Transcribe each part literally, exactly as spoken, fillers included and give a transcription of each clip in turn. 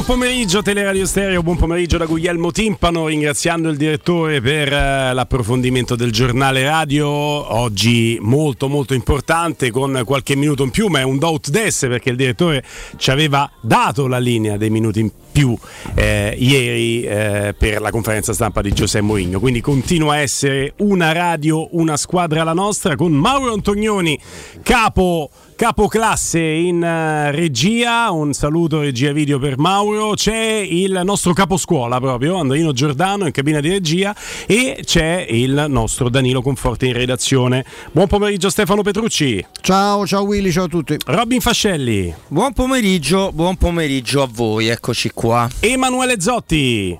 pomeriggio Teleradio Stereo, buon pomeriggio da Guglielmo Timpano, ringraziando il direttore per uh, l'approfondimento del giornale radio, oggi molto molto importante, con qualche minuto in più, ma è un doubt des perché il direttore ci aveva dato la linea dei minuti in più eh, ieri eh, per la conferenza stampa di José Mourinho, quindi continua a essere una radio, una squadra la nostra, con Mauro Antonioni, capo capoclasse in uh, regia. Un saluto regia video per Mauro. C'è il nostro caposcuola proprio, Andrino Giordano, in cabina di regia, e c'è il nostro Danilo Conforti in redazione. Buon pomeriggio Stefano Petrucci. Ciao, ciao Willy, ciao a tutti. Robin Fascelli. Buon pomeriggio, buon pomeriggio a voi, eccoci qua. Emanuele Zotti.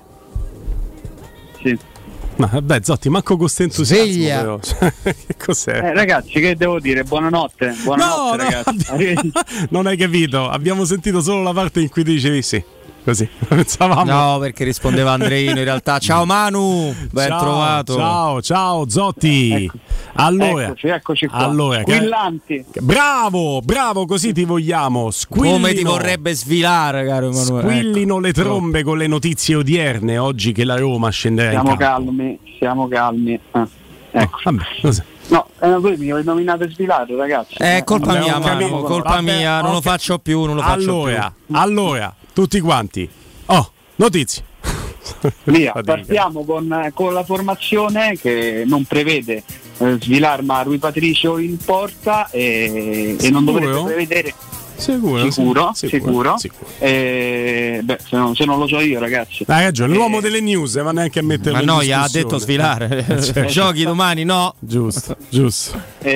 Sì. Ma vabbè, Zotti, manco con questo entusiasmo. Che cos'è? Eh, ragazzi, che devo dire? Buonanotte, buonanotte no, ragazzi. No, non hai capito, abbiamo sentito solo la parte in cui dicevi sì. Così pensavamo. No, perché rispondeva Andreino in realtà. Ciao Manu, ben ciao, trovato. Ciao, ciao Zotti. Ecco. Allora, eccoci, eccoci qua. Allora, squillanti. Bravo, bravo, così ti vogliamo. Squillino, come ti vorrebbe svilare, caro Emanuele. Squillino ecco. le trombe con le notizie odierne oggi che la Roma scenderà siamo in campo. calmi, siamo calmi. Eh, ecco. No, vabbè, così. No, eh, voi mi avete nominato svilato, ragazzi. È colpa Vabbè, mia, ho Manu, capito. colpa Vabbè, mia, non okay. lo faccio più, non lo faccio allora, più. Allora, tutti quanti. Oh, notizie. Via, partiamo con, con la formazione che non prevede eh, Svilar ma Rui Patricio in porta e, e non dovrebbe prevedere. Sicuro, sicuro, sì, sicuro. sicuro, sicuro. Eh, beh, se non, se non lo so io, ragazzi. Hai ragione, l'uomo eh, delle news, ma neanche a metterlo Ma in no, gli ha discussione. detto svilare. Certo. Giochi domani, no? Giusto, giusto.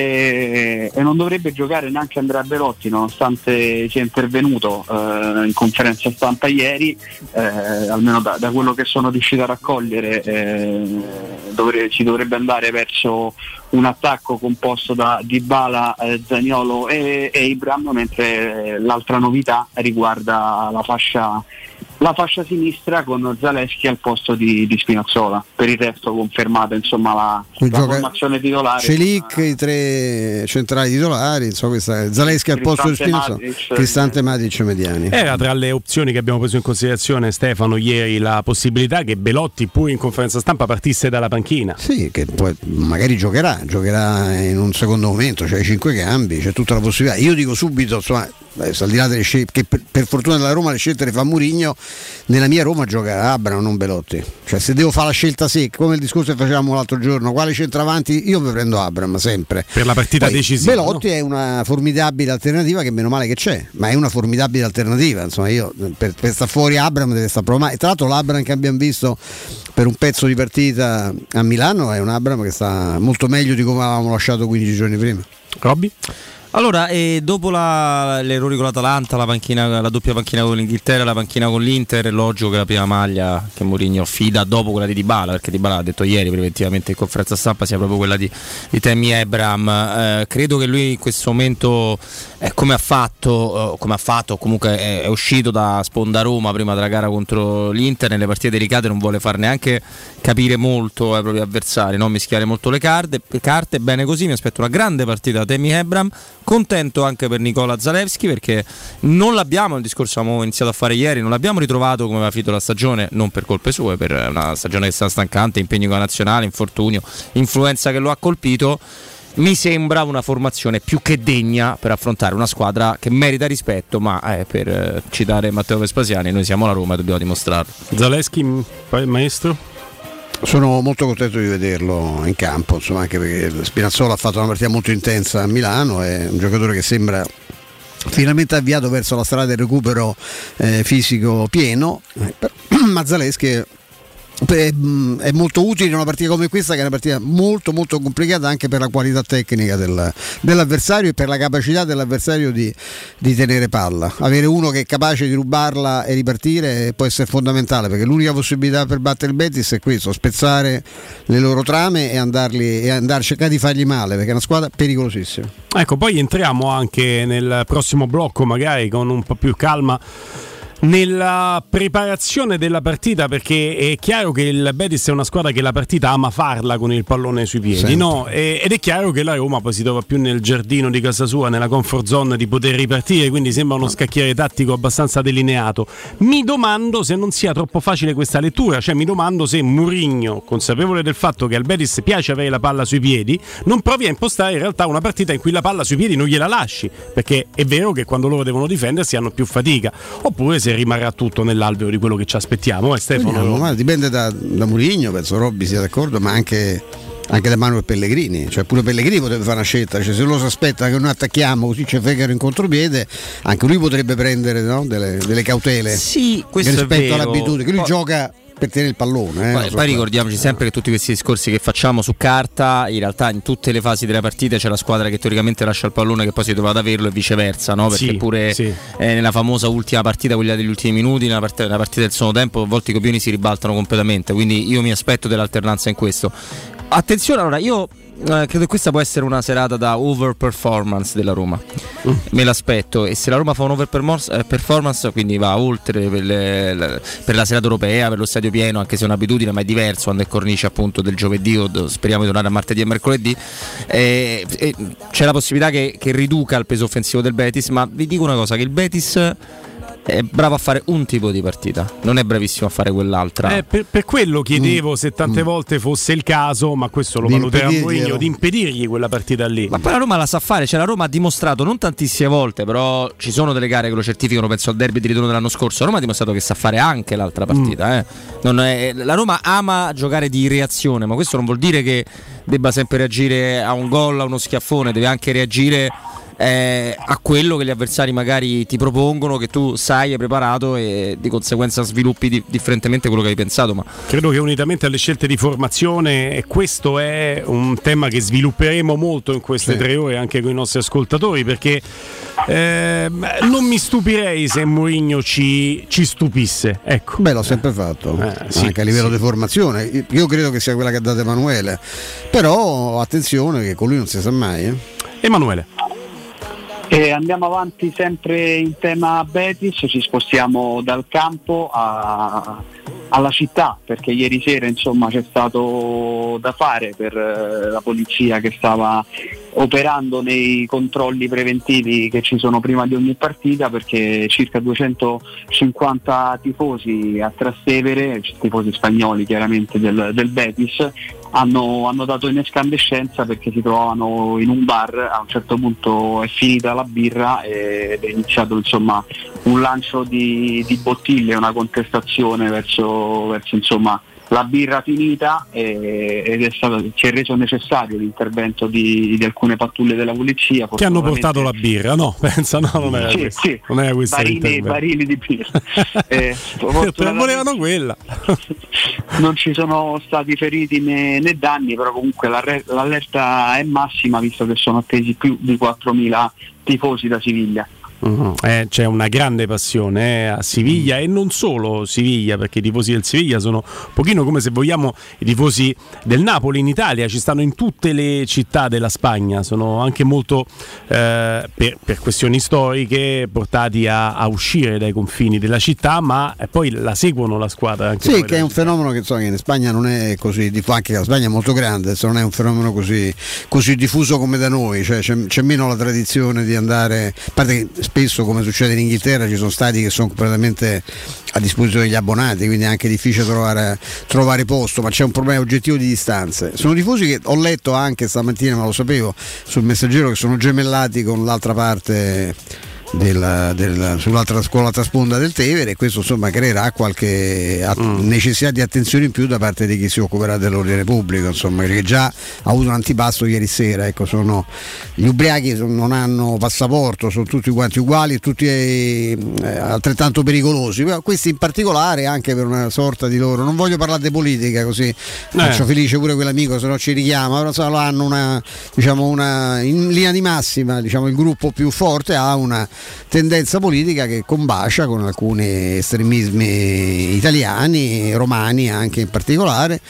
E, e non dovrebbe giocare neanche Andrea Belotti, nonostante sia intervenuto eh, in conferenza stampa ieri, eh, almeno da, da quello che sono riuscito a raccogliere, eh, dovre, si dovrebbe andare verso un attacco composto da Dybala, eh, Zaniolo e, e Ibram, mentre l'altra novità riguarda la fascia la fascia sinistra con Zalewski al posto di, di Spinazzola. Per il resto confermata insomma la, la formazione titolare. Celic, i tre centrali titolari, insomma, questa Zalewski al posto di Spinazzola, Cristante, Matic, Mediani. Era tra le opzioni che abbiamo preso in considerazione, Stefano, ieri, la possibilità che Belotti pure in conferenza stampa partisse dalla panchina. Sì, che poi magari giocherà, giocherà in un secondo momento, c'è cioè cinque cambi, c'è tutta la possibilità. Io dico subito, insomma, al di là delle scelte, che per, per fortuna della Roma le scelte le fa Mourinho, nella mia Roma gioca Abramo, non Belotti. Cioè se devo fare la scelta secca, come il discorso che facevamo l'altro giorno, quale centravanti, io mi prendo Abramo sempre. Per la partita Poi, decisiva. Belotti no? è una formidabile alternativa, che meno male che c'è, ma è una formidabile alternativa. Insomma, io per, per sta fuori Abramo deve stare provando. E tra l'altro l'Abramo che abbiamo visto per un pezzo di partita a Milano è un Abramo che sta molto meglio di come avevamo lasciato quindici giorni prima. Robby? Allora, e dopo la, l'errore con l'Atalanta, la, panchina, la doppia panchina con l'Inghilterra, la panchina con l'Inter, è logico che la prima maglia che Mourinho affida dopo quella di Dybala, perché Dybala ha detto ieri preventivamente in conferenza stampa, sia proprio quella di, di Tammy Abraham. Eh, credo che lui in questo momento, eh, come ha fatto, eh, come ha fatto comunque è, è uscito da sponda Roma prima della gara contro l'Inter, nelle partite delicate non vuole far neanche capire molto ai propri avversari, no? Mischiare molto le carte, le carte, bene così, mi aspetto una grande partita da Tammy Abraham. Contento anche per Nicola Zalewski, perché non l'abbiamo, il discorso abbiamo iniziato a fare ieri, non l'abbiamo ritrovato come aveva finito la stagione, non per colpe sue, per una stagione che sta stancante, impegno con la nazionale, infortunio, influenza che lo ha colpito. Mi sembra una formazione più che degna per affrontare una squadra che merita rispetto, ma eh, per eh, citare Matteo Vespasiani, noi siamo la Roma e dobbiamo dimostrarlo. Zalewski, maestro? Sono molto contento di vederlo in campo, insomma, anche perché Spinazzola ha fatto una partita molto intensa a Milano, è un giocatore che sembra finalmente avviato verso la strada del recupero eh, fisico pieno, eh, per, ma Zalewski è, è molto utile in una partita come questa, che è una partita molto molto complicata anche per la qualità tecnica del, dell'avversario e per la capacità dell'avversario di, di tenere palla. Avere uno che è capace di rubarla e ripartire può essere fondamentale, perché l'unica possibilità per battere il Betis è questo: spezzare le loro trame e andarli e andare cercare di fargli male, perché è una squadra pericolosissima. Ecco, poi entriamo anche nel prossimo blocco magari con un po' più calma Nella preparazione della partita, perché è chiaro che il Betis è una squadra che la partita ama farla con il pallone sui piedi, no? E, ed è chiaro che la Roma poi si trova più nel giardino di casa sua, nella comfort zone di poter ripartire, quindi sembra uno scacchiere tattico abbastanza delineato. Mi domando se non sia troppo facile questa lettura, cioè mi domando se Mourinho, consapevole del fatto che al Betis piace avere la palla sui piedi, non provi a impostare in realtà una partita in cui la palla sui piedi non gliela lasci, perché è vero che quando loro devono difendersi hanno più fatica, oppure se rimarrà tutto nell'alveo di quello che ci aspettiamo, eh, Stefano? Quindi, no, dipende da, da Mourinho, penso Robby sia d'accordo, ma anche, anche da Manuel Pellegrini, cioè pure Pellegrini potrebbe fare una scelta, cioè se lo si aspetta che noi attacchiamo così c'è Fegaro in contropiede, anche lui potrebbe prendere, no, delle, delle cautele, sì, questo rispetto è vero. all'abitudine che lui Poi, gioca per tenere il pallone, eh, poi, so poi ricordiamoci sempre che tutti questi discorsi che facciamo su carta, in realtà in tutte le fasi della partita c'è la squadra che teoricamente lascia il pallone che poi si trova ad averlo e viceversa, no? Perché sì, pure sì. Eh, nella famosa ultima partita, quella degli ultimi minuti, nella partita, nella partita del secondo tempo, a volte i copioni si ribaltano completamente, quindi io mi aspetto dell'alternanza in questo. Attenzione, allora io eh, credo che questa può essere una serata da overperformance della Roma, mm. me l'aspetto, e se la Roma fa un overperformance quindi va oltre per, le, le, per la serata europea, per lo stadio pieno, anche se è un'abitudine ma è diverso quando è cornice appunto del giovedì, o speriamo di tornare a martedì e mercoledì, eh, eh, c'è la possibilità che, che riduca il peso offensivo del Betis, ma vi dico una cosa, che il Betis è bravo a fare un tipo di partita, non è bravissimo a fare quell'altra. Eh, per, per quello chiedevo mm. se tante mm. volte fosse il caso, ma questo lo valuterà Mourinho, di impedirgli quella partita lì. Ma poi la Roma la sa fare, cioè la Roma ha dimostrato non tantissime volte, però ci sono delle gare che lo certificano, penso al derby di ritorno dell'anno scorso, la Roma ha dimostrato che sa fare anche l'altra partita. Mm. Eh. Non è, la Roma ama giocare di reazione, ma questo non vuol dire che debba sempre reagire a un gol, a uno schiaffone, deve anche reagire Eh, a quello che gli avversari magari ti propongono, che tu sai, hai preparato, e di conseguenza sviluppi di, differentemente quello che hai pensato. Ma credo che unitamente alle scelte di formazione, e questo è un tema che svilupperemo molto in queste sì. tre ore anche con i nostri ascoltatori, perché eh, non mi stupirei se Mourinho ci, ci stupisse, ecco. Beh, l'ho sempre fatto, eh, sì, anche a livello sì. di formazione. Io credo che sia quella che ha dato Emanuele, però attenzione che con lui non si sa mai, eh. Emanuele. E andiamo avanti sempre in tema Betis, ci spostiamo dal campo a, alla città, perché ieri sera insomma c'è stato da fare per eh, la polizia che stava operando nei controlli preventivi che ci sono prima di ogni partita, perché circa duecentocinquanta tifosi a Trastevere, tifosi spagnoli chiaramente del, del Betis, hanno, hanno dato in escandescenza perché si trovavano in un bar. A un certo punto è finita la birra ed è iniziato insomma un lancio di, di bottiglie, una contestazione verso, verso insomma la birra finita, e, ed è stato, ci è reso necessario l'intervento di, di alcune pattuglie della polizia che hanno portato la birra, no? Pensa, no, non era sì, questo, sì. non era questo barili, barili di birra eh, volevano quella. Non ci sono stati feriti né, né danni, però comunque l'allerta è massima, visto che sono attesi più di quattromila tifosi da Siviglia. Uh-huh. Eh, c'è una grande passione eh, a Siviglia, e non solo Siviglia, perché i tifosi del Siviglia sono un pochino come, se vogliamo, i tifosi del Napoli in Italia, ci stanno in tutte le città della Spagna, sono anche molto eh, per, per questioni storiche portati a, a uscire dai confini della città, ma poi la seguono la squadra anche. Sì, che è un fenomeno che, insomma, che in Spagna non è così diffuso, anche la Spagna è molto grande, non è un fenomeno così, così diffuso come da noi, cioè c'è, c'è meno la tradizione di andare, a parte che spesso, come succede in Inghilterra, ci sono stadi che sono completamente a disposizione degli abbonati, quindi è anche difficile trovare, trovare posto, ma c'è un problema oggettivo di distanze. Sono tifosi che ho letto anche stamattina, ma lo sapevo, sul Messaggero, che sono gemellati con l'altra parte Del, del, sull'altra, sull'altra sponda del Tevere, e questo insomma creerà qualche att- mm. necessità di attenzione in più da parte di chi si occuperà dell'ordine pubblico, insomma, che già ha avuto un antipasto ieri sera. Ecco, sono, gli ubriachi non hanno passaporto, sono tutti quanti uguali, tutti eh, altrettanto pericolosi, però questi in particolare anche per una sorta di loro, non voglio parlare di politica così eh. faccio felice pure quell'amico, se no ci richiama, però so, hanno una, diciamo, una, in linea di massima, diciamo, il gruppo più forte ha una tendenza politica che combacia con alcuni estremismi italiani, romani anche in particolare,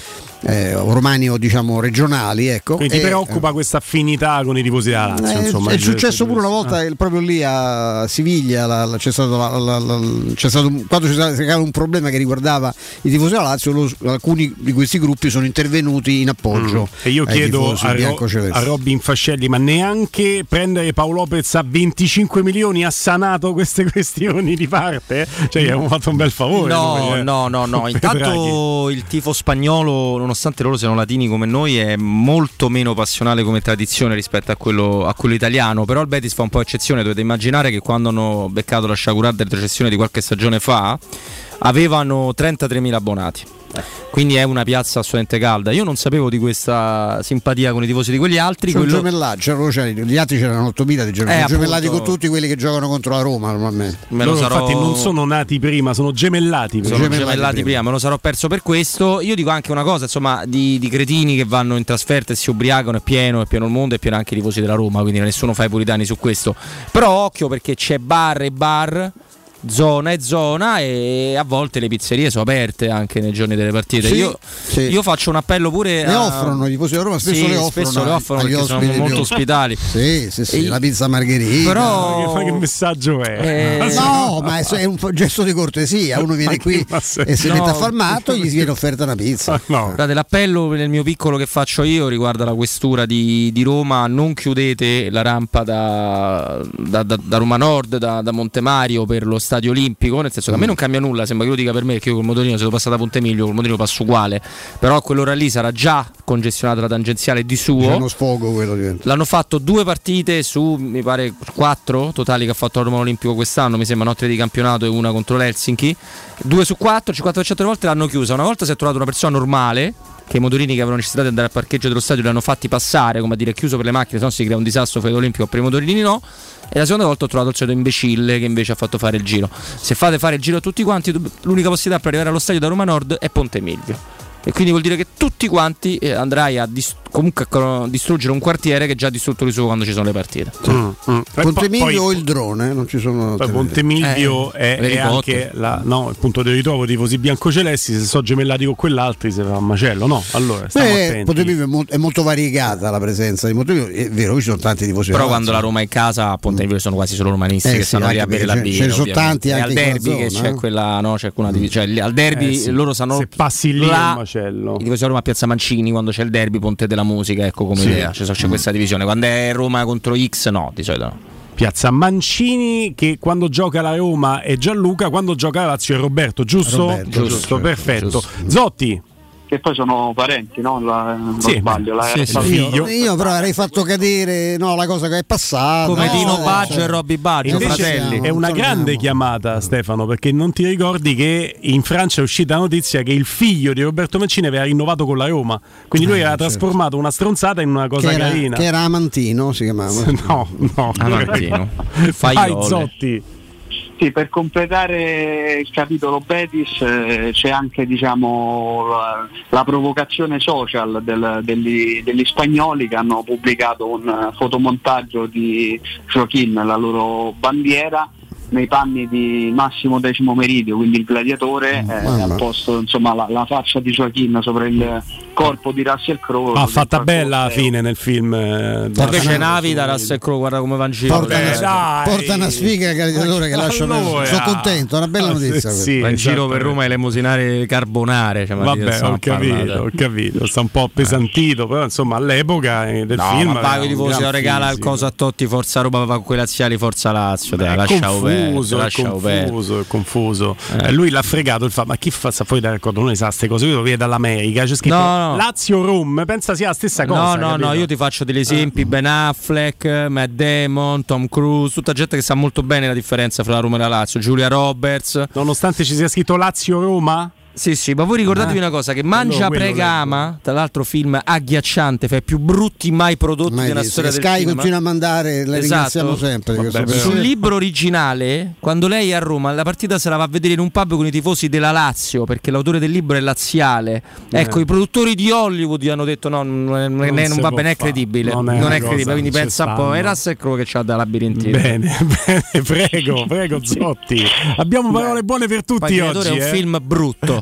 eh, romani diciamo regionali, ecco. Quindi e, ti preoccupa eh, questa affinità con i tifosi della Lazio, eh, insomma, è successo pure una volta ah. proprio lì a Siviglia, la, la, c'è stato, la, la, la, c'è stato quando c'è stato un problema che riguardava i tifosi della Lazio, lo, alcuni di questi gruppi sono intervenuti in appoggio. Mm. E io chiedo a, Ro- a Robin Fascelli, ma neanche prendere Paolo Lopez a venticinque milioni ha sanato queste questioni di parte? Cioè gli abbiamo fatto un bel favore. No, noi, no, no, no. Intanto il tifo spagnolo, nonostante loro siano latini come noi, è molto meno passionale come tradizione rispetto a quello, a quello italiano. Però il Betis fa un po' eccezione. Dovete immaginare che quando hanno beccato la sciagurata della recessione di qualche stagione fa avevano trentatremila abbonati. Quindi è una piazza assolutamente calda. Io non sapevo di questa simpatia con i tifosi di quegli altri. C'è quello... un gemellaggio, cioè, gli altri c'erano ottomila di gemellati, eh, gemellati con tutti quelli che giocano contro la Roma normalmente. Me lo sarò... Infatti non sono nati prima, sono gemellati prima. Sono gemellati, gemellati prima. prima, me lo sarò perso per questo. Io dico anche una cosa, insomma, di, di cretini che vanno in trasferta e si ubriacano, è pieno, è pieno il mondo, è pieno anche i tifosi della Roma, quindi nessuno fa i puritani su questo. Però occhio, perché c'è bar e bar, zona e zona, e a volte le pizzerie sono aperte anche nei giorni delle partite. Sì, io, sì. io faccio un appello pure. Le a... offrono, i tifosi della Roma spesso sì, le offrono, spesso le offrono perché sono molto più ospitali. Sì, sì, sì, e... la pizza margherita. Però ma che messaggio è? Eh... No, ma è un gesto di cortesia. Uno viene qui e si no. mette a far matto, gli viene offerta una pizza. No. Guardate, l'appello nel mio piccolo che faccio io riguarda la questura di, di Roma: non chiudete la rampa da, da, da, da Roma Nord, da, da Montemario per lo Stadio Olimpico. Nel senso che a me non cambia nulla, sembra che lo dica per me, che io col motorino, se devo passare da Ponte Miglio col motorino passo uguale, però a quell'ora lì sarà già congestionata la tangenziale di suo. C'è uno sfogo quello diventa. L'hanno fatto due partite su, mi pare, quattro totali che ha fatto la Roma Olimpico quest'anno, mi sembra, notte di campionato e una contro l'Helsinki. Due su quattro, cinquanta per cento delle volte l'hanno chiusa. Una volta si è trovato una persona normale, che i motorini che avevano necessità di andare al parcheggio dello stadio li hanno fatti passare, come a dire, chiuso per le macchine, se no si crea un disastro per l'Olimpico, per i motorini no. E la seconda volta ho trovato il solito imbecille che invece ha fatto fare il giro. Se fate fare il giro a tutti quanti, l'unica possibilità per arrivare allo stadio da Roma Nord è Ponte Milvio. E quindi vuol dire che tutti quanti eh, andrai a dis- comunque a distruggere un quartiere che già ha distrutto di suo quando ci sono le partite. Mm, mm. Ponte Milvio o il drone, non ci sono. Ponte Milvio eh, è, è anche la, no, il punto di ritrovo dei tifosi biancocelesti. Se sono gemellati con quell'altro si fa un macello, no? Allora stiamo Beh, attenti. Ponte Milvio è, mo- è molto variegata la presenza di Ponte Milvio, è vero, ci sono tanti tifosi. Però quando la Roma è in casa, a Ponte Milvio sono quasi solo romanisti eh, che stanno lì a bere la birra. Ce ne sono tanti anche al derby che c'è quella, no, c'è una divisione, cioè al derby eh, sì. loro sanno. Se passi lì là, un macello. I tifosi a Piazza Mancini quando c'è il derby, Ponte della Musica, ecco come sì. idea, c'è, c'è questa divisione. Quando è Roma contro X no, di solito no. Piazza Mancini, che quando gioca la Roma è Gianluca, quando gioca la Lazio è Roberto, giusto? Roberto, giusto, giusto, perfetto. giusto. Zotti. Che poi sono parenti, no? La, non sì, sbaglio, la sì, sì, io, io però avrei fatto cadere no, la cosa che è passata come no, Dino no, Baggio cioè, e Robby Baggio, fratelli. È una grande chiamata, Stefano, perché non ti ricordi che in Francia è uscita la notizia che il figlio di Roberto Mancini aveva rinnovato con la Roma, quindi lui eh, aveva certo. trasformato una stronzata in una cosa che era, carina. Che era Amantino, si chiamava. No, no, Amantino. Vai Zotti. Sì, per completare il capitolo Betis eh, c'è anche diciamo la, la provocazione social del, degli, degli spagnoli che hanno pubblicato un fotomontaggio di Joaquin, la loro bandiera, nei panni di Massimo Decimo Meridio, quindi il gladiatore, eh, al posto insomma la, la faccia di Joaquin sopra il corpo di Russell Crowe. Ah, fatta bella alla fine nel film. Eh, invece Navi da Russell Crowe, guarda come va in giro. Porta, eh, una, porta una sfiga al gladiatore che lascia allora. Sono contento, è una bella notizia. Sì, sì, va in giro per Roma e l'emosinare carbonare. Cioè, vabbè, ho capito, ho capito, sta un po' appesantito, però insomma all'epoca eh, del no, film. Ma Pago di Tifosi regala il coso a Totti, Forza Roma, va con quei laziali, Forza Lazio. Dai, lascia confuso, è confuso, è confuso. Eh. Lui l'ha fregato il fa, ma chi fa sta fuori dal raccordo? Non ne sa queste cose, io lo vedo dall'America, c'è scritto no, no. Lazio Rom, pensa sia la stessa cosa. No, no, capito? no, io ti faccio degli esempi, eh. Ben Affleck, Matt Damon, Tom Cruise, tutta gente che sa molto bene la differenza fra la Roma e la Lazio, Julia Roberts. Nonostante ci sia scritto Lazio Roma? Sì, sì, ma voi ricordatevi ah, una cosa, che Mangia Prega Ama, tra l'altro film agghiacciante, fra i più brutti mai prodotti mai nella storia del Sky cinema. Continua a mandare, la esatto. ringraziamo sempre. Vabbè, sul libro originale, quando lei è a Roma, la partita se la va a vedere in un pub con i tifosi della Lazio, perché l'autore del libro è laziale. Eh. Ecco, i produttori di Hollywood gli hanno detto no, non, non, non, non va bene, è credibile. Non è, non è credibile, quindi pensa un po'. Era Russell Crowe che c'ha da labirintino. Bene, bene, prego, prego Zotti. Abbiamo parole buone per tutti oggi. È un eh. film brutto.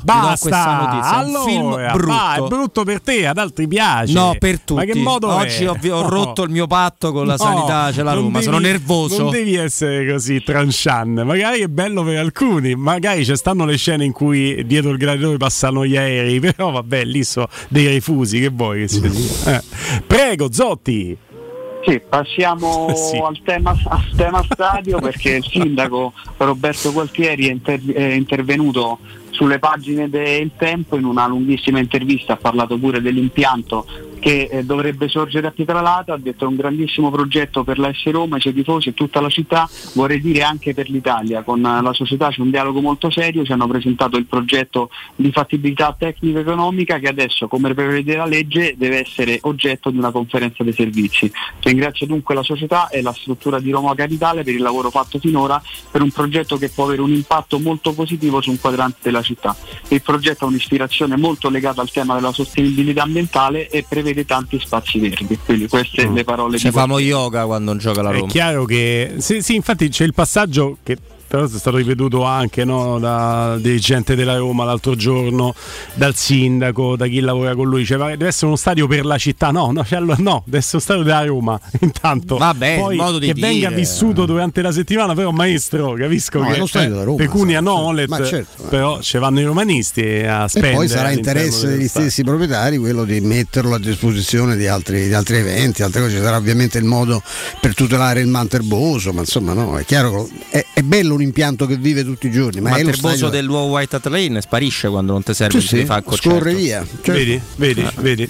ti do Basta, questa notizia. allora, Un film brutto. va, è brutto per te, ad altri piace. No, per tutti. Ma che modo Oggi è? ho, ho No. rotto il mio patto con la No, sanità, c'è la non Roma, devi- sono nervoso. Non devi essere così tranchant, magari è bello per alcuni, magari ci stanno le scene in cui dietro il gladiatore passano gli aerei, però vabbè, lì so dei refusi, che vuoi che sia? Eh. Prego, Zotti. Sì, passiamo Sì. al tema, al tema stadio, perché il sindaco Roberto Gualtieri è, inter- è intervenuto sulle pagine del Tempo in una lunghissima intervista, ha parlato pure dell'impianto che eh, dovrebbe sorgere a Pietralata, ha detto è un grandissimo progetto per la S Roma, i suoi tifosi e tutta la città, vorrei dire anche per l'Italia. Con la società c'è un dialogo molto serio, ci hanno presentato il progetto di fattibilità tecnico-economica che adesso, come prevede la legge, deve essere oggetto di una conferenza dei servizi. Ringrazio dunque la società e la struttura di Roma Capitale per il lavoro fatto finora per un progetto che può avere un impatto molto positivo su un quadrante della città. Il progetto ha un'ispirazione molto legata al tema della sostenibilità ambientale e prevede tanti spazi verdi, quindi queste Mm. le parole Ci di famo yoga quando gioca la Roma. È chiaro che sì, sì, infatti c'è il passaggio che però è stato ripetuto anche, no, da dirigente della Roma l'altro giorno, dal sindaco, da chi lavora con lui, cioè deve essere uno stadio per la città, no, no, cioè, allora, no deve essere uno stadio della Roma intanto. Vabbè, poi il modo di che dire. venga vissuto durante la settimana, però maestro, capisco No, che è lo stadio eh, della Roma, pecunia sì, knowledge, ma certo, eh. però ci vanno i romanisti a E spendere. poi sarà all'interno interesse dello degli stadio. stessi proprietari quello di metterlo a disposizione di altri, di altri eventi, altre cose. Ci sarà ovviamente il modo per tutelare il manterboso, ma insomma no, è chiaro che è, è bello un impianto che vive tutti i giorni, ma Ma è il lo terboso stadio del nuovo White Hart Lane sparisce quando non ti serve, sì, ti sì, fa il concerto. scorre via. Certo. Vedi, vedi, vedi.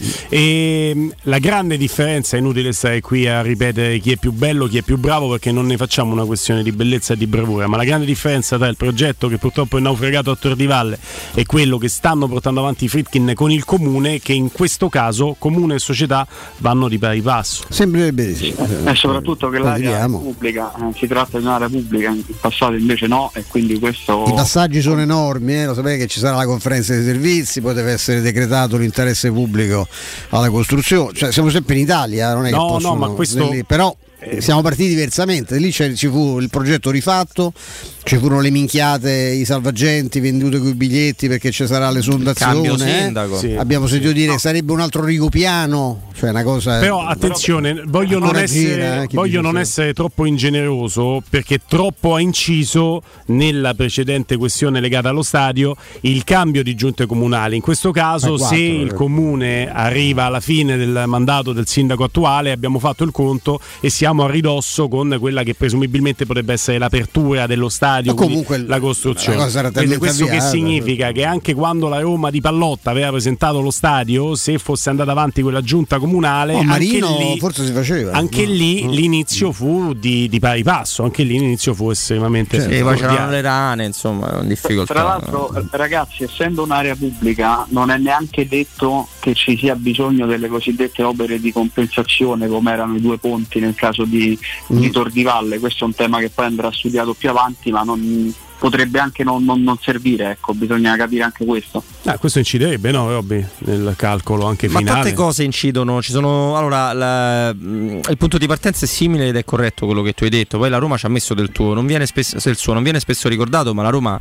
E mh, la grande differenza, è inutile stare qui a ripetere chi è più bello, chi è più bravo, perché non ne facciamo una questione di bellezza e di bravura, ma la grande differenza tra il progetto che purtroppo è naufragato a Tor di Valle e quello che stanno portando avanti i Friedkin con il comune, che in questo caso comune e società vanno di pari passo. Sembrerebbe di sì. e soprattutto che Lo l'area vediamo. pubblica eh, si tratta di un'area pubblica, in passato invece no, e quindi questo I passaggi sono enormi, eh? Lo sapete che ci sarà la conferenza dei servizi, poi deve essere decretato l'interesse pubblico alla costruzione, cioè siamo sempre in Italia, non è No, che possono, no, ma questo- lì, però eh, siamo partiti diversamente, lì c'è- ci fu il progetto rifatto, ci furono le minchiate, i salvagenti venduti con i biglietti perché ci sarà l'esondazione, Cambio eh? sindaco. Sì. Abbiamo sentito dire che sarebbe un altro rigopiano, cioè una cosa. Però attenzione, voglio non ancora essere, gira, eh, chi voglio dice non sì. essere troppo ingeneroso, perché troppo ha inciso nella precedente questione legata allo stadio il cambio di giunte comunali. In questo caso, Eh, quattro, se il eh. comune arriva alla fine del mandato del sindaco attuale, abbiamo fatto il conto e siamo a ridosso con quella che presumibilmente potrebbe essere l'apertura dello stadio, Ma comunque quindi la costruzione. la cosa era Quindi talmente questo che avviata, significa che anche quando la Roma di Pallotta aveva presentato lo stadio, se fosse andata avanti quella giunta comunale, Oh, anche Marino lì, forse si faceva. anche No? lì No. l'inizio fu di, di pari passo, anche lì l'inizio fu estremamente Sì, poi c'erano cordiale. le rane, insomma, con difficoltà. Tra l'altro, ragazzi, essendo un'area pubblica, non è neanche detto che ci sia bisogno delle cosiddette opere di compensazione, come erano i due ponti nel caso di, Mm. di Tor di Valle. Questo è un tema che poi andrà studiato più avanti, ma non, potrebbe anche non, non, non servire, ecco, bisogna capire anche questo. Ah, questo inciderebbe, no, Robby, nel calcolo anche Ma finale. tante cose incidono, ci sono, allora la- mh, il punto di partenza è simile ed è corretto quello che tu hai detto, poi la Roma ci ha messo del tuo, non viene spesso, del suo, non viene spesso ricordato, ma la Roma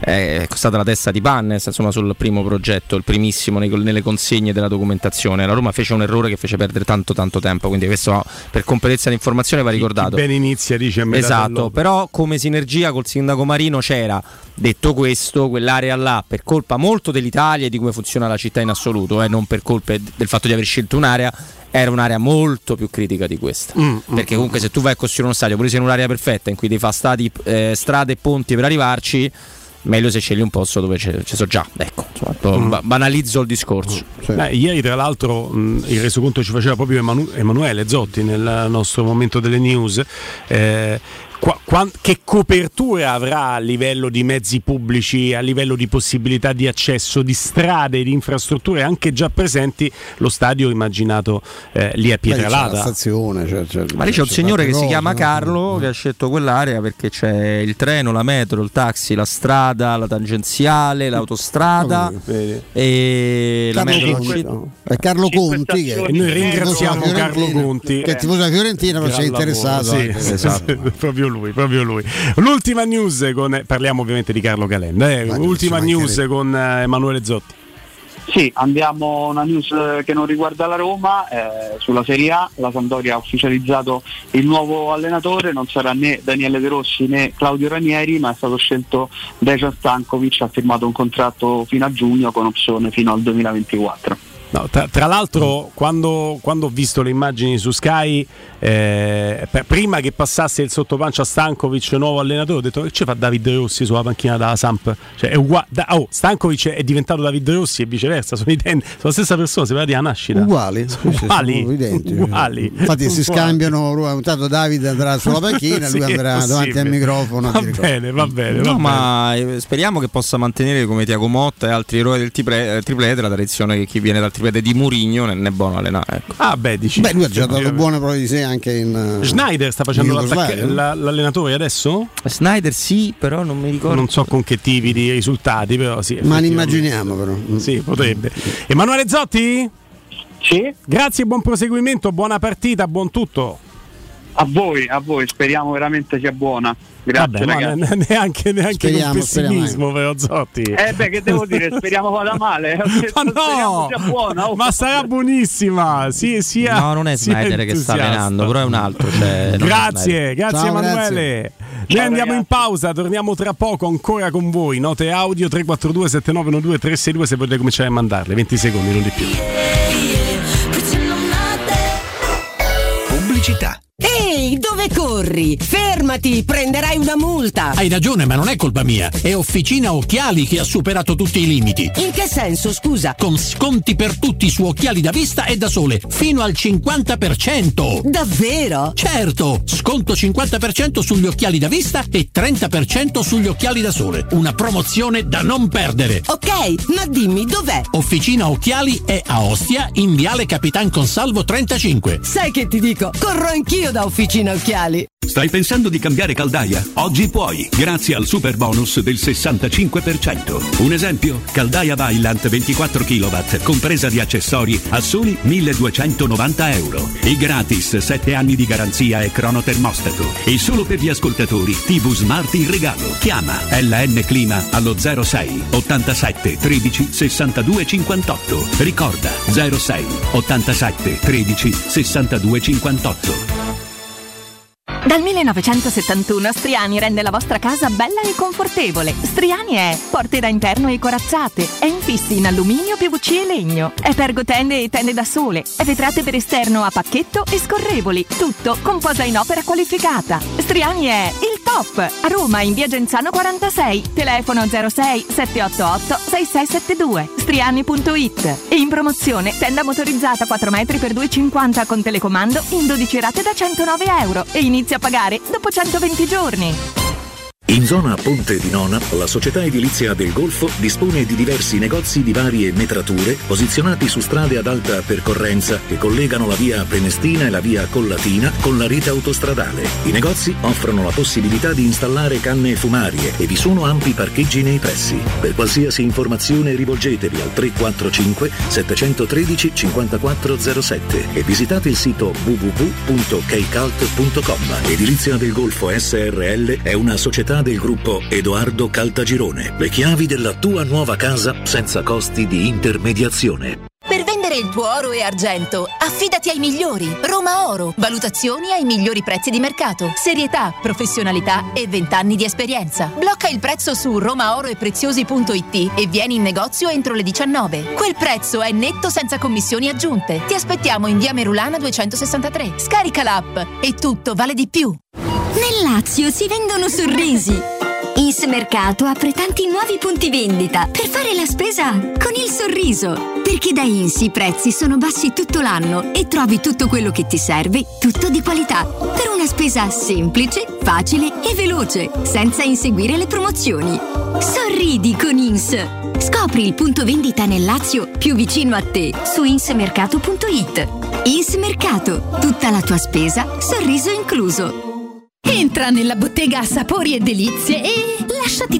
è costata la testa di panne, insomma, sul primo progetto, il primissimo nei- nelle consegne della documentazione. La Roma fece un errore che fece perdere tanto tanto tempo, quindi questo per completezza di informazione va ricordato. Chi ben inizia, dice a metà Esatto, dell'opera. però come sinergia col sindaco Marino c'era. Detto questo, quell'area là, per colpa molto dell'Italia e di come funziona la città in assoluto, eh, non per colpa del fatto di aver scelto un'area, era un'area molto più critica di questa. Mm, Perché mm, comunque se tu vai a costruire uno stadio, pure se in un'area perfetta in cui devi fare stadi, eh, strade e ponti per arrivarci, meglio se scegli un posto dove ci so già. Ecco, insomma, Mm. ba- banalizzo il discorso. Sì. Beh, ieri tra l'altro mh, il resoconto ci faceva proprio Emanu- Emanuele Zotti nel nostro momento delle news. Eh, qua- qua- che copertura avrà a livello di mezzi pubblici, a livello di possibilità di accesso, di strade, di infrastrutture anche già presenti lo stadio immaginato eh, lì a Poi c'è la Pietralata? stazione, cioè, cioè, Ma lì c'è un c'è signore che tante si cose, chiama no? Carlo che ha scelto quell'area perché c'è il treno, la metro, il taxi, la strada, la tangenziale, l'autostrada Vedi? e la Carlo metro. Conti, no? È Carlo Cinque Conti che stazioni. E noi Eh, ringraziamo Fiorentina, Carlo Conti. che è tifoso della Fiorentina, non Gran si è lavoro, interessato sì, anche. Esatto. proprio lui, proprio lui. L'ultima news con, parliamo ovviamente di Carlo Calenda, eh. Ultima news con eh, Emanuele Zotti. Sì, andiamo una news che non riguarda la Roma, eh, sulla Serie A. La Sampdoria ha ufficializzato il nuovo allenatore, non sarà né Daniele De Rossi né Claudio Ranieri, ma è stato scelto Dejan Stankovic, ha firmato un contratto fino a giugno con opzione fino al duemilaventiquattro. No, tra, tra l'altro quando, quando ho visto le immagini su Sky, eh, per, prima che passasse il sottopancia a Stankovic, nuovo allenatore, ho detto che ci fa David Rossi sulla panchina della Samp, cioè è uguale, da, oh, Stankovic è diventato David Rossi e viceversa, sono identi, sono la stessa persona, si vede la nascita, uguali, sono uguali, sono identi, uguali. Infatti si scambiano, intanto Davide andrà sulla panchina, sì, lui andrà davanti al microfono. Va bene, va bene, va no, bene. Ma speriamo che possa mantenere come Tiago Motta e altri eroi del triplete la tradizione che chi viene dal triplete di Mourinho non è buono allenare, ecco. Ah beh, dici. Beh, lui ha già dato buone prove di sé anche in uh, Schneider sta facendo la, l'allenatore adesso? Schneider sì, però non mi ricordo. Non so con che tipi di risultati, però sì. Ma ne immaginiamo però. Sì, potrebbe. Emanuele Zotti? Sì. Grazie, buon proseguimento, buona partita, buon tutto. A voi, a voi, speriamo veramente sia buona. Grazie. Vabbè, ragazzi. Neanche, neanche speriamo, con pessimismo però Zotti. Eh beh, che devo dire, speriamo vada male. Ma no, sia buona, oh. Ma sarà buonissima. Sì, sia, no, non è Schneider che sta allenando, però è un altro. Cioè, grazie, grazie Ciao, Emanuele. Noi Ciao, andiamo ragazzi. in pausa, torniamo tra poco ancora con voi. Note audio tre quattro due sette nove uno due tre sei due se potete cominciare a mandarle. venti secondi, non di più. Pubblicità. Ehi, dove corri? Fermati, prenderai una multa. Hai ragione, ma non è colpa mia. È Officina Occhiali che ha superato tutti i limiti. In che senso, scusa? Con sconti per tutti su occhiali da vista e da sole, fino al cinquanta per cento. Davvero? Certo, sconto cinquanta per cento sugli occhiali da vista e trenta per cento sugli occhiali da sole. Una promozione da non perdere. Ok, ma dimmi dov'è? Officina Occhiali è a Ostia, in Viale Capitan Consalvo trentacinque. Sai che ti dico? Corro anch'io da Officina Occhiali. Stai pensando di cambiare caldaia? Oggi puoi, grazie al super bonus del sessantacinque per cento. Un esempio? Caldaia Vaillant ventiquattro chilowatt, compresa di accessori, a soli milleduecentonovanta euro. E gratis sette anni di garanzia e cronotermostato. E solo per gli ascoltatori T V Smart in regalo. Chiama L N Clima allo zero sei ottantasette tredici sessantadue cinquantotto. Ricorda zero sei ottantasette tredici sessantadue cinquantotto. Dal millenovecentosettantuno Striani rende la vostra casa bella e confortevole. Striani è porte da interno e corazzate, è infissi in alluminio, P V C e legno, è pergotende e tende da sole, è vetrate per esterno a pacchetto e scorrevoli, tutto con posa in opera qualificata. Striani è il top! A Roma in via Genzano quarantasei, telefono zero sei sette otto otto sei sei sette due, striani punto it. E in promozione tenda motorizzata quattro metri per due e cinquanta con telecomando in dodici rate da centonove euro e inizia a pagare dopo centoventi giorni. In zona Ponte di Nona, la società edilizia del Golfo dispone di diversi negozi di varie metrature posizionati su strade ad alta percorrenza che collegano la via Prenestina e la via Collatina con la rete autostradale. I negozi offrono la possibilità di installare canne fumarie e vi sono ampi parcheggi nei pressi. Per qualsiasi informazione rivolgetevi al tre quattro cinque sette uno tre cinque quattro zero sette e visitate il sito w w w punto kcalt punto com. Edilizia del Golfo S R L è una società del gruppo Edoardo Caltagirone. Le chiavi della tua nuova casa senza costi di intermediazione. Per vendere il tuo oro e argento, affidati ai migliori. Roma Oro. Valutazioni ai migliori prezzi di mercato. Serietà, professionalità e vent'anni di esperienza. Blocca il prezzo su romaoroepreziosi punto it e vieni in negozio entro le diciannove. Quel prezzo è netto senza commissioni aggiunte. Ti aspettiamo in via Merulana duecentosessantatré. Scarica l'app e tutto vale di più. Nel Lazio si vendono sorrisi. Insmercato apre tanti nuovi punti vendita per fare la spesa con il sorriso. Perché da Insi i prezzi sono bassi tutto l'anno e trovi tutto quello che ti serve, tutto di qualità, per una spesa semplice, facile e veloce, senza inseguire le promozioni. Sorridi con Ins. Scopri il punto vendita nel Lazio più vicino a te su insmercato punto it. Insmercato, tutta la tua spesa, sorriso incluso. Entra nella bottega Sapori e Delizie e lasciati tentare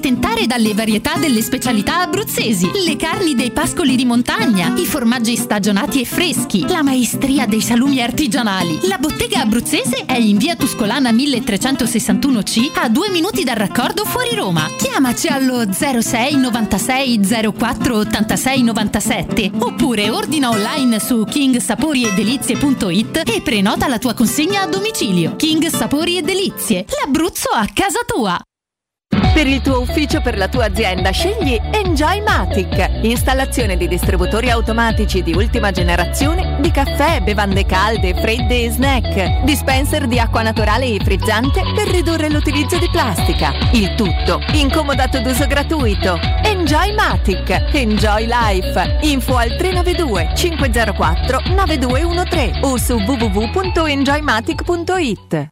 gustare dalle varietà delle specialità abruzzesi, le carni dei pascoli di montagna, i formaggi stagionati e freschi, la maestria dei salumi artigianali. La bottega abruzzese è in via Tuscolana milletrecentosessantuno C, a due minuti dal raccordo fuori Roma. Chiamaci allo zero sei novantasei zero quattro ottantasei novantasette oppure ordina online su king sapori e delizie punto it e prenota la tua consegna a domicilio. King Sapori e Delizie, l'Abruzzo a casa tua. Per il tuo ufficio, per la tua azienda, scegli Enjoymatic. Installazione di distributori automatici di ultima generazione di caffè, bevande calde, fredde e snack. Dispenser di acqua naturale e frizzante per ridurre l'utilizzo di plastica. Il tutto in comodato d'uso gratuito. Enjoymatic. Enjoy Life. Info al tre nove due cinque zero quattro nove due uno tre o su w w w punto enjoymatic punto it.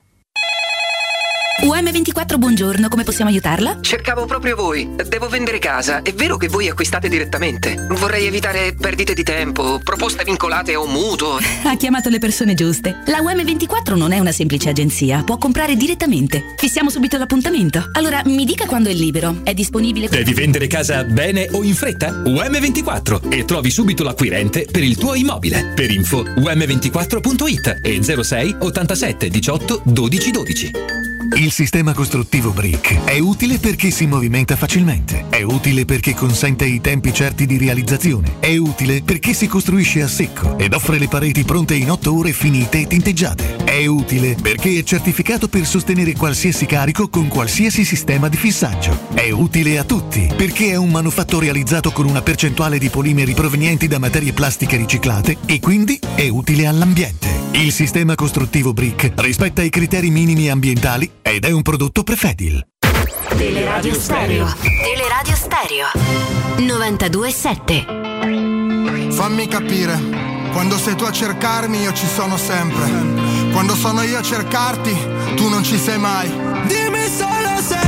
U M ventiquattro, buongiorno, come possiamo aiutarla? Cercavo proprio voi. Devo vendere casa. È vero che voi acquistate direttamente? Vorrei evitare perdite di tempo, proposte vincolate a un mutuo. Ha chiamato le persone giuste. La U M ventiquattro non è una semplice agenzia, può comprare direttamente. Fissiamo subito l'appuntamento. Allora, mi dica quando è libero. È disponibile? Devi vendere casa bene o in fretta? U M ventiquattro e trovi subito l'acquirente per il tuo immobile. Per info u m ventiquattro punto it e zero sei ottantasette diciotto dodici dodici. Il sistema costruttivo Brick è utile perché si movimenta facilmente, è utile perché consente i tempi certi di realizzazione, è utile perché si costruisce a secco ed offre le pareti pronte in otto ore finite e tinteggiate, è utile perché è certificato per sostenere qualsiasi carico con qualsiasi sistema di fissaggio, è utile a tutti perché è un manufatto realizzato con una percentuale di polimeri provenienti da materie plastiche riciclate e quindi è utile all'ambiente. Il sistema costruttivo Brick rispetta i criteri minimi ambientali ed è un prodotto Prefedil. Teleradio Stereo. Teleradio Stereo. novantadue sette. Fammi capire, quando sei tu a cercarmi io ci sono sempre. Quando sono io a cercarti tu non ci sei mai. Dimmi solo se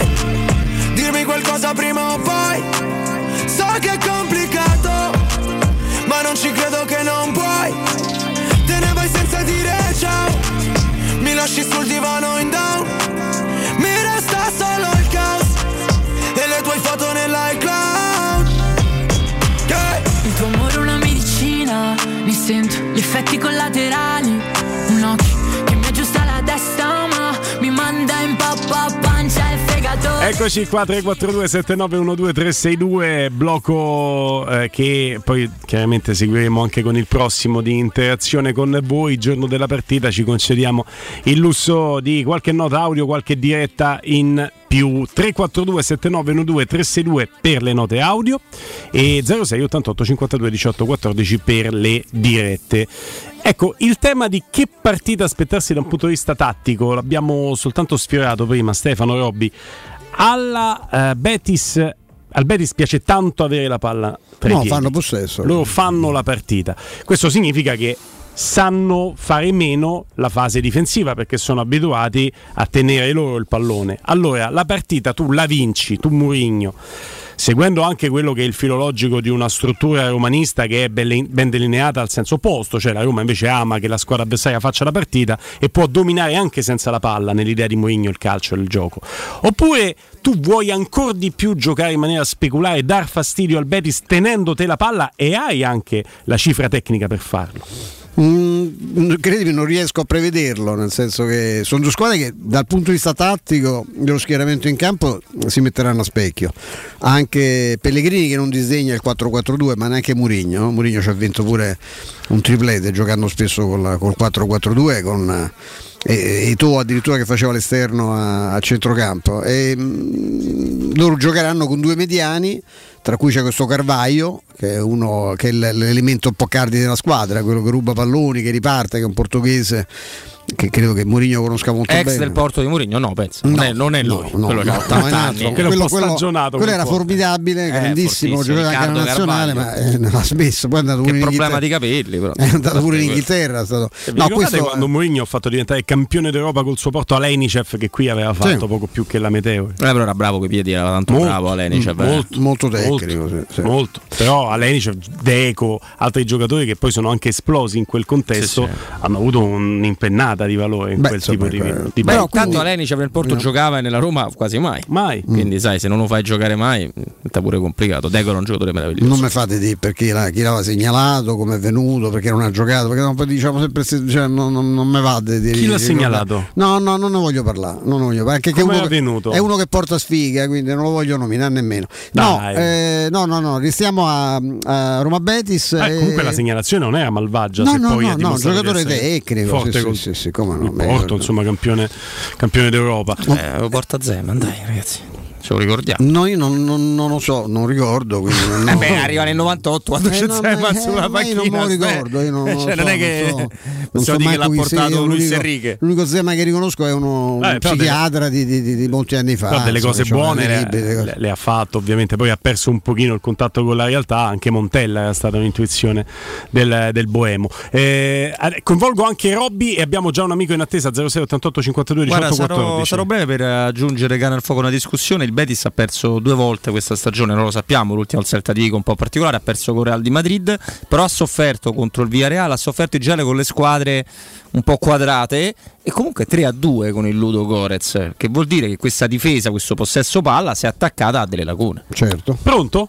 vuoi dirmi qualcosa prima o poi. So che è complicato, ma non ci credo che non puoi. Te ne vai senza dire ciao, mi lasci sul divano in down. Mi resta solo il caos e le tue foto nell'iCloud. Yeah. Il tuo amore è una medicina, mi sento gli effetti collaterali. Un occhio che mi aggiusta la testa ma mi manda in pappa pancia e fegato. Eccoci qua, tre quattro due sette nove uno due tre sei due, blocco eh, che poi chiaramente seguiremo anche con il prossimo di interazione con voi. Giorno della partita ci concediamo il lusso di qualche nota audio, qualche diretta in più. Tre quattro due sette nove uno due tre sei due per le note audio e zero sei ottantotto cinquantadue diciotto quattordici per le dirette. Ecco, il tema di che partita aspettarsi da un punto di vista tattico l'abbiamo soltanto sfiorato prima, Stefano, Robby. Alla uh, Betis, al Betis piace tanto avere la palla tra i no, piedi. Fanno possesso. Loro fanno la partita. Questo significa che sanno fare meno la fase difensiva perché sono abituati a tenere loro il pallone. Allora, la partita tu la vinci, tu Mourinho, seguendo anche quello che è il filologico di una struttura romanista che è ben delineata al senso opposto, cioè la Roma invece ama che la squadra avversaria faccia la partita e può dominare anche senza la palla nell'idea di Mourinho il calcio e il gioco. Oppure tu vuoi ancora di più giocare in maniera speculare, dar fastidio al Betis tenendo te la palla e hai anche la cifra tecnica per farlo. Mm, credimi, non riesco a prevederlo, nel senso che sono due squadre che dal punto di vista tattico dello schieramento in campo si metteranno a specchio. Anche Pellegrini che non disdegna il quattro quattro due, ma neanche Mourinho. Mourinho ci ha vinto pure un triplete giocando spesso col, col quattro quattro due con e, e tu addirittura che faceva l'esterno a, a centrocampo e, mh, loro giocheranno con due mediani, tra cui c'è questo Carvalho che è uno che è l'elemento un po' cardine della squadra, quello che ruba palloni, che riparte, che è un portoghese che credo che Mourinho conosca molto ex bene. Ex del Porto di Mourinho? No, penso. Non, no, è, non è lui. No, quello no, che ha ottanta anni. Quello, quello, quello, quello era po'. formidabile, eh, grandissimo, giocava anche alla nazionale, ma eh, non ha smesso. Poi è andato che pure in problema Inghilterra. di capelli, però. È andato pure in Inghilterra. È stato... No, questo quando Mourinho ha fatto diventare campione d'Europa col suo Porto Alenicev, che qui aveva fatto sì. poco più che la Meteo. Eh, però era bravo coi piedi, era tanto molto, bravo Alenicev. Molto, eh. molto tecnico. Molto, sì, sì. molto. Però Alenicev, Deco, altri giocatori che poi sono anche esplosi in quel contesto, sì, sì. hanno avuto un'impennata. tonnellata di valore in Beh, quel insomma, tipo que- di, di Però quindi- tanto Alenic nel Porto no. giocava e nella Roma quasi mai. Mai. Quindi sai, se non lo fai giocare mai è pure complicato. Deco è un giocatore meraviglioso. Non mi fate dire perché la, chi l'aveva segnalato, come è venuto, perché non ha giocato, perché non, poi diciamo sempre, cioè, non, non, non mi va di dire. Chi l'ha segnalato? No, no, non ne voglio parlare. Non ne voglio parlare anche che Come uno è che- venuto? è uno che porta sfiga, quindi non lo voglio nominare nemmeno. No, Dai. eh, no, no, no, restiamo a, a Roma Betis. Eh, e- comunque la segnalazione non era malvagia, No, se no, poi no, ha no, dimostrato giocatore di essere tecnico, forte sì, sì, col- sì, sì, come no, il beh, Porto, insomma, campione, campione d'Europa. Eh, lo porta Zeman, dai ragazzi. Ce lo ricordiamo. No, io non, non- non lo so, non ricordo. Quindi non, Eh beh, arriva nel novantotto quando Eh, c'è no, Zeman eh, sulla ma io panchina. non me lo stai- ricordo, io non, non lo cioè, so, non è che non so. Non possiamo so dire che l'ha manco chi sia, portato Luis l'unico- Enrique. L'unico Zema che riconosco è uno Eh, un però psichiatra di, di- di- di molti anni fa. Però delle insomma, cose c'è una buone le, libri, delle cose- le- le ha fatto, ovviamente. Poi ha perso un pochino il contatto con la realtà. Anche Montella era stata un'intuizione del, del Boemo. Eh, coinvolgo anche Robby e abbiamo già un amico in attesa. zero sei ottantotto cinquantadue diciotto Guarda, sarò, quattordici. sarò breve per aggiungere cane al fuoco una discussione. Il Betis ha perso due volte questa stagione, non lo sappiamo, l'ultima al Celta di Vigo un po' particolare, ha perso con Real di Madrid, però ha sofferto contro il Villarreal, ha sofferto in genere con le squadre un po' quadrate e comunque tre a due con il Ludo Gorez, che vuol dire che questa difesa, questo possesso palla si è attaccata a delle lacune. Certo. Pronto?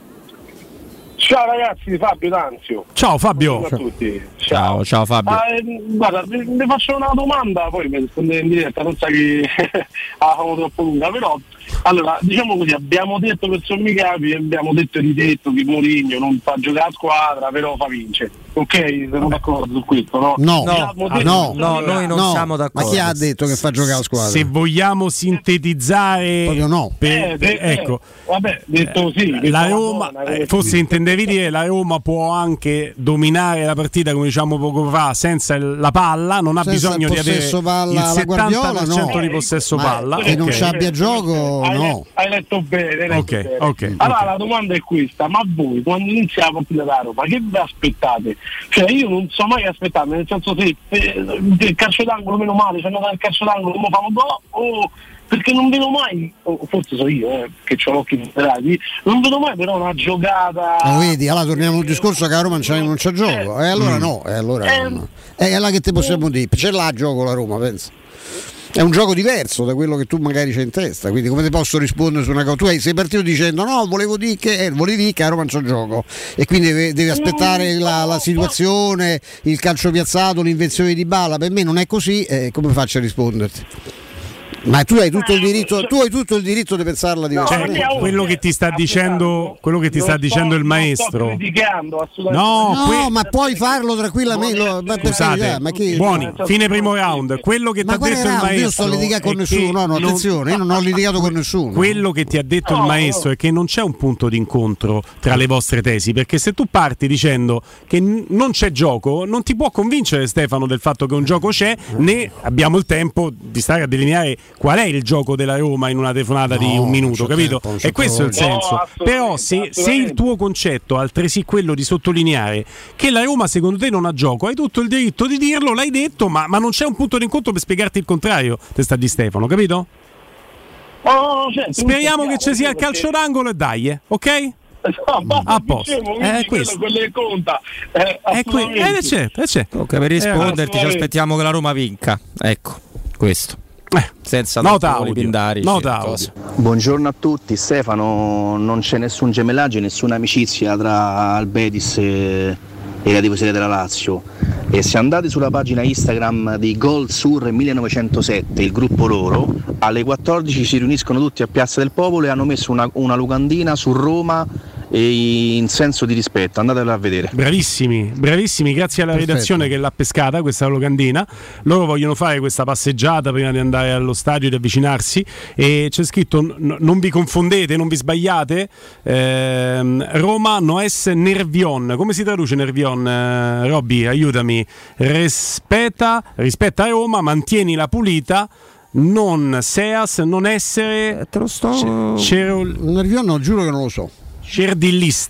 Ciao ragazzi, Fabio D'Anzio. Ciao Fabio. Buongiorno a tutti. Ciao, ciao Fabio. Ah, eh, guarda, vi, vi faccio una domanda, poi mi rispondete in diretta, non sa che la famo troppo lunga, però allora, diciamo così, abbiamo detto per sommi capi, abbiamo detto e ridetto che Mourinho non fa giocare a squadra, però fa vincere. Ok, siamo d'accordo su questo, no? No, Abbiamo no, detto no, per no, sommi noi non no. siamo d'accordo. Ma chi ha detto che fa giocare a squadra? Se vogliamo sintetizzare, proprio no. per- Eh, de- ecco, eh, vabbè, detto così, detto la una Roma, buona, eh, come forse si- intendevi dire la Roma può anche dominare la partita come diciamo poco fa senza il- la palla, non ha Senza bisogno il di avere possesso palla il alla settanta per cento Guardiola, di no. possesso Ma palla. che non ok. ci abbia gioco, hai, no. letto, hai letto bene, hai letto Ok, bene. ok, Allora ok. la domanda è questa: ma voi quando inizia la partita da Roma che vi aspettate? Cioè io non so mai aspettarmi, nel senso se eh, il calcio d'angolo meno male, se andate al calcio d'angolo come fanno gol, o perché non vedo mai, o forse so io eh, che ho l'occhio interati, non vedo mai però una giocata. Lo vedi, allora torniamo al discorso che a Roma non c'è, non c'è gioco. E allora Mm. no, e allora Eh. no. E allora che te possiamo dire? Ce l'ha gioco la Roma, pensa. È un gioco diverso da quello che tu magari c'hai in testa, quindi come ti posso rispondere su una cosa? Tu hai- sei partito dicendo no, volevo dire che, eh, volevi dire che a Roma non c'è gioco e quindi devi, devi aspettare la, la situazione, il calcio piazzato, l'invenzione di Bala. Per me non è così, eh, come faccio a risponderti? Ma tu hai tutto il diritto, tu hai tutto il diritto di pensarla diversamente. Cioè, quello che ti sta dicendo, quello che ti sta dicendo il maestro. No, No, que- ma puoi farlo tranquillamente. lo- ma per Scusate, carità, ma che- buoni, fine primo round. Quello che ti Ma ha quale detto il round? maestro. Io sto litigando con è nessuno, che no, no, non- attenzione, io non ho litigato con nessuno. Quello che ti ha detto il maestro è che non c'è un punto d'incontro tra le vostre tesi, perché se tu parti dicendo che n- non c'è gioco, non ti può convincere Stefano del fatto che un gioco c'è, né abbiamo il tempo di stare a delineare qual è il gioco della Roma in una telefonata di No, un minuto, non c'è capito? tempo, non c'è E questo è il tempo. senso. No, assolutamente, Però se, se il assolutamente. tuo concetto è altresì quello di sottolineare che la Roma secondo te non ha gioco, hai tutto il diritto di dirlo, l'hai detto, ma, ma non c'è un punto d'incontro per spiegarti il contrario, te sta di Stefano, capito? Oh, certo, Speriamo tutto che ci sia il chiaro, calcio d'angolo e dai, eh, ok? No, basta, A posto. dicevo, Eh, quindi questo. quello, quello che conta. Eh, È qui, assolutamente. eh, certo, eh, certo. Ok, per risponderti ci assolutamente. aspettiamo che la Roma vinca. Ecco, questo. Eh, Senza nota troppi audio, pindari. nota audio. Buongiorno a tutti, Stefano, non c'è nessun gemellaggio, nessuna amicizia tra il Betis e, e la tifoseria della Lazio. E se andate sulla pagina Instagram di Gol Sur millenovecentosette, il gruppo loro, alle quattordici si riuniscono tutti a Piazza del Popolo e hanno messo una, una locandina su Roma e in senso di rispetto, andatela a vedere. Bravissimi, bravissimi, grazie alla Perfetto. redazione che l'ha pescata questa locandina. Loro vogliono fare questa passeggiata prima di andare allo stadio, di avvicinarsi, e c'è scritto n- non vi confondete, non vi sbagliate, ehm, Roma no es nervion. Come si traduce nervion, eh, Robby, aiutami. Rispetta, rispetta Roma, mantieni la pulita, non seas, non essere Te lo sto. Nervio no, giuro che non lo so. cerdillista.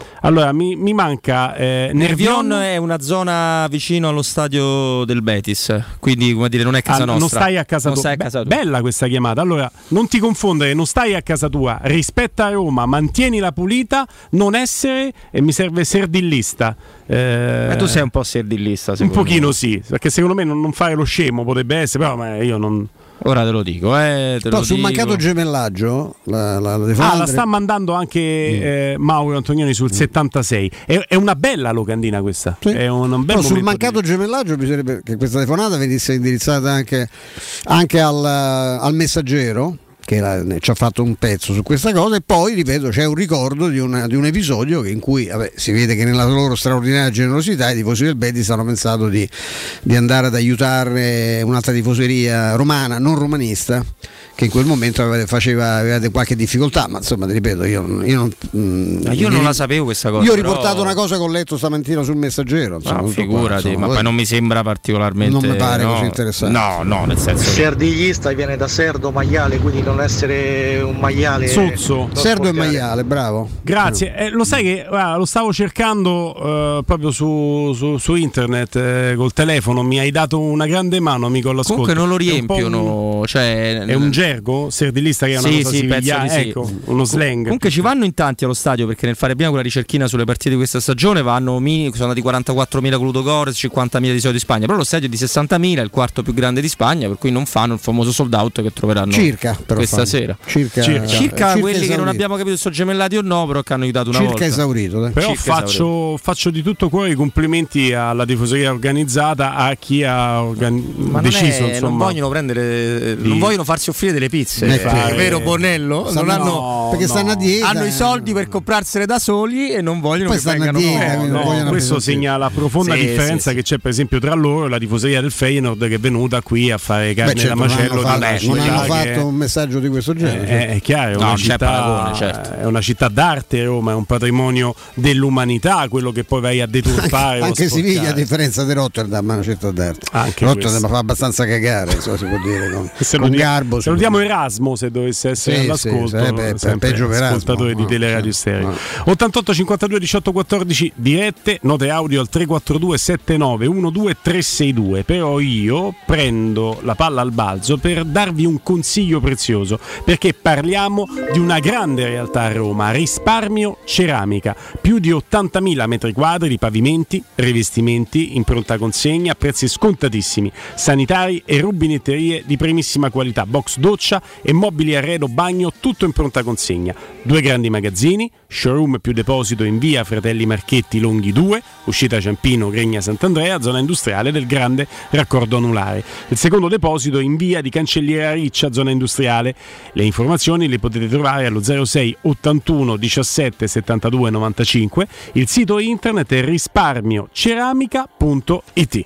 Allora mi, mi manca eh, Nervion. Nervion è una zona vicino allo stadio del Betis, quindi come dire non è casa ah, nostra. Non stai a casa, non tu- stai a casa Be- tua. Bella questa chiamata. Allora non ti confondere, non stai a casa tua, rispetta Roma, mantienila pulita, non essere, e mi serve serdillista. Eh, Ma tu sei un po' serdillista, un pochino me. Sì, perché secondo me non, non fare lo scemo potrebbe essere, però ma io non... Ora te lo dico, eh, te però lo sul dico. mancato gemellaggio la, la, la ah, la sta mandando anche mm. eh, Mauro Antonioni sul mm. settantasei. È, è una bella locandina questa. Sì. È un, un bel però sul mancato di... gemellaggio bisognerebbe che questa telefonata venisse indirizzata anche, anche al, al Messaggero, che la, ci ha fatto un pezzo su questa cosa, e poi ripeto c'è un ricordo di, una, di un episodio che in cui vabbè, si vede che nella loro straordinaria generosità i tifosi del Betis hanno pensato di, di andare ad aiutare un'altra tifoseria romana, non romanista, che in quel momento aveva, faceva, aveva qualche difficoltà, ma insomma ti ripeto io, io, non, mh, io non la sapevo questa cosa. Io ho però... riportato una cosa che ho letto stamattina sul Messaggero, insomma, no, figurati, qua, insomma, ma poi non mi sembra particolarmente, non mi pare no, così interessante. No, no, nel senso Serdiglista viene da serdo maiale, quindi non essere un maiale. Sozzo, serdo e maiale, bravo. Grazie. Eh, lo sai che guarda, lo stavo cercando eh, proprio su, su, su internet eh, col telefono, mi hai dato una grande mano, amico all'ascolto. Comunque non lo riempiono, un, cioè è un gergo serdillista che è una sì, cosa sì, penso di sì. Ecco, uno slang. Comunque ci vanno in tanti allo stadio, perché nel fare prima quella ricerchina sulle partite di questa stagione vanno sono andati quarantaquattromila con Ludogorets, cinquantamila di solito di Spagna, però lo stadio è di sessantamila, è il quarto più grande di Spagna, per cui non fanno il famoso sold out che troveranno circa, questa fanno. sera. Circa, circa, circa, circa quelli esaurito. Che non abbiamo capito se sono gemellati o no, però che hanno aiutato una circa volta. Esaurito, dai. Però circa faccio, esaurito. faccio di tutto cuore i complimenti alla tifoseria organizzata, a chi ha organi- Ma deciso non, è, insomma, non vogliono prendere di... non vogliono farsi offrire delle pizze, eh, fare... vero Bonello? Stanno, non hanno, no, perché stanno a dieta, hanno i soldi per comprarsene da soli e non vogliono poi che vengano dieta, no, no, no, questo segna la profonda sì, differenza sì, che sì. c'è per esempio tra loro e la tifoseria del Feyenoord, che è venuta qui a fare carne Beh, certo, da macello. non hanno, di fatto, non hanno fatto che... un messaggio di questo genere. È, è chiaro, è, no, una non città, c'è paragone, certo. È una città d'arte Roma, è un patrimonio dell'umanità, quello che poi vai a deturpare. Anche Siviglia, a differenza di Rotterdam, è una città d'arte. Anche Rotterdam questo. fa abbastanza cagare, so, si può dire, con, se con lo garbo. Salutiamo Erasmo se dovesse essere sì, all'ascolto, sì, sarebbe, sempre peggio per Erasmo, ascoltatore no, di Teleradio sì, Stereo. no. ottantotto cinquantadue diciotto quattordici dirette, note audio al tre quattro due sette nove uno due tre sei due. Però io prendo la palla al balzo per darvi un consiglio prezioso, perché parliamo di una grande realtà a Roma, Risparmio Ceramica, più di ottantamila metri quadri di pavimenti, rivestimenti in pronta consegna a prezzi scontatissimi, sanitari e rubinetterie di primissima qualità, box doccia e mobili arredo bagno, tutto in pronta consegna. Due grandi magazzini, showroom più deposito in via Fratelli Marchetti Longhi due, uscita Ciampino Gregna Sant'Andrea, zona industriale del grande raccordo anulare. Il secondo deposito in via di Cancelliera Riccia, zona industriale. Le informazioni le potete trovare allo zero sei ottantuno diciassette settantadue novantacinque. Il sito internet è risparmio ceramica punto it.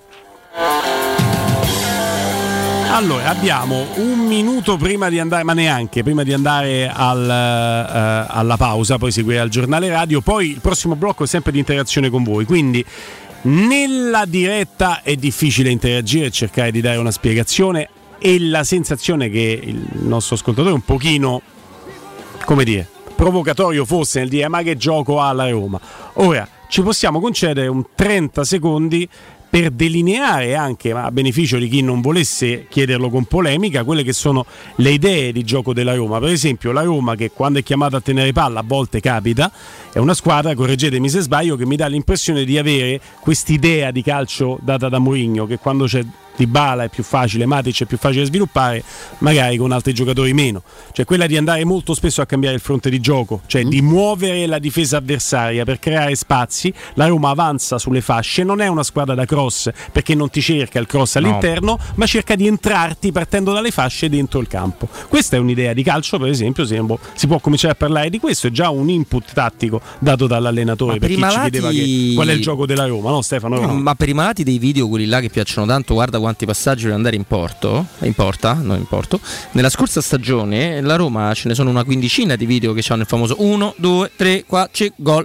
Allora, abbiamo un minuto prima di andare, ma neanche, prima di andare al, uh, alla pausa, poi seguire il giornale radio, poi il prossimo blocco è sempre di interazione con voi, quindi nella diretta è difficile interagire e cercare di dare una spiegazione, e la sensazione che il nostro ascoltatore un pochino, come dire, provocatorio fosse nel dire ma che gioco ha la Roma. Ora, ci possiamo concedere un trenta secondi per delineare anche, ma a beneficio di chi non volesse chiederlo con polemica, quelle che sono le idee di gioco della Roma. Per esempio la Roma, che quando è chiamata a tenere palla a volte capita, è una squadra, correggetemi se sbaglio, che mi dà l'impressione di avere quest'idea di calcio data da Mourinho, che quando c'è Dybala è più facile, Matic è più facile sviluppare, magari con altri giocatori meno, cioè quella di andare molto spesso a cambiare il fronte di gioco, cioè mm. di muovere la difesa avversaria per creare spazi. La Roma avanza sulle fasce, non è una squadra da cross, perché non ti cerca il cross all'interno, no. ma cerca di entrarti partendo dalle fasce dentro il campo. Questa è un'idea di calcio, per esempio, si può cominciare a parlare di questo, è già un input tattico dato dall'allenatore, ma per chi malati... ci chiedeva che, qual è il gioco della Roma, no Stefano? No, ma per i malati dei video, quelli là che piacciono tanto, guarda quanti passaggi per andare in porto, in porta, non in porto. Nella scorsa stagione la Roma ce ne sono una quindicina di video che hanno il famoso uno, due, tre, quattro, gol.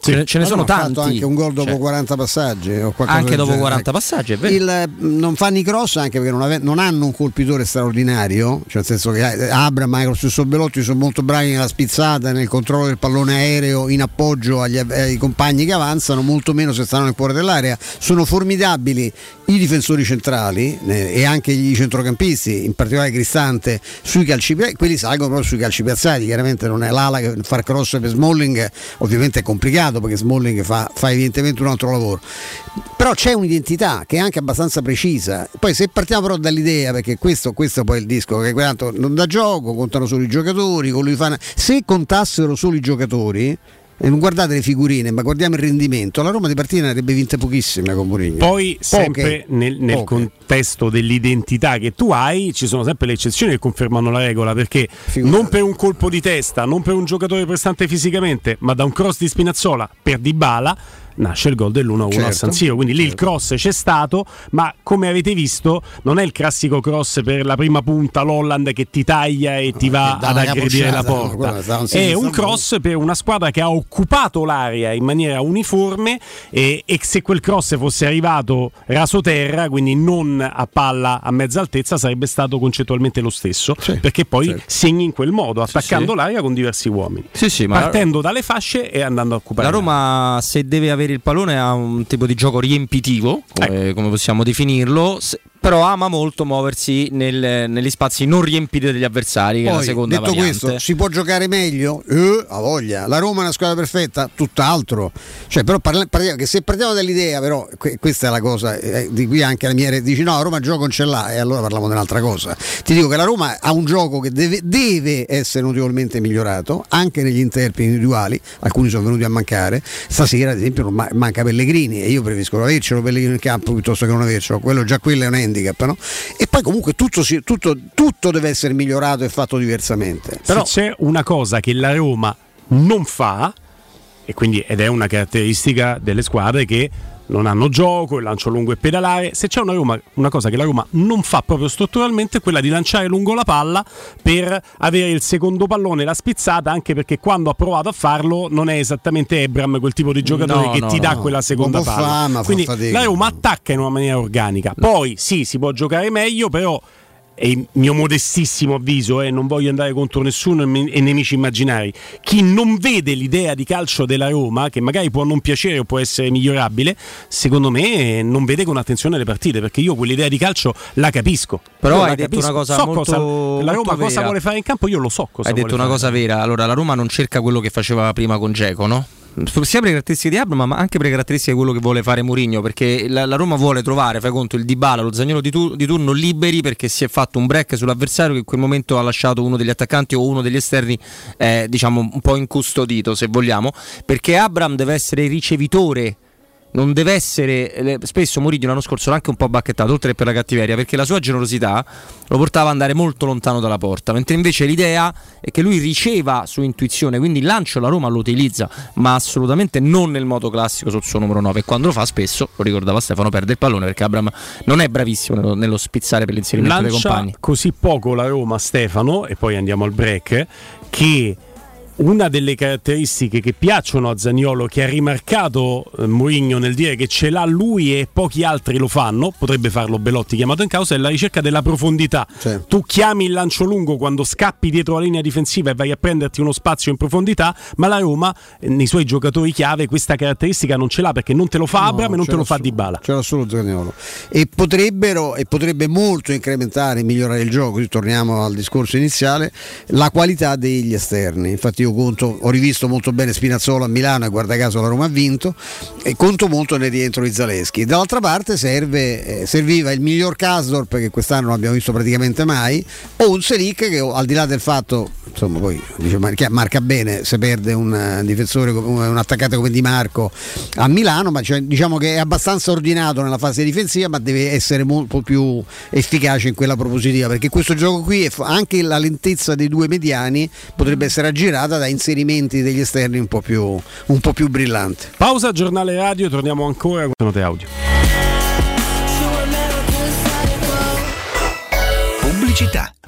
Sì. Ce, ce ne sono tanti. Ha fatto anche un gol dopo cioè, quaranta passaggi o anche dopo genere. quaranta passaggi, è vero. Il, non fanno i cross anche perché non, ave, non hanno un colpitore straordinario, cioè nel senso che Abram, ma lo stesso Belotti sono molto bravi nella spizzata, nel controllo del pallone aereo, in appoggio agli, ai compagni che avanzano, molto meno se stanno nel cuore dell'area. Sono formidabili i difensori centrali eh, e anche i centrocampisti, in particolare Cristante, sui calci piazzati. Quelli salgono proprio sui calci piazzati, chiaramente non è l'ala che far cross per Smalling ovviamente è complicato perché Smalling fa, fa evidentemente un altro lavoro, però c'è un'identità che è anche abbastanza precisa. Poi se partiamo però dall'idea, perché questo, questo poi è il disco, che tanto non dà gioco, contano solo i giocatori, con lui fanno... se contassero solo i giocatori e non guardate le figurine ma guardiamo il rendimento, la Roma di partita ne avrebbe vinte pochissime con Mourinho. Poi sempre nel, nel contesto dell'identità che tu hai ci sono sempre le eccezioni che confermano la regola, perché Figurate. non per un colpo di testa, non per un giocatore prestante fisicamente, ma da un cross di Spinazzola per Dybala nasce il gol dell'uno a uno certo, a San Siro, quindi certo. lì il cross c'è stato, ma come avete visto non è il classico cross per la prima punta l'Holland che ti taglia e ti va ad aggredire la porta, no, è un cross per una squadra che ha occupato l'area in maniera uniforme e, e se quel cross fosse arrivato rasoterra, quindi non a palla a mezza altezza, sarebbe stato concettualmente lo stesso, sì, perché poi certo. segni in quel modo, attaccando sì, sì. l'area con diversi uomini, sì, sì, partendo ma... dalle fasce e andando a occupare la Roma, se deve avere il pallone ha un tipo di gioco riempitivo, come, ecco. come possiamo definirlo, se, però ama molto muoversi nel, negli spazi non riempiti degli avversari, che Poi, è la seconda detto variante. Questo, si può giocare meglio? Eh, a voglia. La Roma è una squadra perfetta? Tutt'altro. Cioè, però parla, parliamo, che se partiamo dall'idea, però que, questa è la cosa, eh, di qui anche la mia dici no, la Roma gioco non ce l'ha, e allora parliamo di un'altra cosa. Ti dico che la Roma ha un gioco che deve, deve essere notevolmente migliorato, anche negli interpreti individuali, alcuni sono venuti a mancare. Stasera, ad esempio, non manca Pellegrini, e io preferisco avercelo Pellegrini in campo piuttosto che non avercelo, quello già quello è un handicap, no? E poi comunque tutto, tutto, tutto deve essere migliorato e fatto diversamente. Però se c'è una cosa che la Roma non fa, e quindi ed è una caratteristica delle squadre che non hanno gioco, il lancio lungo e pedalare, se c'è una Roma, una cosa che la Roma non fa proprio strutturalmente è quella di lanciare lungo la palla per avere il secondo pallone, la spizzata, anche perché quando ha provato a farlo non è esattamente Ebram quel tipo di giocatore no, che no, ti dà no. quella seconda palla, quindi la Roma attacca in una maniera organica. Poi sì, si può giocare meglio, però è il mio modestissimo avviso, eh, non voglio andare contro nessuno e, me- e nemici immaginari, chi non vede l'idea di calcio della Roma, che magari può non piacere o può essere migliorabile, secondo me non vede con attenzione le partite, perché io quell'idea di calcio la capisco. Però io hai detto capisco. una cosa so molto, cosa, la Roma molto cosa vera. vuole fare in campo, io lo so cosa hai detto vuole una fare. cosa vera. Allora la Roma non cerca quello che faceva prima con Dzeko, no? Sia per le caratteristiche di Abram, ma anche per le caratteristiche di quello che vuole fare Mourinho, perché la, la Roma vuole trovare, fai conto, il Dybala, lo Zaniolo di, tu, di turno liberi, perché si è fatto un break sull'avversario che in quel momento ha lasciato uno degli attaccanti o uno degli esterni eh, diciamo un po' incustodito, se vogliamo, perché Abram deve essere ricevitore, non deve essere. Spesso Mourinho l'anno scorso l'ha anche un po' bacchettato, oltre che per la cattiveria, perché la sua generosità lo portava ad andare molto lontano dalla porta, mentre invece l'idea è che lui riceva su intuizione, quindi il lancio la Roma lo utilizza, ma assolutamente non nel modo classico sul suo numero nove, e quando lo fa spesso, lo ricordava Stefano, perde il pallone, perché Abram non è bravissimo nello, nello spizzare per l'inserimento Lancia dei compagni. Così poco la Roma, Stefano, e poi andiamo al break, che una delle caratteristiche che piacciono a Zaniolo, che ha rimarcato eh, Mourinho nel dire che ce l'ha lui e pochi altri lo fanno, potrebbe farlo Belotti chiamato in causa, è la ricerca della profondità. Certo. Tu chiami il lancio lungo quando scappi dietro la linea difensiva e vai a prenderti uno spazio in profondità, ma la Roma eh, nei suoi giocatori chiave questa caratteristica non ce l'ha, perché non te lo fa no, Abram e non te lo fa Dybala. C'è solo Zaniolo. E potrebbero e potrebbe molto incrementare e migliorare il gioco, così torniamo al discorso iniziale, la qualità degli esterni. Infatti io conto, ho rivisto molto bene Spinazzola a Milano e guarda caso la Roma ha vinto, e conto molto nel rientro di Zaleschi. Dall'altra parte serve, eh, serviva il miglior Kasdorp, che quest'anno non abbiamo visto praticamente mai, o un Selic che, al di là del fatto, insomma, poi dice, marca bene se perde un difensore, un attaccante come Di Marco a Milano, ma cioè, diciamo che è abbastanza ordinato nella fase difensiva, ma deve essere molto più efficace in quella propositiva, perché questo gioco qui è, anche la lentezza dei due mediani potrebbe essere aggirata da inserimenti degli esterni un po' più, un po' più brillanti. Pausa, giornale radio, torniamo ancora con note audio. Pubblicità.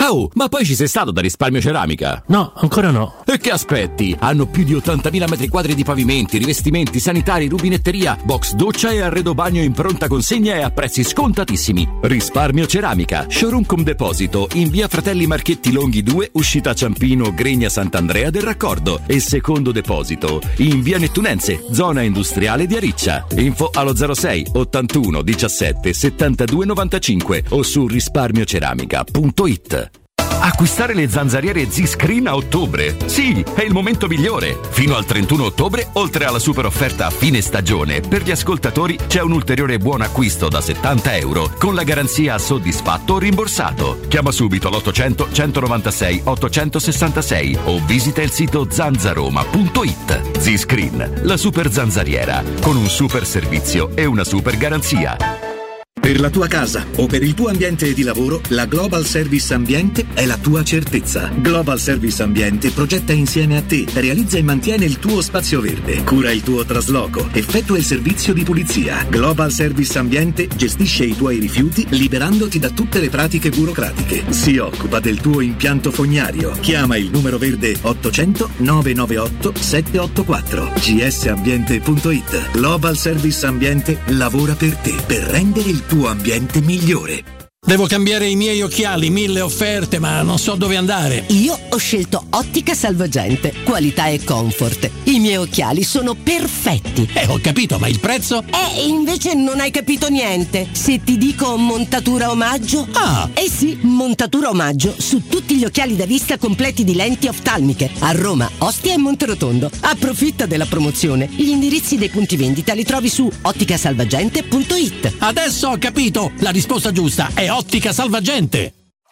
Oh, ma poi ci sei stato da Risparmio Ceramica? No, ancora no. E che aspetti? Hanno più di ottantamila metri quadri di pavimenti, rivestimenti, sanitari, rubinetteria, box doccia e arredo bagno in pronta consegna e a prezzi scontatissimi. Risparmio Ceramica, showroom con deposito in via Fratelli Marchetti Longhi due, uscita Ciampino, Gregna Sant'Andrea del Raccordo, e secondo deposito in via Nettunense, zona industriale di Ariccia. Info allo zero sei ottantuno diciassette settantadue novantacinque o su risparmioceramica punto it. Acquistare le zanzariere Z-Screen a ottobre? Sì, è il momento migliore. Fino al trentuno ottobre, oltre alla super offerta a fine stagione, per gli ascoltatori c'è un ulteriore buon acquisto da settanta euro con la garanzia soddisfatto o rimborsato. Chiama subito l'ottocento centonovantasei ottocentosessantasei o visita il sito zanzaroma punto it. Z-Screen, la super zanzariera, con un super servizio e una super garanzia. Per la tua casa o per il tuo ambiente di lavoro, la Global Service Ambiente è la tua certezza. Global Service Ambiente progetta insieme a te, realizza e mantiene il tuo spazio verde, cura il tuo trasloco, effettua il servizio di pulizia. Global Service Ambiente gestisce i tuoi rifiuti liberandoti da tutte le pratiche burocratiche. Si occupa del tuo impianto fognario. Chiama il numero verde ottocento novecentonovantaotto settecentoottantaquattro. g s ambiente punto it. Global Service Ambiente lavora per te, per rendere il tuo ambiente migliore. Devo cambiare i miei occhiali, mille offerte, ma non so dove andare. Io ho scelto Ottica Salvagente, qualità e comfort. I miei occhiali sono perfetti. Eh, ho capito, ma il prezzo? Eh, invece non hai capito niente. Se ti dico montatura omaggio... Ah! Eh sì, montatura omaggio su tutti gli occhiali da vista completi di lenti oftalmiche. A Roma, Ostia e Monterotondo. Approfitta della promozione. Gli indirizzi dei punti vendita li trovi su ottica salvagente punto it. Adesso ho capito! La risposta giusta è Ottica Salvagente.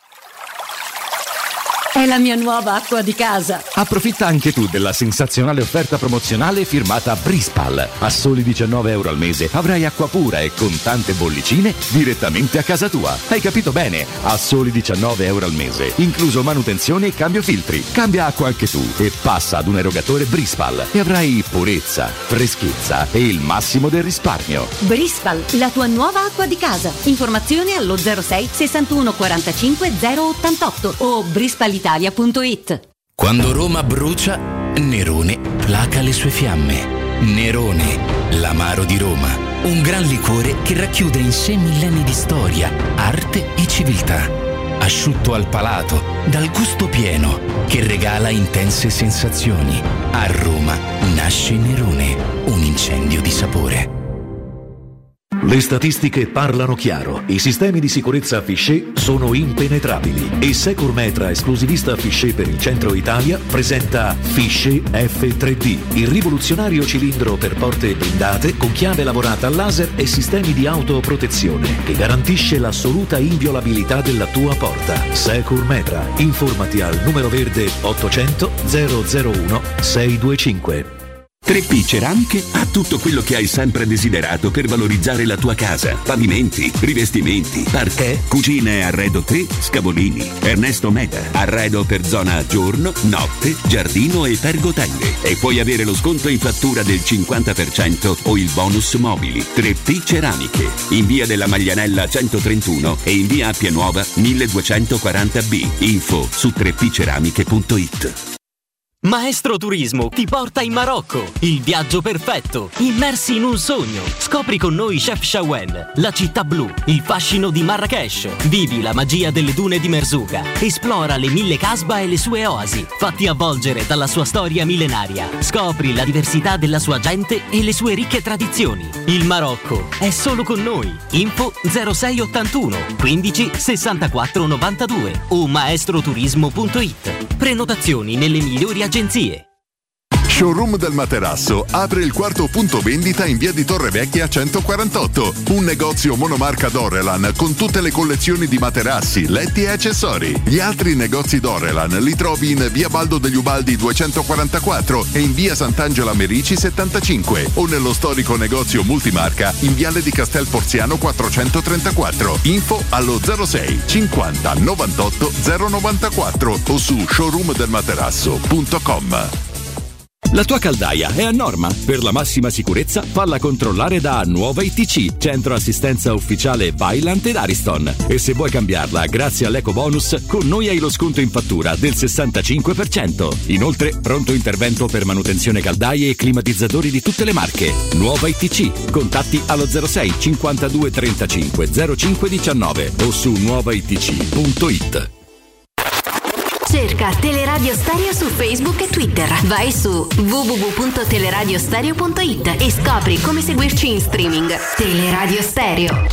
È la mia nuova acqua di casa. Approfitta anche tu della sensazionale offerta promozionale firmata Brispal. A soli diciannove euro al mese avrai acqua pura e con tante bollicine direttamente a casa tua. Hai capito bene? A soli diciannove euro al mese, incluso manutenzione e cambio filtri. Cambia acqua anche tu e passa ad un erogatore Brispal e avrai purezza, freschezza e il massimo del risparmio. Brispal, la tua nuova acqua di casa. Informazioni allo zero sei sessantuno quarantacinque zero ottantotto o brispal italia punto it. Quando Roma brucia, Nerone placa le sue fiamme. Nerone, l'amaro di Roma. Un gran liquore che racchiude in sé millenni di storia, arte e civiltà. Asciutto al palato, dal gusto pieno, che regala intense sensazioni. A Roma nasce Nerone, un incendio di sapore. Le statistiche parlano chiaro. I sistemi di sicurezza Fichet sono impenetrabili e Securmetra, esclusivista Fichet per il centro Italia, presenta Fichet F tre D, il rivoluzionario cilindro per porte blindate con chiave lavorata a laser e sistemi di autoprotezione che garantisce l'assoluta inviolabilità della tua porta. Securmetra. Informati al numero verde ottocento zero zero uno sei due cinque. tre P Ceramiche ha tutto quello che hai sempre desiderato per valorizzare la tua casa. Pavimenti, rivestimenti, parquet, cucina e arredo tre, Scavolini. Ernesto Meda, arredo per zona giorno, notte, giardino e pergotende. E puoi avere lo sconto in fattura del cinquanta per cento o il bonus mobili. tre P Ceramiche, in via della Maglianella centotrentuno e in via Appia Nuova milleduecentoquaranta B. Info su tre p ceramiche punto it. Maestro Turismo ti porta in Marocco, il viaggio perfetto, immersi in un sogno. Scopri con noi Chefchaouen, la città blu, il fascino di Marrakesh. Vivi la magia delle dune di Merzouga. Esplora le mille casba e le sue oasi. Fatti avvolgere dalla sua storia millenaria. Scopri la diversità della sua gente e le sue ricche tradizioni. Il Marocco è solo con noi. Info zero sei ottantuno quindici sessantaquattro novantadue o maestroturismo punto it. Prenotazioni nelle migliori agenzie. Showroom del Materasso apre il quarto punto vendita in via di Torrevecchia centoquarantotto. Un negozio monomarca Dorelan con tutte le collezioni di materassi, letti e accessori. Gli altri negozi Dorelan li trovi in via Baldo degli Ubaldi duecentoquarantaquattro e in via Sant'Angela Merici settantacinque o nello storico negozio multimarca in viale di Castel Porziano quattrocentotrentaquattro. Info allo zero sei cinquanta novantotto zero novantaquattro o su showroom del materasso punto com. La tua caldaia è a norma? Per la massima sicurezza falla controllare da Nuova I T C, centro assistenza ufficiale Vaillant ed Ariston. E se vuoi cambiarla grazie all'eco bonus, con noi hai lo sconto in fattura del sessantacinque per cento. Inoltre pronto intervento per manutenzione caldaie e climatizzatori di tutte le marche. Nuova I T C, contatti allo zero sei cinquantadue trentacinque zero cinque diciannove o su nuova i t c punto i t. Cerca Teleradio Stereo su Facebook e Twitter. Vai su w w w punto teleradiostereo punto i t e scopri come seguirci in streaming. Teleradio Stereo.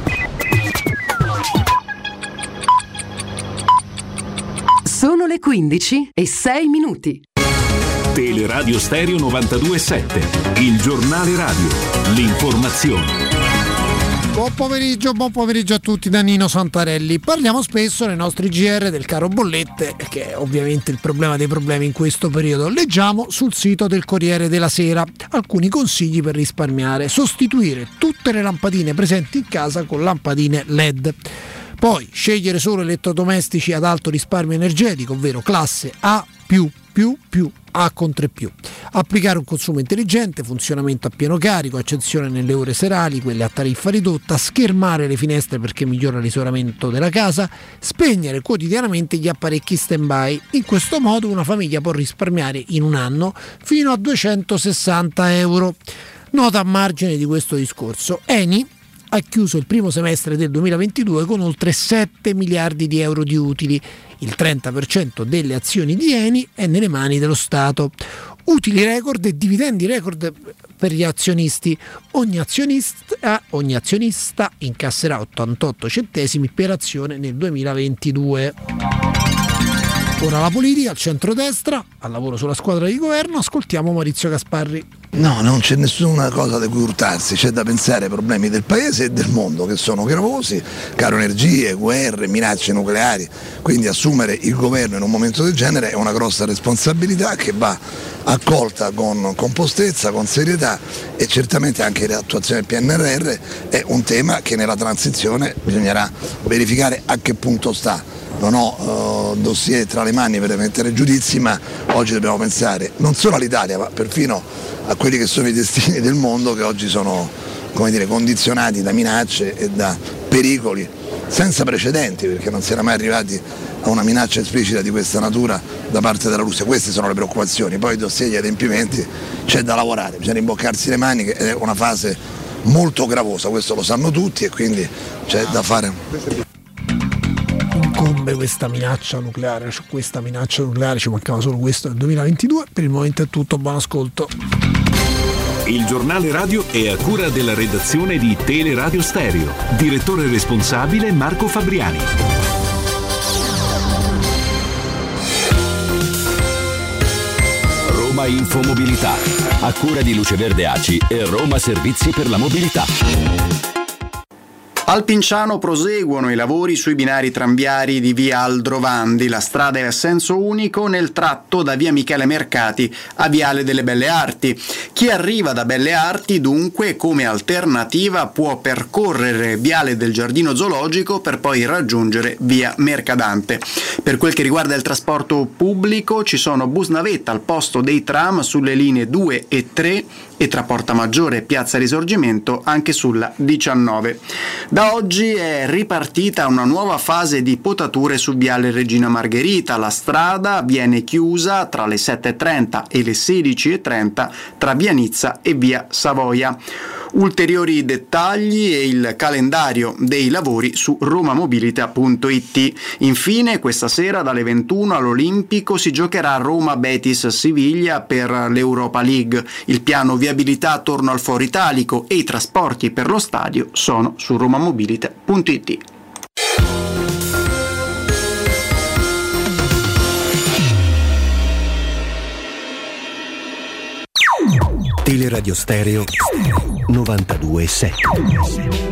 Sono le quindici e sei minuti. Teleradio Stereo novantadue virgola sette, il giornale radio, l'informazione. Buon pomeriggio, buon pomeriggio a tutti da Nino Santarelli. Parliamo spesso nei nostri G R del caro bollette, che è ovviamente il problema dei problemi in questo periodo. Leggiamo sul sito del Corriere della Sera alcuni consigli per risparmiare. Sostituire tutte le lampadine presenti in casa con lampadine L E D. Poi scegliere solo elettrodomestici ad alto risparmio energetico, ovvero classe A più più più A con tre più. Applicare un consumo intelligente, funzionamento a pieno carico, accensione nelle ore serali, quelle a tariffa ridotta, schermare le finestre perché migliora l'isolamento della casa, spegnere quotidianamente gli apparecchi stand-by. In questo modo una famiglia può risparmiare in un anno fino a duecentosessanta euro. Nota a margine di questo discorso: Eni ha chiuso il primo semestre del duemilaventidue con oltre sette miliardi di euro di utili. Il trenta per cento delle azioni di Eni è nelle mani dello Stato. Utili record e dividendi record per gli azionisti. Ogni azionista, ogni azionista incasserà ottantotto centesimi per azione nel duemilaventidue. Ora la politica, al centrodestra, al lavoro sulla squadra di governo, ascoltiamo Maurizio Gasparri. No, non c'è nessuna cosa di cui urtarsi, c'è da pensare ai problemi del paese e del mondo che sono gravosi, caro energie, guerre, minacce nucleari, quindi assumere il governo in un momento del genere è una grossa responsabilità che va accolta con compostezza, con serietà e certamente anche l'attuazione del P N R R è un tema che nella transizione bisognerà verificare a che punto sta. Non ho uh, dossier tra le mani per emettere giudizi, ma oggi dobbiamo pensare non solo all'Italia ma perfino a quelli che sono i destini del mondo che oggi sono, come dire, condizionati da minacce e da pericoli senza precedenti, perché non si era mai arrivati a una minaccia esplicita di questa natura da parte della Russia. Queste sono le preoccupazioni, poi i dossier e gli adempimenti c'è da lavorare, bisogna rimboccarsi le maniche, è una fase molto gravosa, questo lo sanno tutti e quindi c'è da fare. Incombe questa minaccia nucleare, cioè questa minaccia nucleare, ci mancava solo questo nel duemilaventidue. Per il momento è tutto, buon ascolto. Il giornale radio è a cura della redazione di Teleradio Stereo. Direttore responsabile Marco Fabriani. Roma Infomobilità, a cura di Luce Verde A C I e Roma Servizi per la Mobilità. Al Pinciano proseguono i lavori sui binari tranviari di via Aldrovandi. La strada è a senso unico nel tratto da via Michele Mercati a viale delle Belle Arti. Chi arriva da Belle Arti dunque come alternativa può percorrere viale del Giardino Zoologico per poi raggiungere via Mercadante. Per quel che riguarda il trasporto pubblico ci sono bus navetta al posto dei tram sulle linee due e tre e tra Porta Maggiore e Piazza Risorgimento anche sulla diciannove. Da oggi è ripartita una nuova fase di potature su viale Regina Margherita. La strada viene chiusa tra le sette e trenta e le sedici e trenta tra via Nizza e via Savoia. Ulteriori dettagli e il calendario dei lavori su romamobilita punto it. Infine, questa sera dalle ventuno all'Olimpico si giocherà Roma Betis Siviglia per l'Europa League. Il piano viabilità attorno al Foro Italico e i trasporti per lo stadio sono su romamobilita punto it. Teleradio Stereo novantadue virgola sette.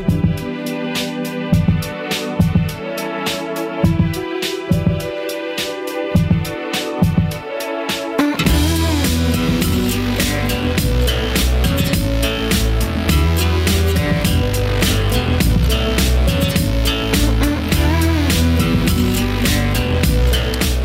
Nota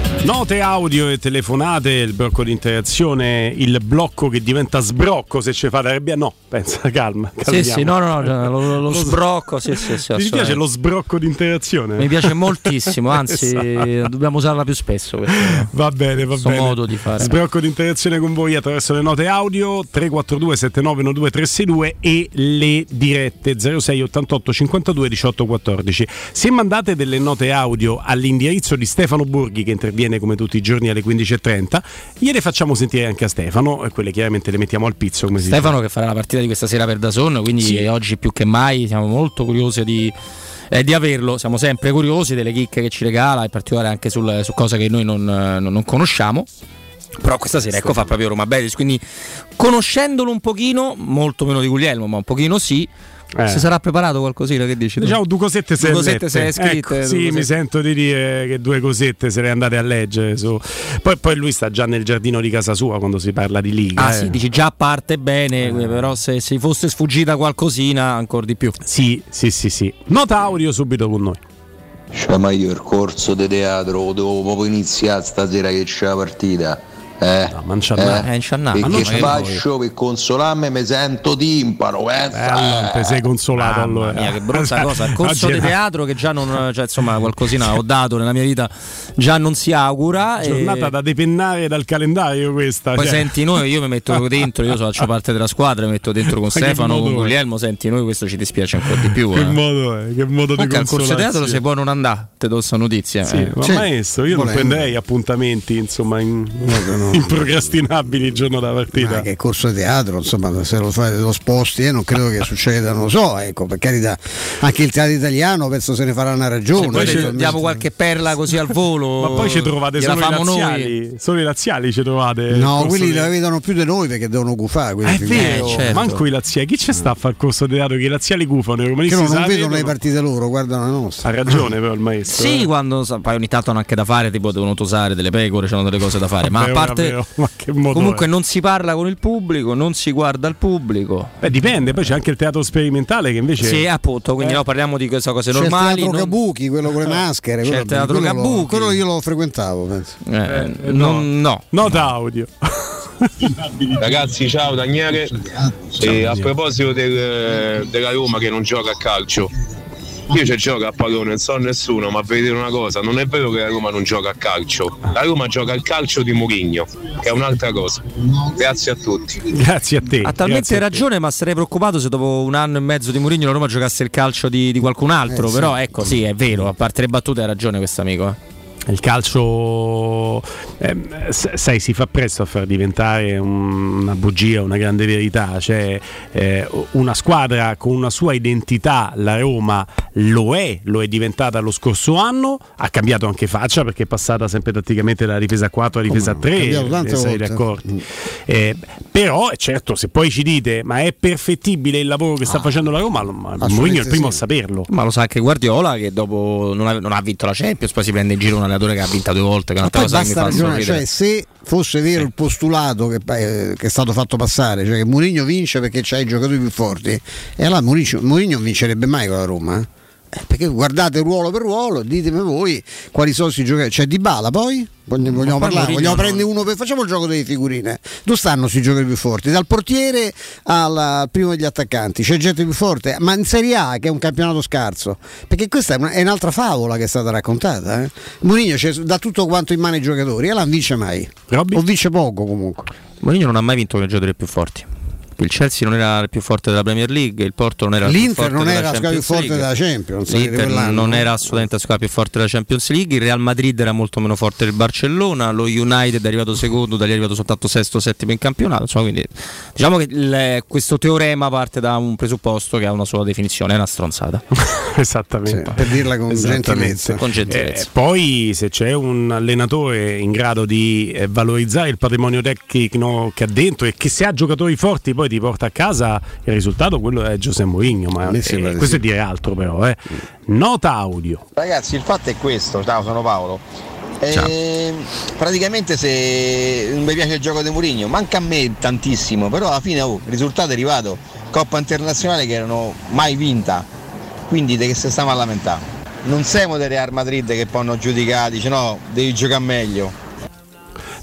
note audio e telefonate, il blocco di interazione, il blocco che diventa sbrocco se ci fate arrabbiare. No, pensa, calma. Sì, sì, no, no, no, lo, lo, lo sbrocco, sì, sì, sì. Mi piace lo sbrocco di interazione? Mi piace moltissimo, anzi, esatto. Dobbiamo usarla più spesso. Questo, va bene, va bene. modo di fare. Sbrocco di interazione con voi attraverso le note audio tre quattro due sette nove uno due tre sei due e le dirette zero sei ottantotto cinquantadue diciotto quattordici. Se mandate delle note audio all'indirizzo di Stefano Borghi, che interviene come tutti i giorni alle quindici e trenta, gliele facciamo sentire anche a Stefano e quelle chiaramente le mettiamo al pizzo, come Stefano si che farà la partita di questa sera per DAZN, quindi sì. Oggi più che mai siamo molto curiosi di, eh, di averlo, siamo sempre curiosi delle chicche che ci regala, in particolare anche sul, su cose che noi non, non, non conosciamo. Però questa sera ecco fa proprio Roma Betis, quindi conoscendolo un pochino, molto meno di Guglielmo, ma un pochino sì. Eh. Si sarà preparato qualcosina, che dici? Diciamo due cosette se, due cosette se è scritte. Ecco, sì, cosette. Mi sento di dire che due cosette se le andate a leggere su. Poi, poi lui sta già nel giardino di casa sua quando si parla di Liga. Ah eh. sì, dici già parte bene, eh. Però se si fosse sfuggita qualcosina ancora di più. Sì, sì, sì, sì. Nota audio subito con noi. Cioè, ma io il corso di teatro devo proprio iniziare stasera che c'è la partita. Eh, no, eh, è perché no, faccio per consolarmi mi sento timpano eh, eh, te sei consolato. Mamma allora mia, che brutta cosa, il corso di teatro che già non, cioè insomma qualcosina ho dato nella mia vita, già non si augura. Giornata e... da depennare dal calendario questa. Poi cioè. Senti noi, io mi metto dentro, io faccio parte della squadra, mi metto dentro con Stefano, con Guglielmo, senti noi questo ci dispiace ancora di più. Che eh. modo è? Che modo di al corso di teatro se può non andare, te do sta notizia. Sì, eh. ma sì. maestro, io Volendo. non prenderei appuntamenti insomma in, no, no. in procrastinabili il giorno della partita. Ma che corso di teatro, insomma, se lo fai lo sposti, eh, non credo che succeda, non lo so, ecco, per carità, anche il teatro italiano penso se ne farà una ragione. Poi ci diamo qualche perla così al volo. Ma poi ci trovate solo i laziali, noi. Solo i laziali ci trovate. No, quelli di... la vedono più di noi perché devono gufare. È vero, eh, certo. Manco i laziali. Chi c'è sta a fare il corso di teatro che i laziali gufano? I che non, non vedono le partite loro, guardano la nostra. Ha ragione però il maestro. Sì, eh. quando poi ogni tanto hanno anche da fare, tipo devono tosare delle pecore, c'hanno delle cose da fare. Ma a parte ma che modo comunque è? Non si parla con il pubblico, non si guarda il pubblico. Beh, dipende, poi c'è anche il teatro sperimentale che invece. Sì, appunto, quindi eh. no, parliamo di queste cose c'è normali. C'è il teatro non... Kabuki, quello con le maschere. C'è il teatro quello Kabuki. Lo, quello io lo frequentavo, penso. Eh, eh, no. no. Nota audio. Ragazzi, ciao Daniele. Ciao, e a proposito del, della Roma che non gioca a calcio. Io ci gioco a pallone, non so nessuno, ma vedete una cosa, non è vero che la Roma non gioca a calcio, la Roma gioca al calcio di Mourinho, che è un'altra cosa. Grazie a tutti. Grazie a te. Ha talmente ragione, te. Ma sarei preoccupato se dopo un anno e mezzo di Mourinho la Roma giocasse il calcio di, di qualcun altro, eh, però sì. Ecco sì, è vero, a parte le battute ha ragione questo amico. Eh. Il calcio eh, sai si fa presto a far diventare un, una bugia, una grande verità, cioè eh, una squadra con una sua identità, la Roma lo è, lo è diventata lo scorso anno, ha cambiato anche faccia perché è passata sempre tatticamente dalla difesa a quattro alla difesa a tre, eh, eh, però certo se poi ci dite ma è perfettibile il lavoro che sta ah, facendo la Roma, Mourinho è il primo sì. a saperlo, ma lo sa anche Guardiola che dopo non ha, non ha vinto la Champions, poi si prende in giro un allenatore che ha vinto due volte, che è un'altra cosa che mi fa ragione, cioè, se fosse vero sì. il postulato che, eh, che è stato fatto passare, cioè che Mourinho vince perché c'ha i giocatori più forti, e allora Mourinho, Mourinho non vincerebbe mai con la Roma, eh? Eh, perché guardate ruolo per ruolo, ditemi voi quali sono i giocatori, c'è Dybala, poi vogliamo parlare, vogliamo prendere uno per, facciamo il gioco delle figurine, dove stanno sui giocatori più forti, dal portiere al, al primo degli attaccanti, c'è gente più forte, ma in Serie A che è un campionato scarso, perché questa è, una, è un'altra favola che è stata raccontata, eh? Mourinho dà tutto quanto in mano ai giocatori e non vince mai, Robby? O vince poco comunque. Mourinho non ha mai vinto con i giocatori più forti. Il Chelsea non era il più forte della Premier League, il Porto non era il l'Inter più forte non era della più forte League. della Champions, l'Inter non era assolutamente la squadra più forte della Champions League, il Real Madrid era molto meno forte del Barcellona, lo United è arrivato secondo, da lì è arrivato soltanto sesto o settimo in campionato, insomma, quindi diciamo che il, questo teorema parte da un presupposto che ha una sola definizione, è una stronzata. Esattamente, sì, per dirla con gentilezza, con gentilezza. Eh, poi se c'è un allenatore in grado di eh, valorizzare il patrimonio tecnico che ha dentro e che se ha giocatori forti poi ti porta a casa, il risultato quello è José Mourinho, ma eh, questo sì. è dire altro però, eh. Nota audio. Ragazzi, il fatto è questo, ciao, sono Paolo. Eh, praticamente se non mi piace il gioco di Mourinho, manca a me tantissimo, però alla fine oh, il risultato è arrivato, Coppa Internazionale che erano mai vinta, quindi di che se stiamo a lamentare? Non siamo del Real Madrid che poi hanno giudicato, dice no, devi giocare meglio.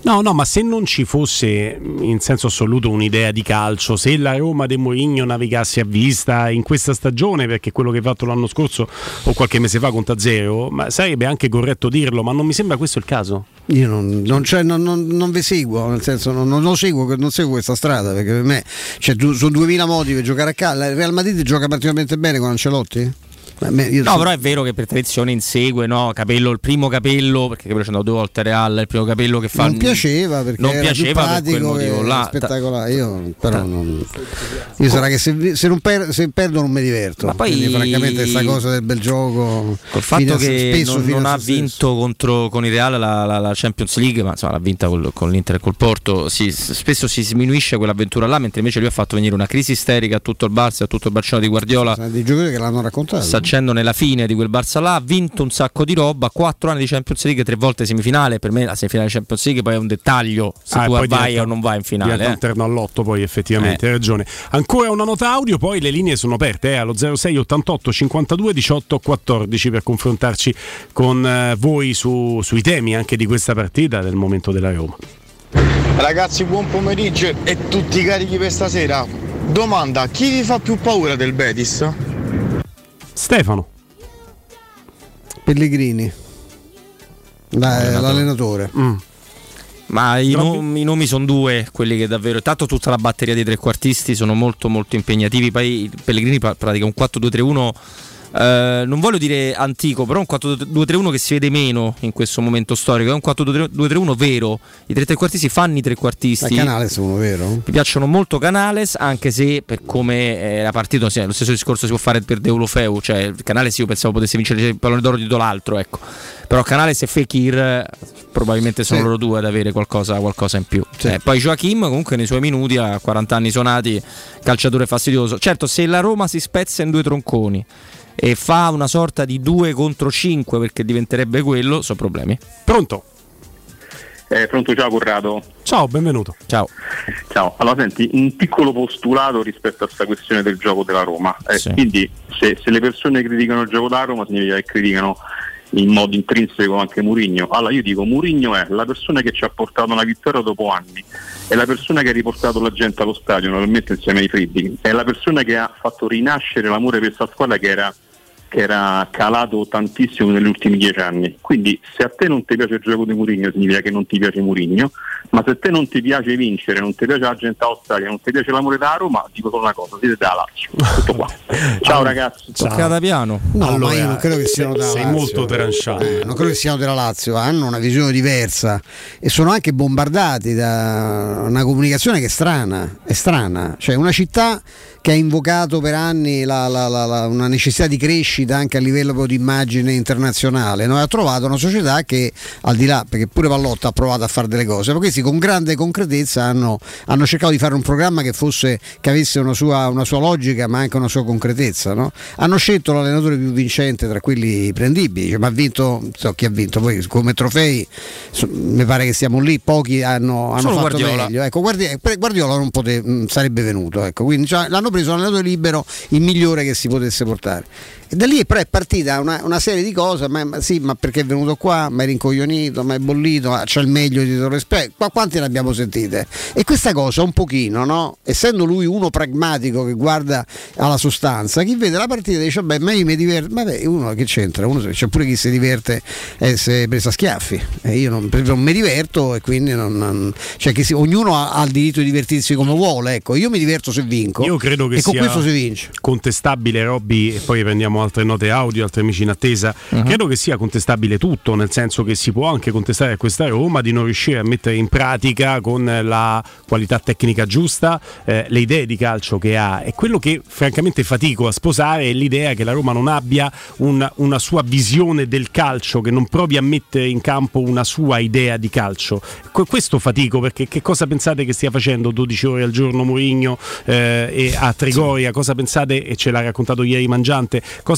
No, no, ma se non ci fosse in senso assoluto un'idea di calcio, se la Roma di Mourinho navigasse a vista in questa stagione, perché quello che ha fatto l'anno scorso o qualche mese fa conta zero, ma sarebbe anche corretto dirlo, ma non mi sembra questo il caso. Io non, non, cioè, non, non, non vi seguo, nel senso non, non lo seguo, non seguo questa strada, perché per me cioè, sono duemila modi per giocare a calcio. Il Real Madrid gioca particolarmente bene con Ancelotti? No, so. Però è vero che per tradizione insegue, no? Capello, il primo Capello, perché Capello c'è andato due volte a Real, il primo Capello che fa non piaceva perché non era piaceva più per quel motivo là. Spettacolare. Io però non io sarà che se, se non per, se perdo non mi diverto. Ma poi quindi francamente questa cosa del bel gioco col fatto che spesso non, non ha vinto contro con il Real la, la, la Champions League, ma insomma l'ha vinta col, con l'Inter e col Porto, si, spesso si sminuisce quell'avventura là, mentre invece lui ha fatto venire una crisi isterica a tutto il Barça, a tutto il Barcellona di Guardiola. Sono dei giocatori che l'hanno raccontato. Sacendo nella fine di quel Barça là, ha vinto un sacco di roba, quattro anni di Champions League, tre volte semifinale. Per me la semifinale di Champions League poi è un dettaglio se ah, tu vai diventa, o non vai in finale, diventa eh. un terno all'otto, poi effettivamente eh. hai ragione. Ancora una nota audio, poi le linee sono aperte eh, allo zero sei ottantotto cinquantadue diciotto quattordici per confrontarci con eh, voi su, sui temi anche di questa partita, del momento della Roma. Ragazzi, buon pomeriggio e tutti carichi per stasera. Domanda: chi vi fa più paura del Betis? Stefano Pellegrini, l'allenatore, l'allenatore. Mm. Ma i, no, i nomi sono due, quelli che davvero. Tanto tutta la batteria dei trequartisti sono molto molto impegnativi. Poi Pellegrini pratica un quattro due tre uno, eh, non voglio dire antico, però un quattro due tre uno che si vede meno in questo momento storico. È un quattro due tre uno vero. I tre trequartisti fanno i trequartisti. Ma Canales è uno vero? Mi piacciono molto Canales, anche se per come era partito, sì, lo stesso discorso si può fare per Deulofeu. Cioè Canales io pensavo potesse vincere il pallone d'oro di l'altro, ecco. Però Canales e Fekir probabilmente sono sì. loro due ad avere qualcosa, qualcosa in più. Sì. Eh, poi Joachim comunque nei suoi minuti a quaranta anni suonati, calciatore fastidioso. Certo, se la Roma si spezza in due tronconi e fa una sorta di due contro cinque, perché diventerebbe quello, sono problemi. Pronto? Eh, pronto, ciao Corrado. Ciao, benvenuto. Ciao. Ciao. Allora senti, un piccolo postulato rispetto a questa questione del gioco della Roma. Eh, sì. Quindi se, se le persone criticano il gioco della Roma significa che criticano in modo intrinseco anche Mourinho. Allora io dico, Mourinho è la persona che ci ha portato una vittoria dopo anni, è la persona che ha riportato la gente allo stadio, normalmente insieme ai freddi, è la persona che ha fatto rinascere l'amore per questa squadra che era che era calato tantissimo negli ultimi dieci anni. Quindi se a te non ti piace il gioco di Mourinho significa che non ti piace Mourinho, ma se a te non ti piace vincere, non ti piace la gente allo stadio, non ti piace l'amore da Roma, dico solo una cosa: siete da Lazio. Tutto qua. Ciao ragazzi. Toccata piano. No, allora, ma io non credo che siano da sei Lazio. molto tranchant. Eh, non credo che siano della Lazio, hanno una visione diversa e sono anche bombardati da una comunicazione che è strana, è strana, cioè una città che ha invocato per anni la, la, la, la, una necessità di crescita anche a livello di immagine internazionale, no? Ha trovato una società che al di là, perché pure Pallotta ha provato a fare delle cose, ma questi con grande concretezza hanno, hanno cercato di fare un programma che fosse che avesse una sua, una sua logica ma anche una sua concretezza, no? Hanno scelto l'allenatore più vincente tra quelli prendibili, cioè, ma ha vinto, so chi ha vinto, poi come trofei so, mi pare che siamo lì, pochi hanno, hanno fatto Guardiola. meglio, ecco, Guardiola, Guardiola non pote, sarebbe venuto, ecco, quindi cioè, l'hanno preso un allenatore libero, il migliore che si potesse portare. E da lì però è partita una, una serie di cose, ma, ma sì, ma perché è venuto qua, ma è rincoglionito, ma è bollito, ma c'è il meglio di Torres. Qua quante ne abbiamo sentite? E questa cosa un pochino, no? Essendo lui uno pragmatico che guarda alla sostanza, chi vede la partita dice vabbè, ma io mi diverto, vabbè, uno che c'entra, uno, c'è pure chi si diverte e si è preso a schiaffi, e io non, non mi diverto e quindi non, non, cioè che si, ognuno ha, ha il diritto di divertirsi come vuole, ecco, io mi diverto se vinco. Io credo che e con sia questo si vince. Contestabile, Robby, e poi prendiamo altre note audio, altri amici in attesa. Uh-huh. Credo che sia contestabile tutto, nel senso che si può anche contestare a questa Roma di non riuscire a mettere in pratica con la qualità tecnica giusta eh, le idee di calcio che ha, e quello che francamente fatico a sposare è l'idea che la Roma non abbia un, una sua visione del calcio, che non provi a mettere in campo una sua idea di calcio. Questo fatico, perché che cosa pensate che stia facendo dodici ore al giorno Mourinho eh, e a Trigoria? Cosa pensate, e ce l'ha raccontato ieri Mangiante, cosa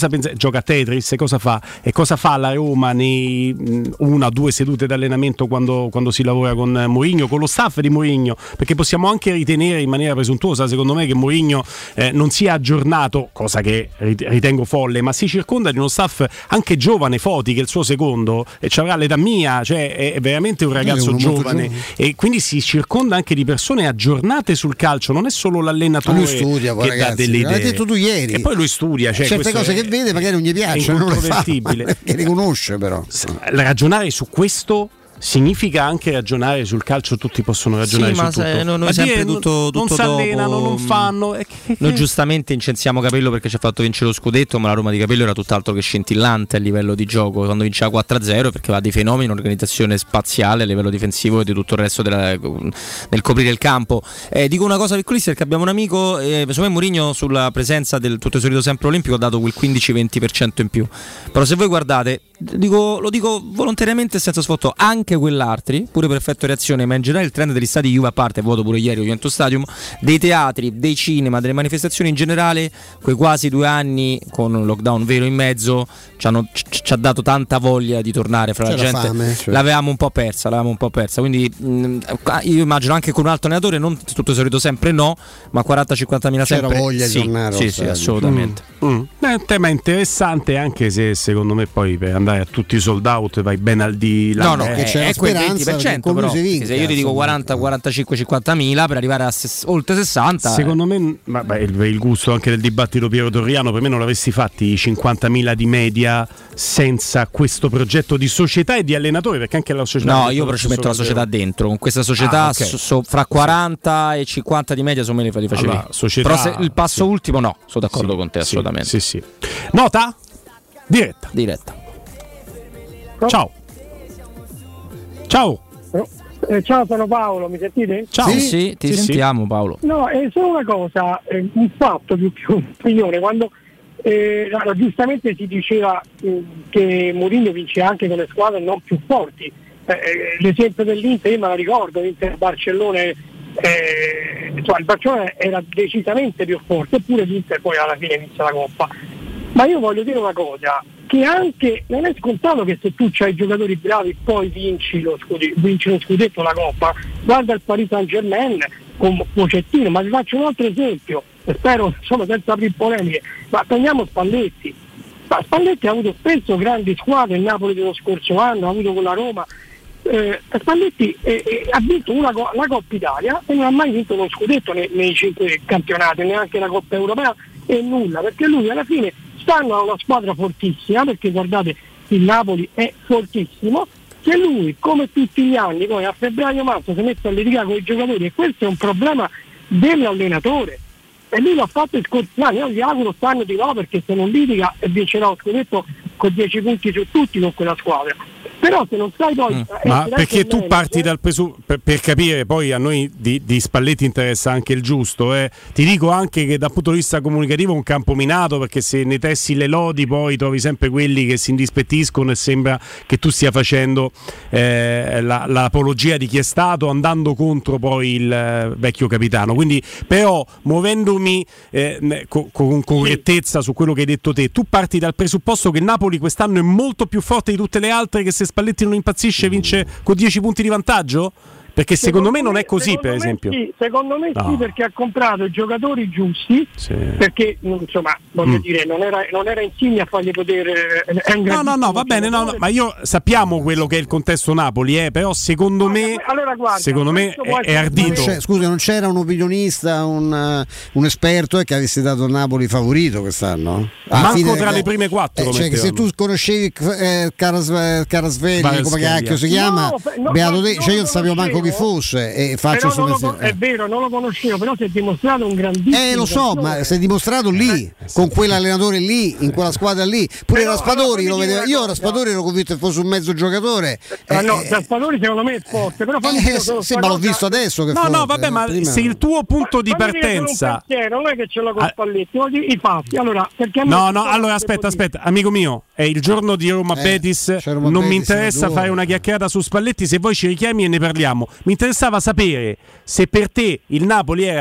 cosa pensa, gioca a Tetris, cosa fa? E cosa fa la Roma nei mh, una o due sedute d'allenamento quando, quando si lavora con Mourinho, con lo staff di Mourinho? Perché possiamo anche ritenere in maniera presuntuosa, secondo me, che Mourinho eh, non sia aggiornato, cosa che ritengo folle, ma si circonda di uno staff anche giovane. Foti, che è il suo secondo, e ci avrà l'età mia, cioè è veramente un ragazzo giovane, giovane e quindi si circonda anche di persone aggiornate sul calcio, non è solo l'allenatore studia, che ragazzi, dà delle idee. l'hai detto tu ieri. E poi lui studia, cioè certe cose è, che vede magari non gli piacciono, non le fa, che riconosce però. Ragionare su questo significa anche ragionare sul calcio, tutti possono ragionare sì, su ma tutto. Se, noi ma sempre tutto, tutto non si allenano, non fanno. Eh, che, noi che... giustamente incensiamo Capello perché ci ha fatto vincere lo scudetto, ma la Roma di Capello era tutt'altro che scintillante a livello di gioco quando vinceva quattro a zero, perché va dei fenomeni, un'organizzazione spaziale a livello difensivo e di tutto il resto della, del coprire il campo. Eh, dico una cosa piccolissima, perché abbiamo un amico, eh, secondo me Mourinho sulla presenza del tutto esaurito sempre olimpico ha dato quel quindici venti per cento in più, però se voi guardate, dico, lo dico volontariamente senza sfotto, anche quell'altri pure per effetto reazione, ma in generale il trend degli stadi Juve a parte, voto pure ieri Juventus Stadium, dei teatri, dei cinema, delle manifestazioni in generale, quei quasi due anni con un lockdown vero in mezzo ci, hanno, ci, ci ha dato tanta voglia di tornare fra C'è la gente, fame, cioè. l'avevamo un po' persa, l'avevamo un po' persa, quindi mh, io immagino anche con un altro allenatore, non tutto esaurito sempre no, ma quaranta cinquanta mila sempre. C'era voglia sì, di tornare. Sì, sì, assolutamente. Mm. Mm. È un tema interessante, anche se secondo me poi per andare a tutti i sold out vai ben al di là. No, no, che c'è quel venti per cento però, vinca, se io ti dico quaranta quarantacinque cinquanta mila per arrivare a ses- oltre sessanta, secondo eh. me ma, beh, il, il gusto anche del dibattito Piero Torriano, per me non l'avresti fatti i cinquantamila di media senza questo progetto di società e di allenatore, perché anche la società no, io però ci metto la società dentro, con questa società ah, okay. so, so, fra quaranta sì. e cinquanta di media secondo me li facevi allora, società, però se, il passo sì. ultimo no, sono d'accordo sì, con te assolutamente sì, sì, sì. Nota diretta diretta ciao ciao Eh, ciao, sono Paolo, mi sentite? Ciao, sì, sì ti sì, sentiamo sì. Paolo. No, è solo una cosa, eh, un fatto più che un'opinione, quando eh, allora, giustamente si diceva eh, che Mourinho vince anche con le squadre non più forti, eh, l'esempio dell'Inter io me la ricordo, l'Inter-Barcellona, eh, insomma il Barcellona era decisamente più forte, eppure l'Inter poi alla fine vince la Coppa. Ma io voglio dire una cosa, che anche non è scontato che se tu c'hai giocatori bravi poi vinci lo scudetto, vinci lo scudetto, la Coppa. Guarda il Paris Saint-Germain con Pochettino, ma vi faccio un altro esempio, spero insomma senza aprire polemiche, ma prendiamo Spalletti. Ma Spalletti ha avuto spesso grandi squadre, il Napoli dello scorso anno, ha avuto con la Roma. Eh, Spalletti eh, eh, ha vinto una, la Coppa Italia e non ha mai vinto lo scudetto nei, nei cinque campionati, neanche la Coppa Europea e nulla, perché lui alla fine stanno a una squadra fortissima, perché guardate il Napoli è fortissimo, che lui come tutti gli anni poi a febbraio-marzo si mette a litigare con i giocatori, e questo è un problema dell'allenatore e lui l'ha fatto il scorso anno. Io gli auguro quest'anno di no, perché se non litiga e vincerà lo scudetto con dieci punti su tutti con quella squadra. Però se non sai poi mm. ma perché tu parti dal presupposto, per, per capire, poi a noi di, di Spalletti interessa anche il giusto, eh. Ti dico anche che dal punto di vista comunicativo è un campo minato, perché se ne tessi le lodi poi trovi sempre quelli che si indispettiscono e sembra che tu stia facendo eh, la, l'apologia di chi è stato, andando contro poi il eh, vecchio capitano. Quindi però muovendomi eh, con, con correttezza su quello che hai detto te, tu parti dal presupposto che il Napoli quest'anno è molto più forte di tutte le altre, che se Spalletti non impazzisce vince con dieci punti di vantaggio? Perché secondo, secondo me non è così, per esempio. Sì, secondo me no. sì, perché ha comprato i giocatori giusti, sì. Perché insomma voglio mm. dire non era, non era Insigne a fargli poter è un no no no va bene no, no, ma io sappiamo quello che è il contesto Napoli, eh, però secondo no, me allora, guarda, secondo me è, è ardito. Non scusa, non c'era un opinionista, un, uh, un esperto eh, che avesse dato il Napoli favorito quest'anno? Ah, manco tra le prime quattro, eh, cioè che se tu conoscevi eh, Caras, Carasvegli, come cacchio si chiama, no, no, beato te, cioè io non sapevo conoscevo. manco chi fosse e faccio non lo, è vero, non lo conoscevo, però si è dimostrato un grandissimo. Eh lo so, ma si è dimostrato lì, eh, con quell'allenatore lì, in quella squadra lì. Pure però, Raspadori allora, lo vedeva. Io Raspadori ero convinto che fosse un mezzo giocatore. Ah, eh, no, Raspadori secondo me è forte, però fammi eh, solo sì, ma l'ho visto adesso che No, forte, no, vabbè, ma prima... se il tuo punto di partenza pensiero, non è che ce l'ho con ah. Spalletti, i fatti. Allora, perché No, no, allora aspetta, aspetta, amico mio, è il giorno di Roma eh, Betis, Roma non Betis mi interessa fare una chiacchierata su Spalletti, se voi ci richiami e ne parliamo. Mi interessava sapere se per te il Napoli era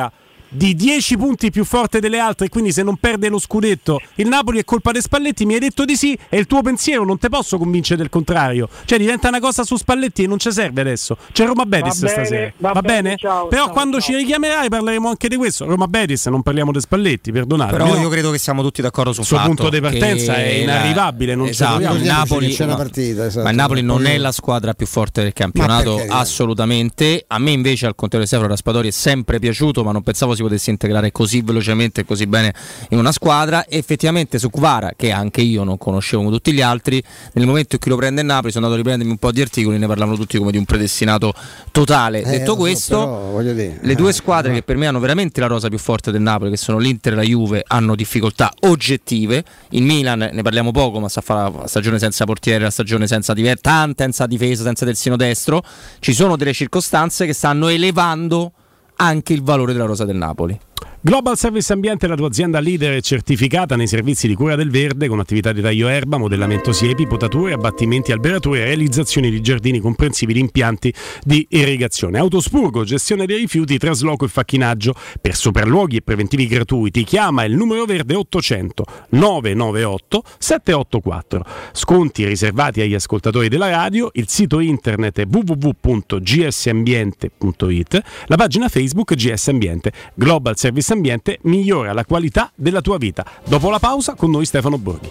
di dieci punti più forte delle altre, e quindi se non perde lo scudetto il Napoli è colpa dei Spalletti, mi hai detto di sì, e il tuo pensiero non te posso convincere del contrario, cioè diventa una cosa su Spalletti e non ci serve adesso. C'è Roma Betis bene, stasera, va, va bene? bene? Ciao, Però ciao, quando ciao. ci richiamerai parleremo anche di questo. Roma Betis, non parliamo di Spalletti, perdonate. Però no? io credo che siamo tutti d'accordo sul Il suo fatto punto di partenza che è inarrivabile, non esatto, ci il troviamo. Napoli, c'è una no, partita, esatto. ma il Napoli non è la squadra più forte del campionato, assolutamente. A me invece, al contrario di Stefano, Raspadori è sempre piaciuto, ma non pensavo si potesse integrare così velocemente e così bene in una squadra. E effettivamente su Kvara, che anche io non conoscevo come tutti gli altri, nel momento in cui lo prende il Napoli sono andato a riprendermi un po' di articoli, ne parlavano tutti come di un predestinato totale. Eh, Detto so, questo, però, voglio dire, le due eh, squadre no. che per me hanno veramente la rosa più forte del Napoli, che sono l'Inter e la Juve, hanno difficoltà oggettive. Il Milan ne parliamo poco, ma sta a fare la stagione senza portiere, la stagione senza diver- tanta senza difesa, senza terzino destro. Ci sono delle circostanze che stanno elevando anche il valore della rosa del Napoli. Global Service Ambiente è la tua azienda leader e certificata nei servizi di cura del verde, con attività di taglio erba, modellamento siepi, potature, abbattimenti, alberature e realizzazione di giardini comprensivi di impianti di irrigazione. Autospurgo, gestione dei rifiuti, trasloco e facchinaggio. Per sopralluoghi e preventivi gratuiti chiama il numero verde ottocento nove nove otto sette otto quattro. Sconti riservati agli ascoltatori della radio. Il sito internet è w w w punto g s ambiente punto i t, la pagina Facebook G S Ambiente. Global Service Ambiente migliora la qualità della tua vita. Dopo la pausa con noi Stefano Borghi.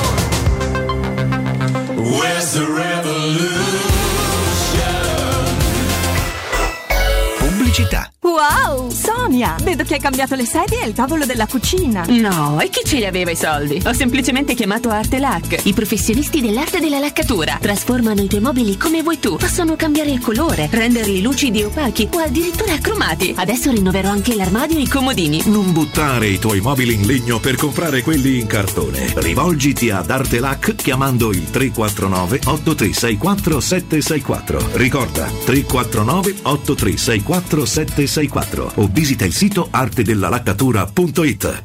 Pubblicità. Wow, Sonia, vedo che hai cambiato le sedie e il tavolo della cucina. No, e chi ce li aveva i soldi? Ho semplicemente chiamato Artelac, i professionisti dell'arte della laccatura. Trasformano i tuoi mobili come vuoi tu. Possono cambiare il colore, renderli lucidi e opachi o addirittura cromati. Adesso rinnoverò anche l'armadio e i comodini. Non buttare i tuoi mobili in legno per comprare quelli in cartone. Rivolgiti ad Artelac chiamando il tre quattro nove otto tre sei quattro sette sei quattro. Ricorda, tre quattro nove otto tre sei quattro sette sei quattro o visita il sito arte della laccatura punto i t.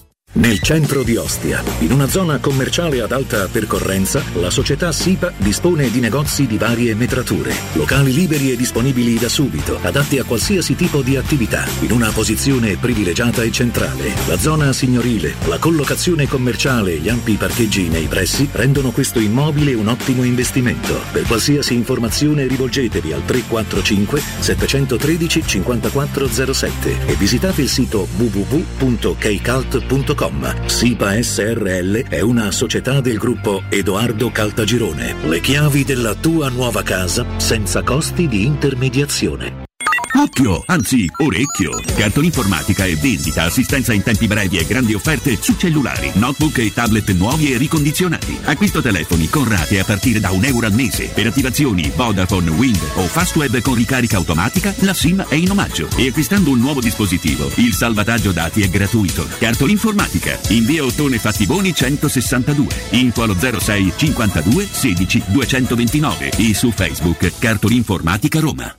Nel centro di Ostia, in una zona commerciale ad alta percorrenza, la società SIPA dispone di negozi di varie metrature, locali liberi e disponibili da subito, adatti a qualsiasi tipo di attività, in una posizione privilegiata e centrale. La zona signorile, la collocazione commerciale e gli ampi parcheggi nei pressi rendono questo immobile un ottimo investimento. Per qualsiasi informazione rivolgetevi al tre quattro cinque sette uno tre cinque zero sette e visitate il sito w w w punto keicalt punto com. SIPA S R L è una società del gruppo Edoardo Caltagirone. Le chiavi della tua nuova casa senza costi di intermediazione. Occhio, anzi orecchio. Cartolinformatica e vendita, assistenza in tempi brevi e grandi offerte su cellulari, notebook e tablet nuovi e ricondizionati. Acquisto telefoni con rate a partire da un euro al mese. Per attivazioni Vodafone, Wind o Fastweb con ricarica automatica, la SIM è in omaggio. E acquistando un nuovo dispositivo, il salvataggio dati è gratuito. Cartolinformatica, in via Ottone Fattiboni centosessantadue. Info allo zero sei cinquantadue sedici duecentoventinove e su Facebook Cartolinformatica Roma.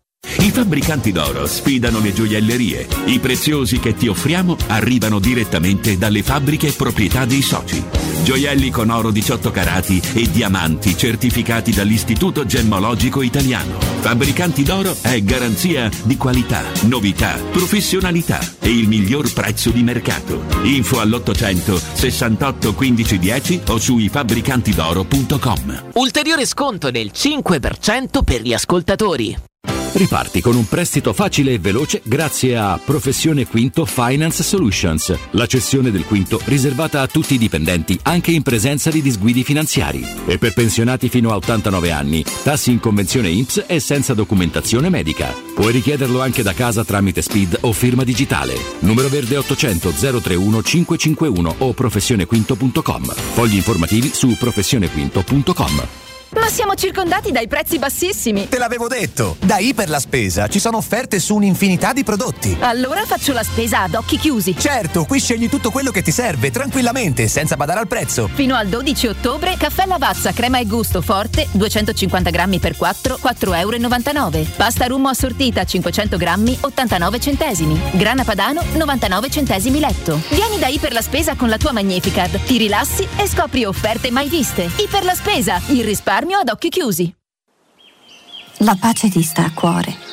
I fabbricanti d'oro sfidano le gioiellerie. I preziosi che ti offriamo arrivano direttamente dalle fabbriche proprietà dei soci. Gioielli con oro diciotto carati e diamanti certificati dall'Istituto Gemmologico Italiano. Fabbricanti d'oro è garanzia di qualità, novità, professionalità e il miglior prezzo di mercato. Info all'ottocento sessantotto quindici dieci o su i fabbricantidoro punto com. Ulteriore sconto del cinque per cento per gli ascoltatori. Riparti con un prestito facile e veloce grazie a Professione Quinto Finance Solutions, la cessione del quinto riservata a tutti i dipendenti anche in presenza di disguidi finanziari. E per pensionati fino a ottantanove anni, tassi in convenzione I N P S e senza documentazione medica. Puoi richiederlo anche da casa tramite S P I D o firma digitale. Numero verde ottocento zero trentuno cinquecentocinquantuno o professionequinto punto com. Fogli informativi su professionequinto punto com. Ma siamo circondati dai prezzi bassissimi. Te l'avevo detto, da Iper la Spesa ci sono offerte su un'infinità di prodotti. Allora faccio la spesa ad occhi chiusi. Certo, qui scegli tutto quello che ti serve, tranquillamente, senza badare al prezzo. Fino al dodici ottobre, caffè Lavazza, crema e gusto forte, duecentocinquanta grammi per quattro, quattro e novantanove euro. Pasta Rummo assortita, cinquecento grammi, ottantanove centesimi. Grana Padano, novantanove centesimi letto. Vieni da Iper la Spesa con la tua Magnificard, ti rilassi e scopri offerte mai viste. Iper la Spesa, il risparmio ad occhi chiusi. La pace ti sta a cuore,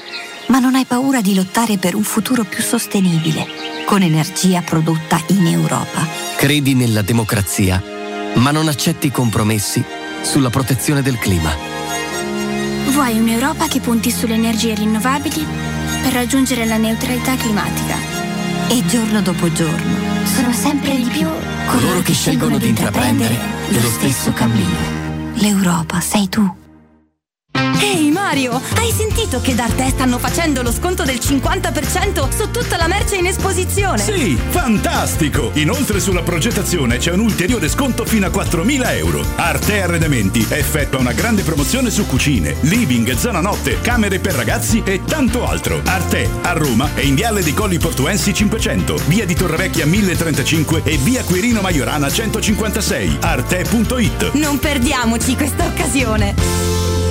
ma non hai paura di lottare per un futuro più sostenibile, con energia prodotta in Europa. Credi nella democrazia, ma non accetti compromessi sulla protezione del clima. Vuoi un'Europa che punti sulle energie rinnovabili per raggiungere la neutralità climatica. E giorno dopo giorno sono sempre di più coloro che scelgono di intraprendere lo stesso cammino. L'Europa sei tu. Ehi Mario, hai sentito che da Arte stanno facendo lo sconto del cinquanta per cento su tutta la merce in esposizione? Sì, fantastico! Inoltre sulla progettazione c'è un ulteriore sconto fino a quattromila euro. Arte Arredamenti effettua una grande promozione su cucine, living, zona notte, camere per ragazzi e tanto altro. Arte a Roma è in Viale dei Colli Portuensi cinquecento, via di Torrevecchia mille trentacinque e via Quirino Maiorana centocinquantasei. arte punto it. Non perdiamoci questa occasione!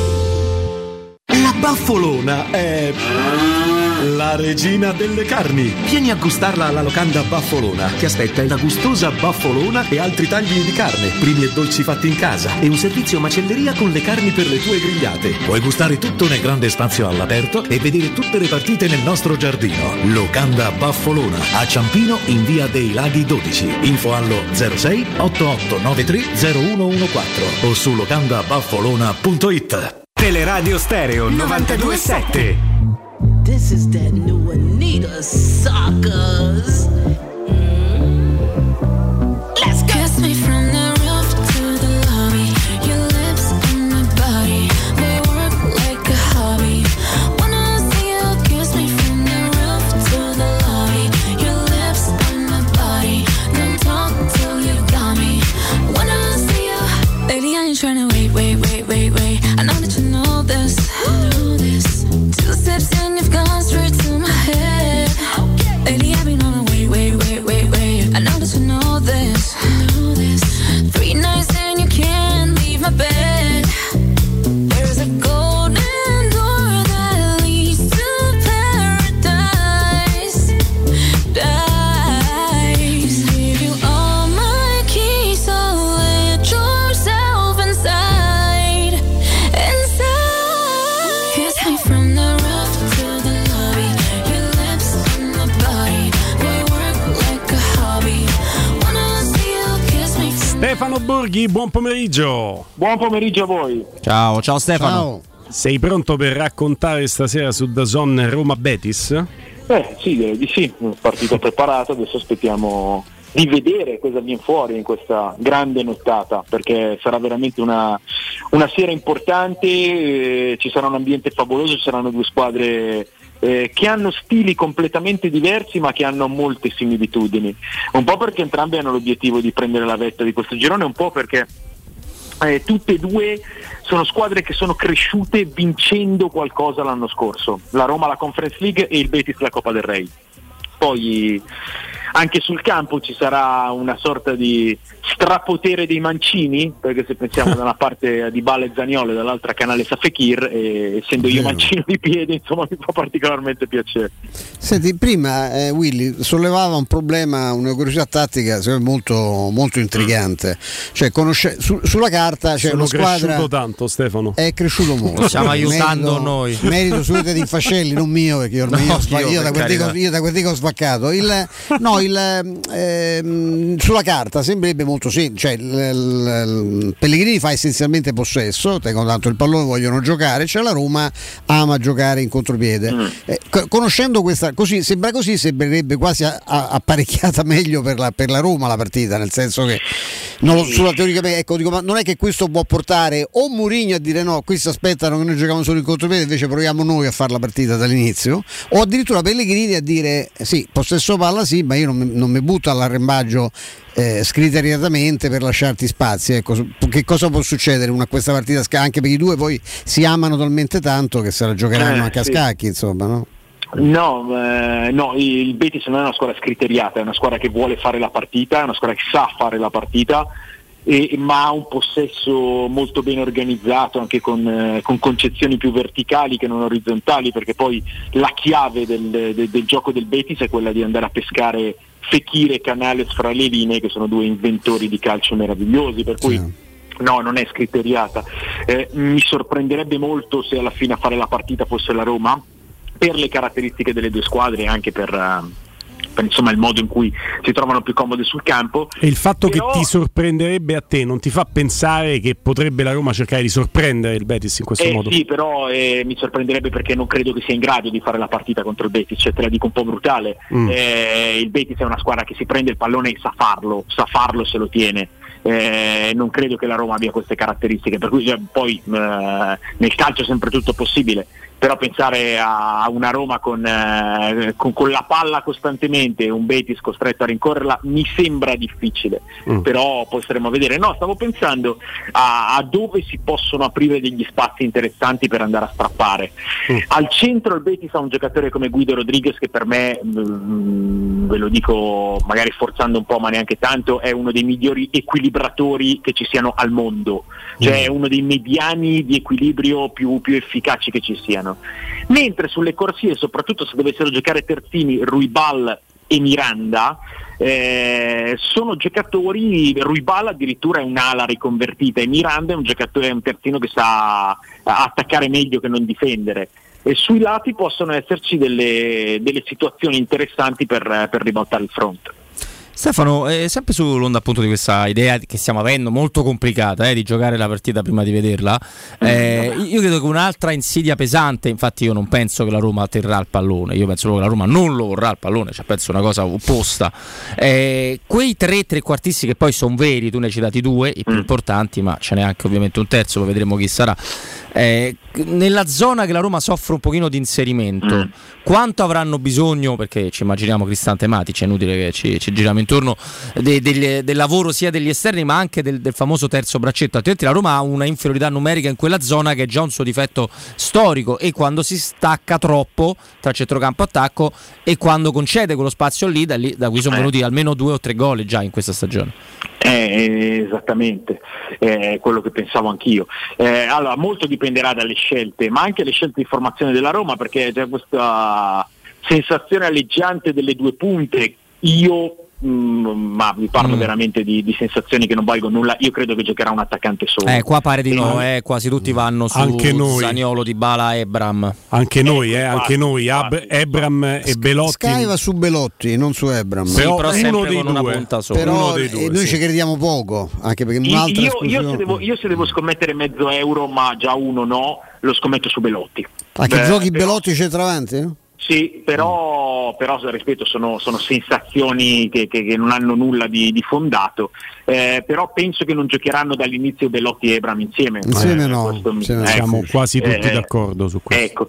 La Baffolona è la regina delle carni. Vieni a gustarla alla locanda Baffolona. Ti aspetta una gustosa baffolona e altri tagli di carne, primi e dolci fatti in casa e un servizio macelleria con le carni per le tue grigliate. Puoi gustare tutto nel grande spazio all'aperto e vedere tutte le partite nel nostro giardino. Locanda Baffolona a Ciampino in via dei Laghi dodici. Info allo zero sei otto otto nove tre zero uno uno quattro o su locanda baffolona punto it. Teleradio Stereo novantadue sette. This is that new Anita suckers. Mm. Let's go. Kiss me from the roof to the lobby. Your lips on my body, they work like a hobby. Wanna see you kiss me from the roof to the lobby. Your lips on my body, don't talk till you got me. Wanna see you, baby, I ain't tryna wait, wait, wait, wait, wait. I know that you know this. Know this. Two steps and you've gone straight to my head. Lately I've been on a wait, wait, wait, wait, wait. I know that you know this. Know this. Three nights and you can't leave my bed. There's a golden door that leads to paradise. Dice. Give you all my keys, so let yourself inside. Inside. Kiss me from the roof to the lobby. Your lips on my body, they work like a hobby. Wanna see you kiss me from Stefano Borghi, buon pomeriggio. Buon pomeriggio a voi. Ciao, ciao Stefano. Ciao. Sei pronto per raccontare stasera su DAZN Roma Betis? Eh sì, direi di sì, un partito preparato, adesso aspettiamo di vedere cosa viene fuori in questa grande nottata, perché sarà veramente una, una sera importante, eh, ci sarà un ambiente favoloso, ci saranno due squadre eh, che hanno stili completamente diversi ma che hanno molte similitudini, un po' perché entrambi hanno l'obiettivo di prendere la vetta di questo girone, un po' perché Eh, tutte e due sono squadre che sono cresciute vincendo qualcosa l'anno scorso, la Roma la Conference League e il Betis la Coppa del Rey. Poi anche sul campo ci sarà una sorta di strapotere dei mancini, perché se pensiamo da una parte a Dybala e Zaniolo e dall'altra Canale Fekir, e essendo io mancino di piede, insomma mi fa particolarmente piacere. Senti, prima eh, Willy sollevava un problema, una curiosità tattica molto, molto intrigante, cioè conosce- su- sulla carta c'è Sono una squadra cresciuto tanto, Stefano. è cresciuto molto, Stiamo aiutando merito, noi. merito sicuramente di Fascelli, non mio, perché ormai No, io, sva- io, io, da per quel dico, carità. io da quel dico ho svaccato il, no, il, ehm, sulla carta sembrerebbe molto semplice, cioè il, il, il Pellegrini fa essenzialmente possesso, tengono tanto il pallone, vogliono giocare, cioè la Roma ama giocare in contropiede. Mm. Eh, co- conoscendo questa, così sembra così, sembrerebbe quasi a- a- apparecchiata meglio per la, per la Roma la partita, nel senso che non lo, sulla teoricamente, ecco, dico, ma non è che questo può portare o Mourinho a dire no, questi aspettano che noi giochiamo solo in contropiede, invece proviamo noi a fare la partita dall'inizio, o addirittura Pellegrini a dire eh, sì, possesso palla sì, ma io non mi, non mi butto all'arrembaggio eh, scriteriatamente per lasciarti spazi, ecco, che cosa può succedere in questa partita, anche perché i due poi si amano talmente tanto che se la giocheranno Eh, anche a sì. scacchi, insomma, no? No, eh, no, il Betis non è una squadra scriteriata, è una squadra che vuole fare la partita, è una squadra che sa fare la partita, e, ma ha un possesso molto ben organizzato, anche con, eh, con concezioni più verticali che non orizzontali, perché poi la chiave del, del, del gioco del Betis è quella di andare a pescare Fekir e Canales fra le linee, che sono due inventori di calcio meravigliosi, per cui sì. No, non è scriteriata. Eh, mi sorprenderebbe molto se alla fine a fare la partita fosse la Roma, per le caratteristiche delle due squadre e anche per, uh, per insomma il modo in cui si trovano più comode sul campo. E il fatto Però, che ti sorprenderebbe a te non ti fa pensare che potrebbe la Roma cercare di sorprendere il Betis in questo eh, modo? Sì, però eh, mi sorprenderebbe perché non credo che sia in grado di fare la partita contro il Betis, cioè te la dico un po' brutale. Mm. Eh, il Betis è una squadra che si prende il pallone e sa farlo, sa farlo se lo tiene. Eh, non credo che la Roma abbia queste caratteristiche, per cui eh, poi eh, nel calcio è sempre tutto possibile, però pensare a una Roma con, eh, con, con la palla costantemente e un Betis costretto a rincorrerla mi sembra difficile, mm. però poi staremo a vedere. No, stavo pensando a, a dove si possono aprire degli spazi interessanti per andare a strappare. Mm. Al centro il Betis ha un giocatore come Guido Rodriguez che per me, mh, ve lo dico magari forzando un po' ma neanche tanto, è uno dei migliori equilibratori che ci siano al mondo, cioè è uno dei mediani di equilibrio più, più efficaci che ci siano. Mentre sulle corsie, soprattutto se dovessero giocare terzini Ruibal e Miranda, eh, sono giocatori, Ruibal addirittura è un'ala riconvertita e Miranda è un giocatore, è un terzino che sa attaccare meglio che non difendere, e sui lati possono esserci delle, delle situazioni interessanti per, per ribaltare il fronte. Stefano, eh, sempre sull'onda appunto di questa idea che stiamo avendo, molto complicata, eh, di giocare la partita prima di vederla, eh, io credo che un'altra insidia pesante, infatti io non penso che la Roma terrà il pallone, io penso che la Roma non lo vorrà il pallone, cioè penso una cosa opposta, eh, quei tre trequartisti che poi sono veri, tu ne hai citati due, i più importanti, ma ce n'è anche ovviamente un terzo, poi vedremo chi sarà. Eh, nella zona che la Roma soffre un pochino di inserimento, mm. quanto avranno bisogno, perché ci immaginiamo Cristante Matic, è inutile che ci, ci giriamo intorno, de, de, del lavoro sia degli esterni ma anche del, del famoso terzo braccetto, altrimenti la Roma ha una inferiorità numerica in quella zona che è già un suo difetto storico, e quando si stacca troppo tra centrocampo e attacco e quando concede quello spazio lì, da, lì, da cui sono venuti almeno due o tre gol già in questa stagione. Eh, esattamente, eh, quello che pensavo anch'io. Eh, allora, molto dipenderà dalle scelte, ma anche le scelte di formazione della Roma, perché c'è questa sensazione alleggiante delle due punte. Io Mm, ma vi parlo mm. veramente di, di sensazioni che non valgono nulla. Io credo che giocherà un attaccante solo. Eh, qua pare di no, eh, quasi tutti vanno su anche noi. Zaniolo, Dybala, Ebram. Anche noi, eh, anche noi. Ab- Ebram e Belotti. Sky va su Belotti, non su Ebram. Sì, però, però uno dei con due. Una punta sola. Però uno dei due, noi sì. ci crediamo poco, anche perché un'altra io, io, se devo, io se devo scommettere mezzo euro, ma già uno no, lo scommetto su Belotti. Ah, che Beh, giochi però... Belotti centravanti? Sì, però, però ripeto, sono, sono sensazioni che, che, che non hanno nulla di, di fondato, eh, però penso che non giocheranno dall'inizio Belotti e Ebram insieme. Insieme eh, no, mi, ecco, siamo quasi tutti eh, d'accordo su questo. Ecco,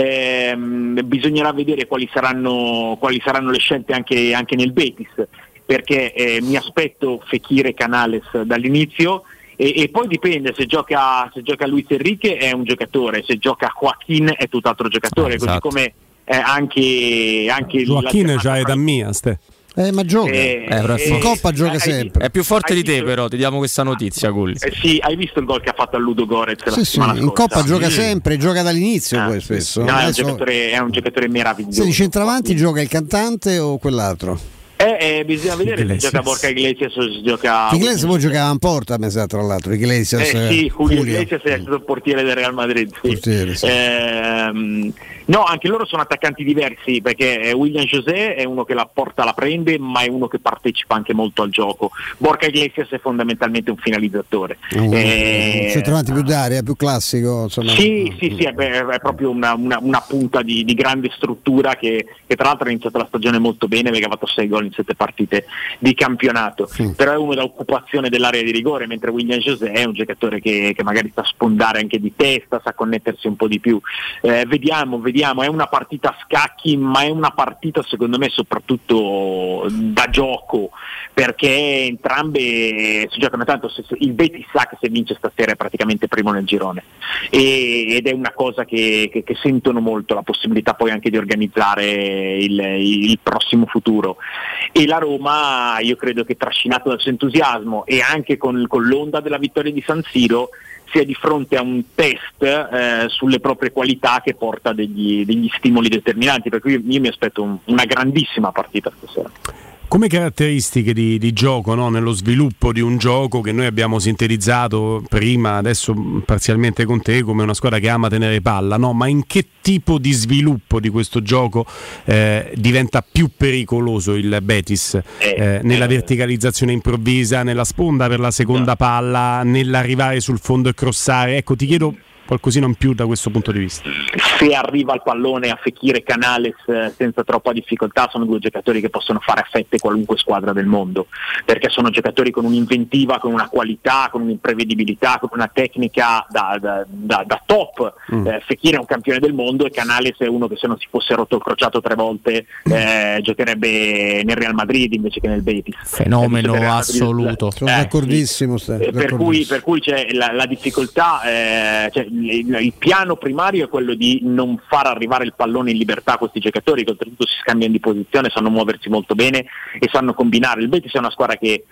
ehm, bisognerà vedere quali saranno, quali saranno le scelte anche, anche nel Betis, perché eh, mi aspetto Fekir e Canales dall'inizio. E, e poi dipende, se gioca se gioca Luis Enrique è un giocatore, se gioca Joaquin è tutt'altro giocatore, esatto. Così come eh, anche anche Joaquin già è da mia, ste. Eh, ma gioca eh, eh, in Coppa gioca eh, sempre. È più forte hai di te, visto? Però ti diamo questa notizia, Gulli. Eh, sì, hai visto il gol che ha fatto a Ludo Gorez la sì, settimana sì, scorsa? in Coppa sì. gioca sempre, gioca dall'inizio ah, poi spesso. No, è, un Adesso... giocatore, è un giocatore meraviglioso. Se di centravanti gioca il cantante o quell'altro? Eh, eh, bisogna vedere se gioca Borja Iglesias o si gioca. Iglesias poi giocava in porta, mi sa, tra l'altro. Iglesias, eh, sì, Julio, Julio. Iglesias è stato il portiere del Real Madrid. Sì. Portiere, sì. Ehm, no, anche loro sono attaccanti diversi, perché William José è uno che la porta, la prende, ma è uno che partecipa anche molto al gioco. Borja Iglesias è fondamentalmente un finalizzatore. Uh, eh, centravanti più d'aria, più classico. Insomma. Sì, sì, sì, è, è proprio una, una, una punta di, di grande struttura che, che tra l'altro ha iniziato la stagione molto bene perché ha fatto sei gol in sette partite di campionato, sì. Però è uno da occupazione dell'area di rigore, mentre William José è un giocatore che, che magari sa sfondare anche di testa, sa connettersi un po' di più. Eh, vediamo, vediamo, è una partita a scacchi, ma è una partita secondo me soprattutto da gioco, perché entrambe si giocano tanto. Se, se, il Betis sa che se vince stasera è praticamente primo nel girone, e, ed è una cosa che, che, che sentono molto, la possibilità poi anche di organizzare il, il prossimo futuro. E la Roma, io credo che trascinato dal suo entusiasmo e anche con, con l'onda della vittoria di San Siro, sia di fronte a un test eh, sulle proprie qualità che porta degli, degli stimoli determinanti, per cui io, io mi aspetto un, una grandissima partita stasera. Come caratteristiche di, di gioco, no? Nello sviluppo di un gioco che noi abbiamo sintetizzato prima, adesso parzialmente con te, come una squadra che ama tenere palla, no? Ma in che tipo di sviluppo di questo gioco eh, diventa più pericoloso il Betis? Eh, nella verticalizzazione improvvisa, nella sponda per la seconda palla, nell'arrivare sul fondo e crossare? Ecco, ti chiedo qualcosina in più da questo punto di vista. Se arriva il pallone a Fekir e Canales eh, senza troppa difficoltà, sono due giocatori che possono fare a fette qualunque squadra del mondo, perché sono giocatori con un'inventiva, con una qualità, con un'imprevedibilità, con una tecnica da, da, da, da top. Mm. eh, Fekir è un campione del mondo e Canales è uno che, se non si fosse rotto il crociato tre volte, eh, giocherebbe nel Real Madrid invece che nel Betis. Fenomeno eh, assoluto. Sono eh, d'accordissimo, sì. eh, per, cui, per cui c'è la, la difficoltà, eh, cioè, il, il piano primario è quello di non far arrivare il pallone in libertà a questi giocatori, che oltretutto si scambiano di posizione, sanno muoversi molto bene e sanno combinare. Il Betis è una squadra che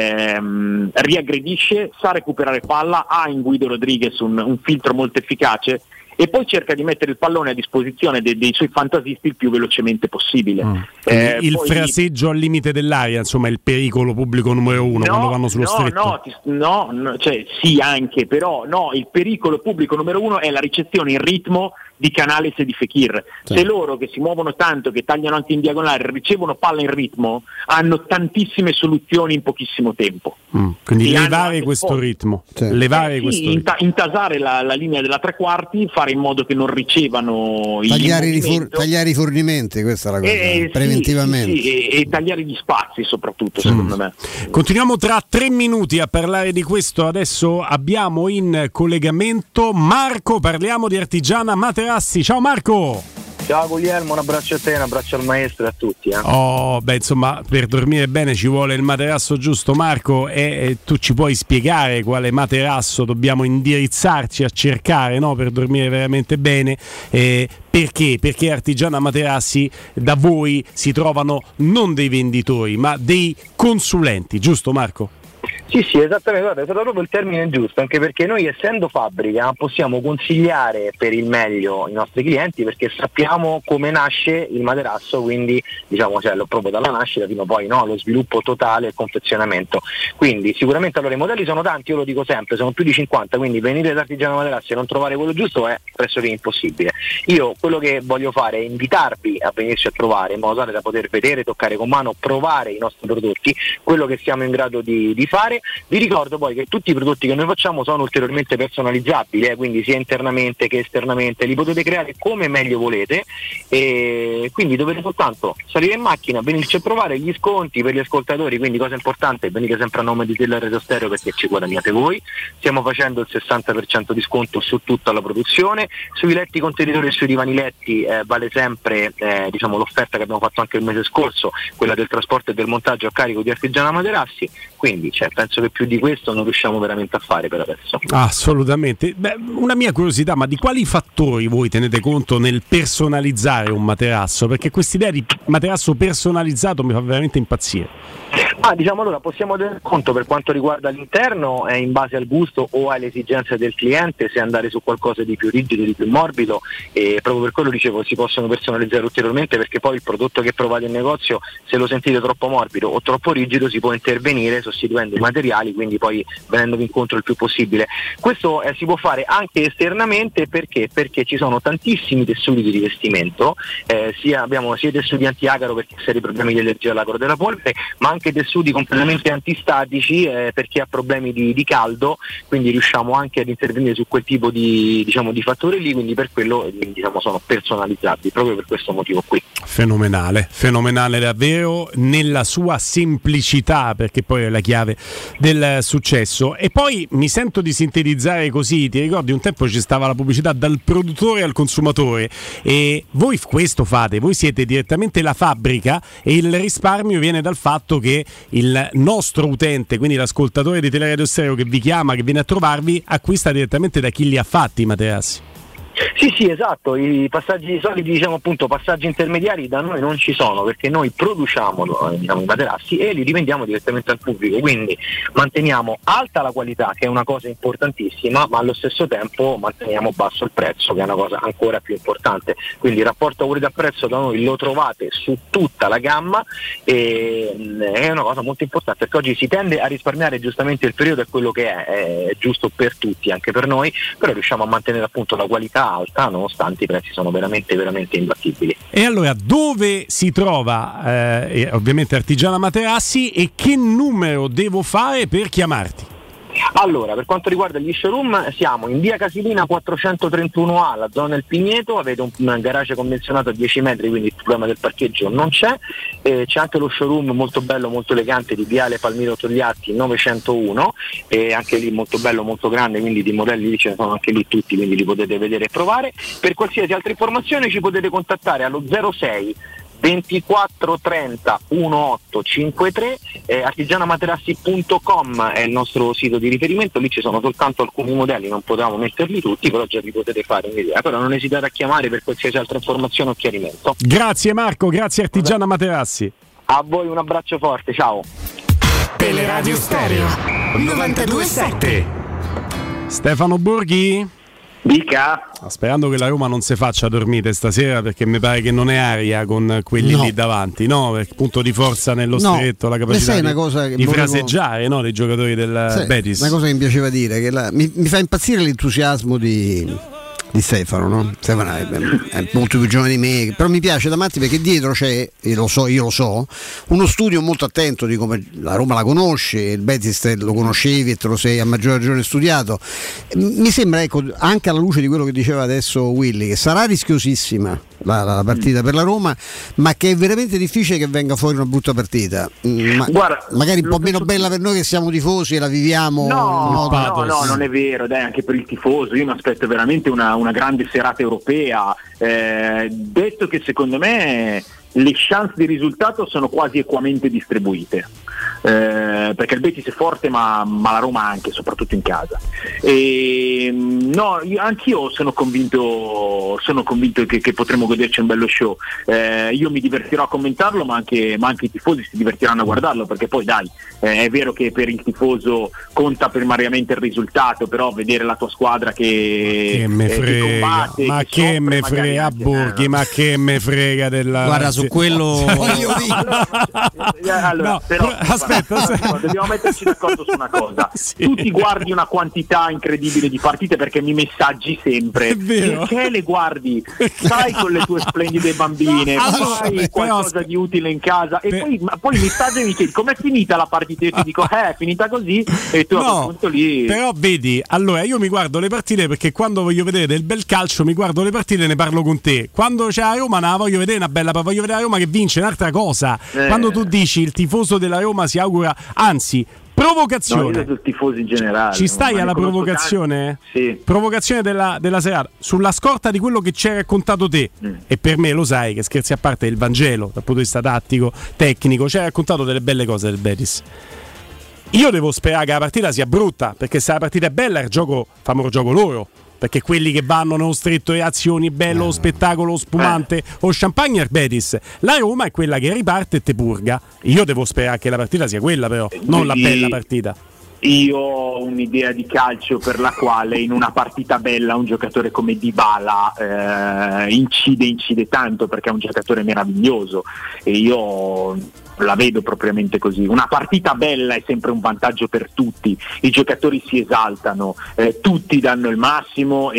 ehm, riaggredisce, sa recuperare palla, ha in Guido Rodriguez un, un filtro molto efficace e poi cerca di mettere il pallone a disposizione dei, dei suoi fantasisti il più velocemente possibile. Mm. Eh, il poi... fraseggio al limite dell'area, insomma, è il pericolo pubblico numero uno, no, quando vanno sullo no, stretto. No, ti, no, no, cioè sì anche, però no, il pericolo pubblico numero uno è la ricezione in ritmo di Canales e di Fekir. Sì. Se loro, che si muovono tanto, che tagliano anche in diagonale, ricevono palla in ritmo, hanno tantissime soluzioni in pochissimo tempo. Mm. Quindi e levare questo poi. ritmo, sì. levare eh, sì, questo inta- ritmo. intasare la, la linea della tre quarti, fare in modo che non ricevano tagliare il i, tagliare i fornimenti, questa è la cosa, eh, preventivamente. Sì, sì, e, e tagliare gli spazi soprattutto, secondo mm. me. Continuiamo tra tre minuti a parlare di questo. Adesso abbiamo in collegamento Marco, parliamo di Artigiana Materassi. Ciao Marco. Ciao Guglielmo, un abbraccio a te, un abbraccio al maestro e a tutti. Eh. Oh, beh, insomma, per dormire bene ci vuole il materasso giusto, Marco, e, e tu ci puoi spiegare quale materasso dobbiamo indirizzarci a cercare, no, per dormire veramente bene? Eh, perché? Perché Artigiana Materassi da voi si trovano non dei venditori, ma dei consulenti, giusto Marco? Sì, sì, esattamente, guarda, è stato proprio il termine giusto, anche perché noi, essendo fabbrica, possiamo consigliare per il meglio i nostri clienti, perché sappiamo come nasce il materasso, quindi diciamo, cioè, lo proprio dalla nascita fino poi, no, allo sviluppo totale e il confezionamento. Quindi sicuramente, allora, i modelli sono tanti, io lo dico sempre, sono più di cinquanta, quindi venire da Artigiana Materassi e non trovare quello giusto è pressoché impossibile. Io quello che voglio fare è invitarvi a venirci a trovare, in modo tale da poter vedere, toccare con mano, provare i nostri prodotti, quello che siamo in grado di, di fare. Vi ricordo poi che tutti i prodotti che noi facciamo sono ulteriormente personalizzabili, eh, quindi sia internamente che esternamente, li potete creare come meglio volete, e quindi dovete soltanto salire in macchina, venirci a provare. Gli sconti per gli ascoltatori, quindi cosa importante, venite sempre a nome di Teleradio Stereo perché ci guadagnate voi. Stiamo facendo il sessanta per cento di sconto su tutta la produzione, sui letti contenitori e sui divani letti eh, vale sempre eh, diciamo l'offerta che abbiamo fatto anche il mese scorso, quella del trasporto e del montaggio a carico di Artigiana Materassi, quindi cioè, penso che più di questo non riusciamo veramente a fare per adesso. Assolutamente. Beh, una mia curiosità, ma di quali fattori voi tenete conto nel personalizzare un materasso? Perché quest'idea di materasso personalizzato mi fa veramente impazzire. Ah, diciamo allora possiamo tener conto per quanto riguarda l'interno, è in base al gusto o alle esigenze del cliente, se andare su qualcosa di più rigido, di più morbido, e proprio per quello dicevo si possono personalizzare ulteriormente, perché poi il prodotto che provate in negozio, se lo sentite troppo morbido o troppo rigido, si può intervenire sostituendo i materiali, quindi poi venendovi incontro il più possibile. Questo eh, si può fare anche esternamente, perché? Perché ci sono tantissimi tessuti di rivestimento, eh, sia abbiamo sia tessuti antiacaro per chi ha dei problemi di allergia all'acaro della polvere, ma anche tessuti completamente antistatici eh, per chi ha problemi di, di caldo, quindi riusciamo anche ad intervenire su quel tipo di, diciamo, di fattore lì, quindi per quello diciamo, sono personalizzabili, proprio per questo motivo qui. Fenomenale, fenomenale davvero, nella sua semplicità, perché poi è la chiave del successo. E poi mi sento di sintetizzare così, ti ricordi un tempo ci stava la pubblicità dal produttore al consumatore, e voi questo fate, voi siete direttamente la fabbrica e il risparmio viene dal fatto che il nostro utente, quindi l'ascoltatore di Teleradio Stereo che vi chiama, che viene a trovarvi, acquista direttamente da chi li ha fatti i materassi. Sì, sì, esatto, i passaggi solidi, diciamo appunto, passaggi intermediari da noi non ci sono, perché noi produciamo diciamo, i materassi e li rivendiamo direttamente al pubblico, quindi manteniamo alta la qualità, che è una cosa importantissima, ma allo stesso tempo manteniamo basso il prezzo, che è una cosa ancora più importante. Quindi il rapporto qualità-prezzo da noi lo trovate su tutta la gamma e è una cosa molto importante, perché oggi si tende a risparmiare, giustamente il periodo è quello che è, è giusto per tutti, anche per noi, però riusciamo a mantenere appunto la qualità alta nonostante i prezzi sono veramente veramente imbattibili. E allora dove si trova eh, ovviamente Artigiana Materassi e che numero devo fare per chiamarti? Allora, per quanto riguarda gli showroom, siamo in via Casilina quattrocentotrentuno A, la zona del Pigneto, avete un, un garage convenzionato a dieci metri, quindi il problema del parcheggio non c'è. Eh, c'è anche lo showroom molto bello, molto elegante di Viale Palmiro Togliatti novecentouno, e anche lì molto bello, molto grande, quindi di modelli lì ce ne sono anche lì tutti, quindi li potete vedere e provare. Per qualsiasi altra informazione ci potete contattare allo zero sei ventiquattro trenta diciotto cinquantatré, eh, artigianamaterassi punto com è il nostro sito di riferimento, lì ci sono soltanto alcuni modelli, non potevamo metterli tutti, però già vi potete fare un'idea, però non esitate a chiamare per qualsiasi altra informazione o chiarimento. Grazie Marco, grazie Artigiana Materassi. A voi un abbraccio forte, ciao. Teleradio Stereo novantadue sette. Stefano Borghi? Dica. Sperando che la Roma non si faccia dormire stasera, perché mi pare che non è aria con quelli no. lì davanti, no? Il punto di forza nello no. stretto, la capacità di, una cosa che di volevo... fraseggiare, no? Dei giocatori del sì, Betis. Una cosa che mi piaceva dire, che la... mi, mi fa impazzire l'entusiasmo di, di Stefano, no? Stefano è, è molto più giovane di me, però mi piace da matti perché dietro c'è, io lo so, io lo so, uno studio molto attento di come la Roma la conosce, il Betis lo conoscevi e te lo sei a maggior ragione studiato. Mi sembra, ecco, anche alla luce di quello che diceva adesso Willy, che sarà rischiosissima la, la partita per la Roma, ma che è veramente difficile che venga fuori una brutta partita. Ma, Guarda, magari un po' meno bella per noi che siamo tifosi e la viviamo. No, no, no, no, non è vero, dai, anche per il tifoso. Io mi aspetto veramente una, una grande serata europea. Eh, detto che secondo me le chance di risultato sono quasi equamente distribuite. Eh, perché il Betis è forte, ma, ma la Roma anche, soprattutto in casa. E, no, io, anch'io sono convinto, sono convinto che, che potremo goderci un bello show. Eh, io mi divertirò a commentarlo, ma anche, ma anche i tifosi si divertiranno a guardarlo, perché poi dai, eh, è vero che per il tifoso conta primariamente il risultato, però vedere la tua squadra che, che me eh, frega, che combatte, ma che, che soffre, me frega a Borghi, ma che me frega della. Guarda, su quello allora, allora, no, però, però, aspetta, guarda, aspetta. dobbiamo metterci d'accordo su una cosa. Sì. Tu ti guardi una quantità incredibile di partite perché mi messaggi sempre. È vero. Perché le guardi? Stai con le tue splendide bambine, Allora, fai però, qualcosa di utile in casa e per... poi, ma poi mi messaggi e mi chiedi com'è finita la partita. Io ti dico eh è finita così e tu no, a quel punto lì. Però vedi, allora io mi guardo le partite perché quando voglio vedere del bel calcio mi guardo le partite e ne parlo con te. Quando c'è la Roma la voglio vedere una bella, voglio vedere la Roma che vince, un'altra cosa. Eh. Quando tu dici il tifoso della Roma si augura, anzi, provocazione. No, io sul tifoso in generale. Ci stai alla provocazione? Sì. Provocazione della, della serata, sulla scorta di quello che ci hai raccontato te. Mm. E per me lo sai che, scherzi a parte, è il Vangelo dal punto di vista tattico, tecnico. Ci hai raccontato delle belle cose del Betis. Io devo sperare che la partita sia brutta, perché se la partita è bella il gioco, famo il gioco loro. Perché quelli che vanno nello stretto e azioni, bello, lo spettacolo, spumante eh. o champagne è il Betis. La Roma è quella che riparte e te purga. Io devo sperare che la partita sia quella, però, non la bella partita. Io ho un'idea di calcio per la quale in una partita bella un giocatore come Dybala eh, incide, incide tanto, perché è un giocatore meraviglioso e io la vedo propriamente così. Una partita bella è sempre un vantaggio per tutti, i giocatori si esaltano, eh, tutti danno il massimo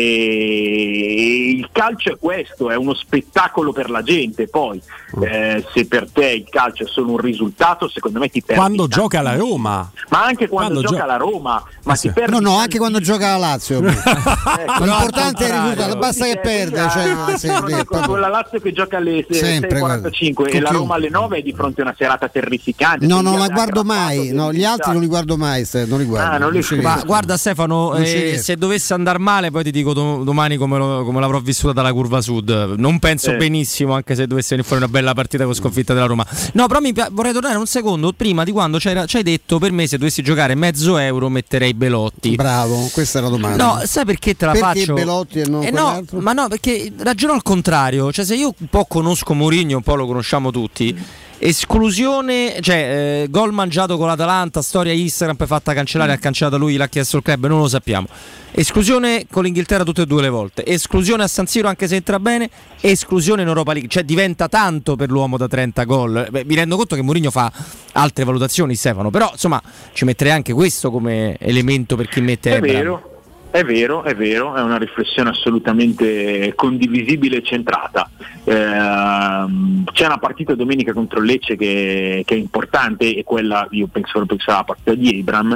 e il calcio è questo, è uno spettacolo per la gente. Poi eh, se per te il calcio è solo un risultato, secondo me ti perdi quando tanto. Gioca la Roma, ma anche quando, quando gioca gio- la Roma, ma ti perdi no no tanti. Anche quando gioca la Lazio. Ecco, l'importante è il risultato, basta che perde, cioè, con la Lazio che gioca alle sei e quarantacinque e la Roma alle nove è di fronte a una serata serata terrificante. No, non la guardo mai, no, gli altri non li guardo mai, non li guardo. Ah, non li non Ma guarda Stefano, eh, se dovesse andare male poi ti dico do- domani come, lo, come l'avrò vissuta dalla curva sud. Non penso Eh. benissimo, anche se dovesse venire fuori una bella partita con sconfitta della Roma. No, però mi pi- vorrei tornare un secondo prima di quando c'era, ci hai detto per me se dovessi giocare mezzo euro metterei Belotti. Bravo, questa è la domanda. No, sai perché te la Perché faccio? Belotti e non Eh no, quell'altro? ma no, perché ragiono al contrario. Cioè, se io un po' conosco Mourinho, un po' lo conosciamo tutti. Esclusione, cioè eh, gol mangiato con l'Atalanta, storia Instagram poi fatta cancellare, ha cancellato lui, l'ha chiesto il club, non lo sappiamo. Esclusione con l'Inghilterra tutte e due le volte, esclusione a San Siro anche se entra bene, esclusione in Europa League, cioè diventa tanto per l'uomo da trenta gol. Beh, mi rendo conto che Mourinho fa altre valutazioni, Stefano, però insomma ci metterei anche questo come elemento per chi mette È Abraham. vero, è vero, è vero, è una riflessione assolutamente condivisibile e centrata. Ehm, c'è una partita domenica contro il Lecce che, che è importante, e quella io penso che sarà la partita di Abraham.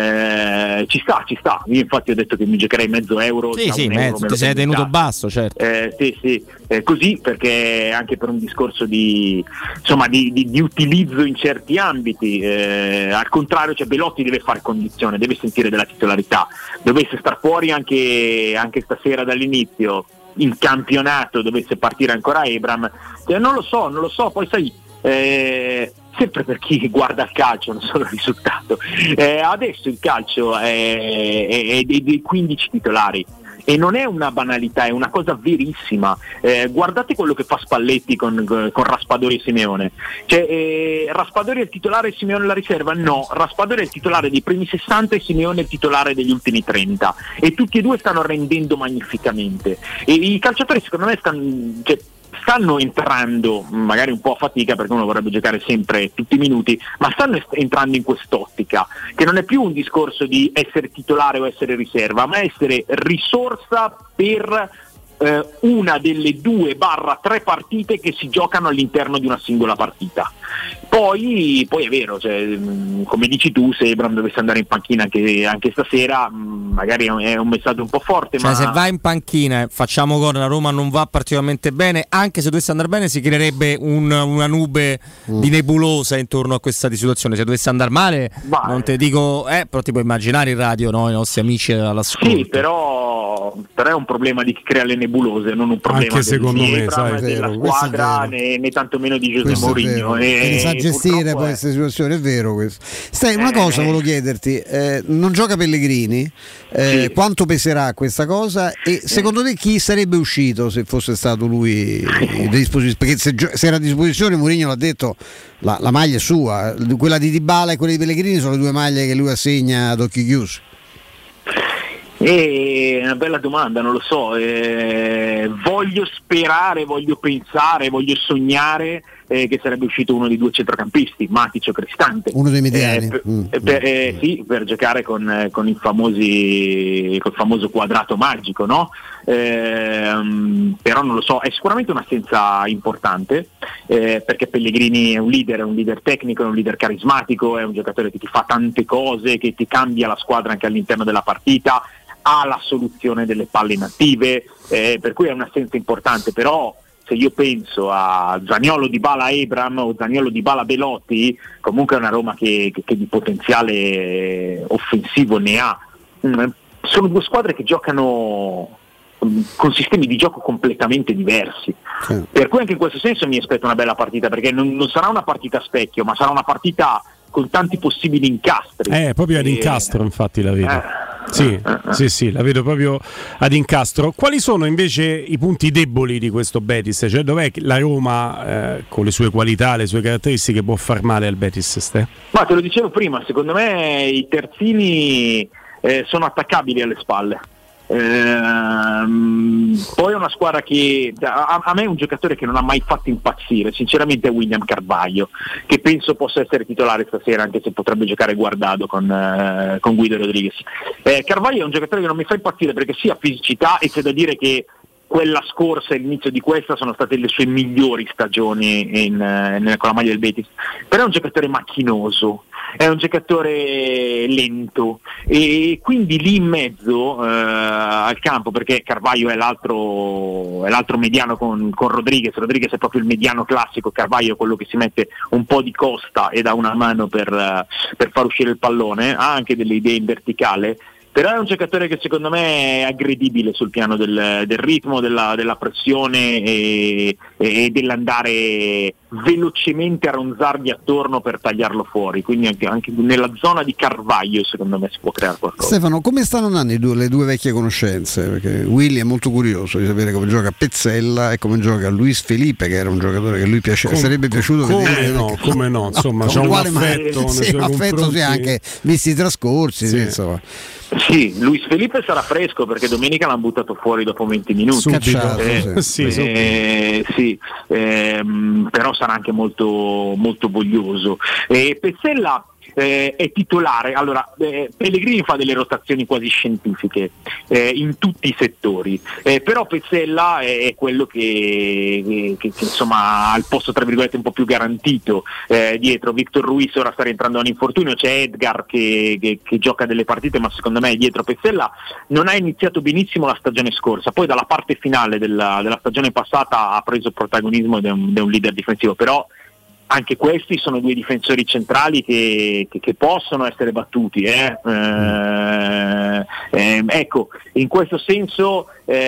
Eh, ci sta, ci sta. Io infatti ho detto che mi giocherei mezzo euro. Sì, da sì, un mezzo, euro me ti lo sei prendo in tenuto casa. basso, certo. Eh, sì, sì, eh, così perché anche per un discorso di, insomma, di, di, di utilizzo in certi ambiti, eh, al contrario, cioè Belotti deve fare condizione, deve sentire della titolarità, dovesse star fuori anche, anche stasera dall'inizio, in campionato dovesse partire ancora Abraham, cioè, non lo so, non lo so, poi sai, eh, sempre per chi guarda il calcio, non solo il risultato, eh, adesso il calcio è, è, è dei, dei quindici titolari. E non è una banalità, è una cosa verissima. Eh, guardate quello che fa Spalletti con, con Raspadori e Simeone. Cioè, eh, Raspadori è il titolare e Simeone la riserva? No, Raspadori è il titolare dei primi sessanta e Simeone è il titolare degli ultimi trenta. E tutti e due stanno rendendo magnificamente. E i calciatori secondo me stanno... Cioè, stanno entrando, magari un po' a fatica perché uno vorrebbe giocare sempre tutti i minuti, ma stanno est- entrando in quest'ottica, che non è più un discorso di essere titolare o essere riserva, ma essere risorsa per eh, una delle due barra tre partite che si giocano all'interno di una singola partita. Poi, poi è vero, cioè, mh, come dici tu, se Abraham dovesse andare in panchina anche, anche stasera, mh, magari è un, è un messaggio un po' forte. Cioè, ma se va in panchina e facciamo gol, la Roma non va particolarmente bene, anche se dovesse andare bene si creerebbe un, una nube mm. di nebulosa intorno a questa situazione. Se dovesse andare male, Va, non te dico, eh, però ti puoi immaginare in radio, no? I nostri amici all'ascolto. Sì, però, però è un problema di chi crea le nebulose, non un problema anche secondo me, Abraham, sai, della vero, squadra, né, né tantomeno di José Questo è Mourinho. vero. E, Che ne sa gestire poi purtroppo è- queste situazioni, è vero questo. Stai, una Eh. cosa volevo chiederti, eh, non gioca Pellegrini, eh, Sì. quanto peserà questa cosa e secondo te chi sarebbe uscito se fosse stato lui a disposizione? Perché se, gio- se era a disposizione, Mourinho l'ha detto, la, la maglia è sua, quella di Dybala e quella di Pellegrini sono le due maglie che lui assegna ad occhi chiusi. È una bella domanda, non lo so. Eh, voglio sperare, voglio pensare, voglio sognare eh, che sarebbe uscito uno dei due centrocampisti, Matic o Cristante. Uno dei mediani. Eh, per, Mm. per- eh, sì, per giocare con, eh, con i famosi, col famoso quadrato magico, no? Ehm, però non lo so, è sicuramente un'assenza importante, eh, perché Pellegrini è un leader, è un leader tecnico, è un leader carismatico, è un giocatore che ti fa tante cose, che ti cambia la squadra anche all'interno della partita, ha la soluzione delle palle inattive, eh, per cui è un'assenza importante. Però se io penso a Zaniolo, Dybala, Abraham o Zaniolo, Dybala, Belotti, comunque è una Roma che, che, che di potenziale offensivo ne ha. Mm, sono due squadre che giocano mm, con sistemi di gioco completamente diversi, Sì. per cui anche in questo senso mi aspetto una bella partita, perché non, non sarà una partita a specchio, ma sarà una partita con tanti possibili incastri. Eh, proprio ad E- incastro, infatti, la vedo. Eh, Sì, eh, eh. sì, sì, la vedo proprio ad incastro. Quali sono invece i punti deboli di questo Betis? Cioè, dov'è che la Roma, eh, con le sue qualità, le sue caratteristiche, può far male al Betis, Ste? Ma te lo dicevo prima, secondo me i terzini eh, sono attaccabili alle spalle. Ehm, poi è una squadra che a, a me è un giocatore che non ha mai fatto impazzire, sinceramente è William Carvalho, che penso possa essere titolare stasera, anche se potrebbe giocare Guardado con, eh, con Guido Rodriguez. Eh, Carvalho è un giocatore che non mi fa impazzire perché sì, ha fisicità, e c'è da dire che quella scorsa e l'inizio di questa sono state le sue migliori stagioni in, in, con la maglia del Betis, però è un giocatore macchinoso, è un giocatore lento e quindi lì in mezzo eh, al campo, perché Carvalho è l'altro, è l'altro mediano con, con Rodriguez. Rodriguez è proprio il mediano classico, Carvalho è quello che si mette un po' di costa e dà una mano per, per far uscire il pallone, ha anche delle idee in verticale, però è un giocatore che secondo me è aggredibile sul piano del, del ritmo, della, della pressione e, e dell'andare velocemente a ronzargli attorno per tagliarlo fuori, quindi anche, anche nella zona di Carvalho secondo me si può creare qualcosa. Stefano, come stanno andando i due, le due vecchie conoscenze? Perché Willy è molto curioso di sapere come gioca Pezzella e come gioca Luis Felipe, che era un giocatore che lui piace, come, sarebbe piaciuto come vedere. No, come no, insomma, no, c'è un quale affetto, ma, sì, affetto sì, anche visti i trascorsi, sì. Sì, insomma. Sì, Luis Felipe sarà fresco perché domenica l'hanno buttato fuori dopo venti minuti. Cacciato, eh, sì. Sì, eh, sì, ehm, però sarà anche molto, molto voglioso. E Pezzella eh, è titolare. Allora, eh, Pellegrini fa delle rotazioni quasi scientifiche eh, in tutti i settori, eh, però Pezzella è, è quello che, che, che insomma ha il posto tra virgolette un po' più garantito eh, dietro. Victor Ruiz ora sta rientrando da un infortunio, c'è Edgar che, che, che gioca delle partite, ma secondo me dietro Pezzella non ha iniziato benissimo la stagione scorsa, poi dalla parte finale della, della stagione passata ha preso protagonismo ed è un, è un leader difensivo, però anche questi sono due difensori centrali che, che, che possono essere battuti. Eh? Eh, eh, ecco, in questo senso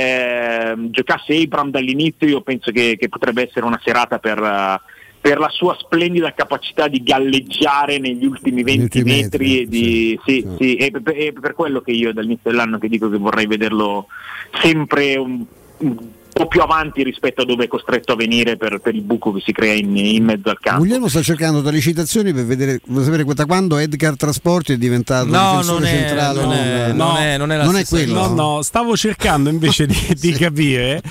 eh, giocasse Abraham dall'inizio, io penso che, che potrebbe essere una serata per, uh, per la sua splendida capacità di galleggiare negli ultimi venti metri, metri di, sì, sì, sì, è, è per quello che io dall'inizio dell'anno che dico che vorrei vederlo sempre un, un po' più avanti rispetto a dove è costretto a venire per, per il buco che si crea in, in mezzo al campo. Guglielmo sta cercando delle citazioni per vedere, per sapere da quando Edgar Trasporti è diventato no, difensore non è, centrale. Non, non, è, no, non, è, non è la non è stessa quello. No, no, stavo cercando invece di, di capire.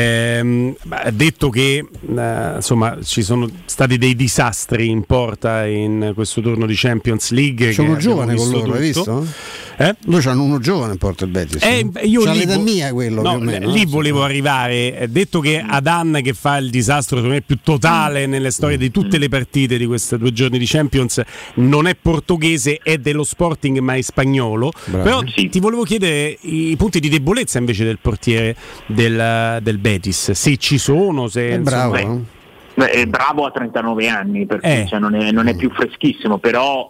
Ehm, detto che eh, insomma ci sono stati dei disastri in porta in questo turno di Champions League. C'è uno giovane con loro, tutto. Hai visto? Eh? Loro c'hanno uno giovane in porta il Betis. Eh, io c'ha lì l'età vo- mia quello. No, più o meno, lì no? volevo arrivare. Detto che Adan che fa il disastro secondo me più totale nelle storie di tutte le partite di questi due giorni di Champions, non è portoghese, è dello Sporting ma è spagnolo. Bravo. Però sì. Ti volevo chiedere i punti di debolezza invece del portiere del, del Betis, se ci sono, se è bravo. Beh, beh, è bravo a trentanove anni, perché eh. cioè, non, è, non è più freschissimo, però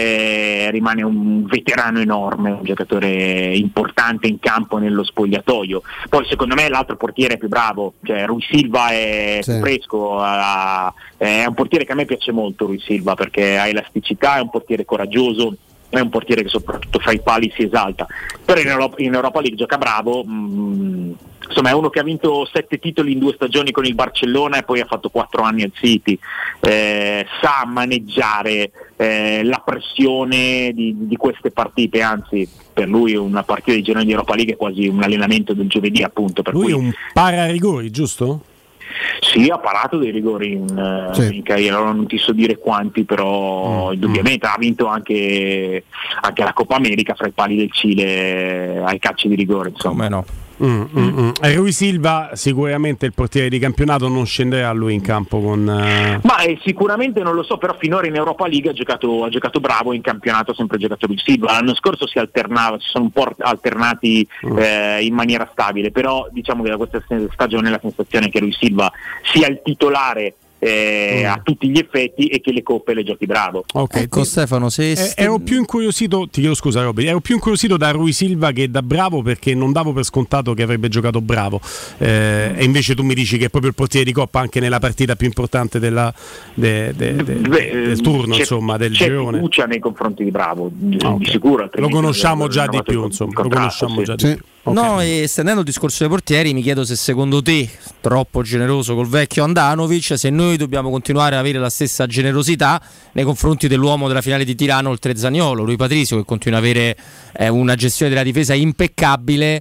Eh, rimane un veterano enorme, un giocatore importante in campo nello spogliatoio. Poi secondo me l'altro portiere è più bravo, cioè Rui Silva è sì. fresco, ha, è un portiere che a me piace molto, Rui Silva, perché ha elasticità, è un portiere coraggioso, è un portiere che soprattutto fra i pali si esalta, però in Europa, in Europa League gioca bravo. mh, Insomma, è uno che ha vinto sette titoli in due stagioni con il Barcellona e poi ha fatto quattro anni al City. Eh, sa maneggiare eh, la pressione di, di queste partite, anzi per lui una partita di girone di Europa League è quasi un allenamento del giovedì, appunto. Per lui cui è un pararigori, giusto? Sì, ha parato dei rigori in, sì. in carriera, non ti so dire quanti, però mm. indubbiamente ha vinto anche, anche la Coppa America fra i pali del Cile ai calci di rigore, insomma. Come no? Mm, mm, mm. E Rui Silva sicuramente il portiere di campionato, non scenderà lui in campo con uh... ma eh, sicuramente non lo so, però finora in Europa League ha giocato, ha giocato bravo, in campionato ha sempre giocato Rui Silva. L'anno scorso si alternava, si sono un po' alternati mm. eh, in maniera stabile, però diciamo che da questa stagione la sensazione è che Rui Silva sia il titolare Eh, mm. a tutti gli effetti e che le coppe le giochi bravo. Okay, ecco Stefano, se eh, ero più incuriosito, ti chiedo scusa Robby, ero più incuriosito da Rui Silva che da Bravo, perché non davo per scontato che avrebbe giocato Bravo, eh, e invece tu mi dici che è proprio il portiere di coppa anche nella partita più importante della, de, de, de, Beh, del turno, c'è, insomma, del c'è girone. C'è fiducia nei confronti di Bravo, di, ah, okay. di sicuro. Lo conosciamo già di più, insomma, lo conosciamo sì. già di sì. più. Okay. No, e estendendo il discorso dei portieri, mi chiedo se secondo te, troppo generoso col vecchio Andanovic, se noi dobbiamo continuare ad avere la stessa generosità nei confronti dell'uomo della finale di Tirana oltre Zaniolo, Rui Patricio, che continua ad avere eh, una gestione della difesa impeccabile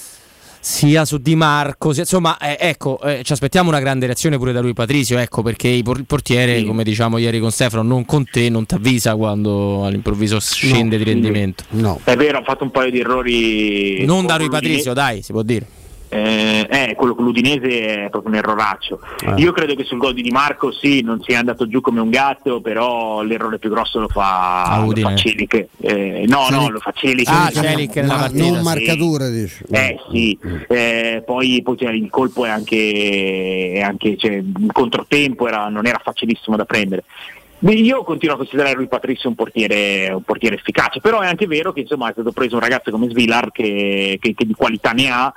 sia su Di Marco, sia, insomma eh, ecco eh, ci aspettiamo una grande reazione pure da Rui Patricio, ecco perché il portiere sì. come diciamo ieri con Stefano, non con te, non ti avvisa quando all'improvviso scende no, di rendimento. No. È vero, ha fatto un paio di errori non da Rui Patricio, dai, si può dire. Eh, eh, quello con l'Udinese è proprio un erroraccio. Eh. Io credo che sul gol di Di Marco sì, non sia andato giù come un gatto, però l'errore più grosso lo fa, lo fa Celic. Eh, no, Celic. no, lo fa Celic. Ah, Celic nella partita. Non marcatura, sì. dici. Eh sì, eh, poi, poi cioè, il colpo è anche, è anche cioè, il controtempo era, non era facilissimo da prendere. Io continuo a considerare Rui Patricio un portiere, un portiere efficace, però è anche vero che insomma è stato preso un ragazzo come Svilar che, che, che di qualità ne ha.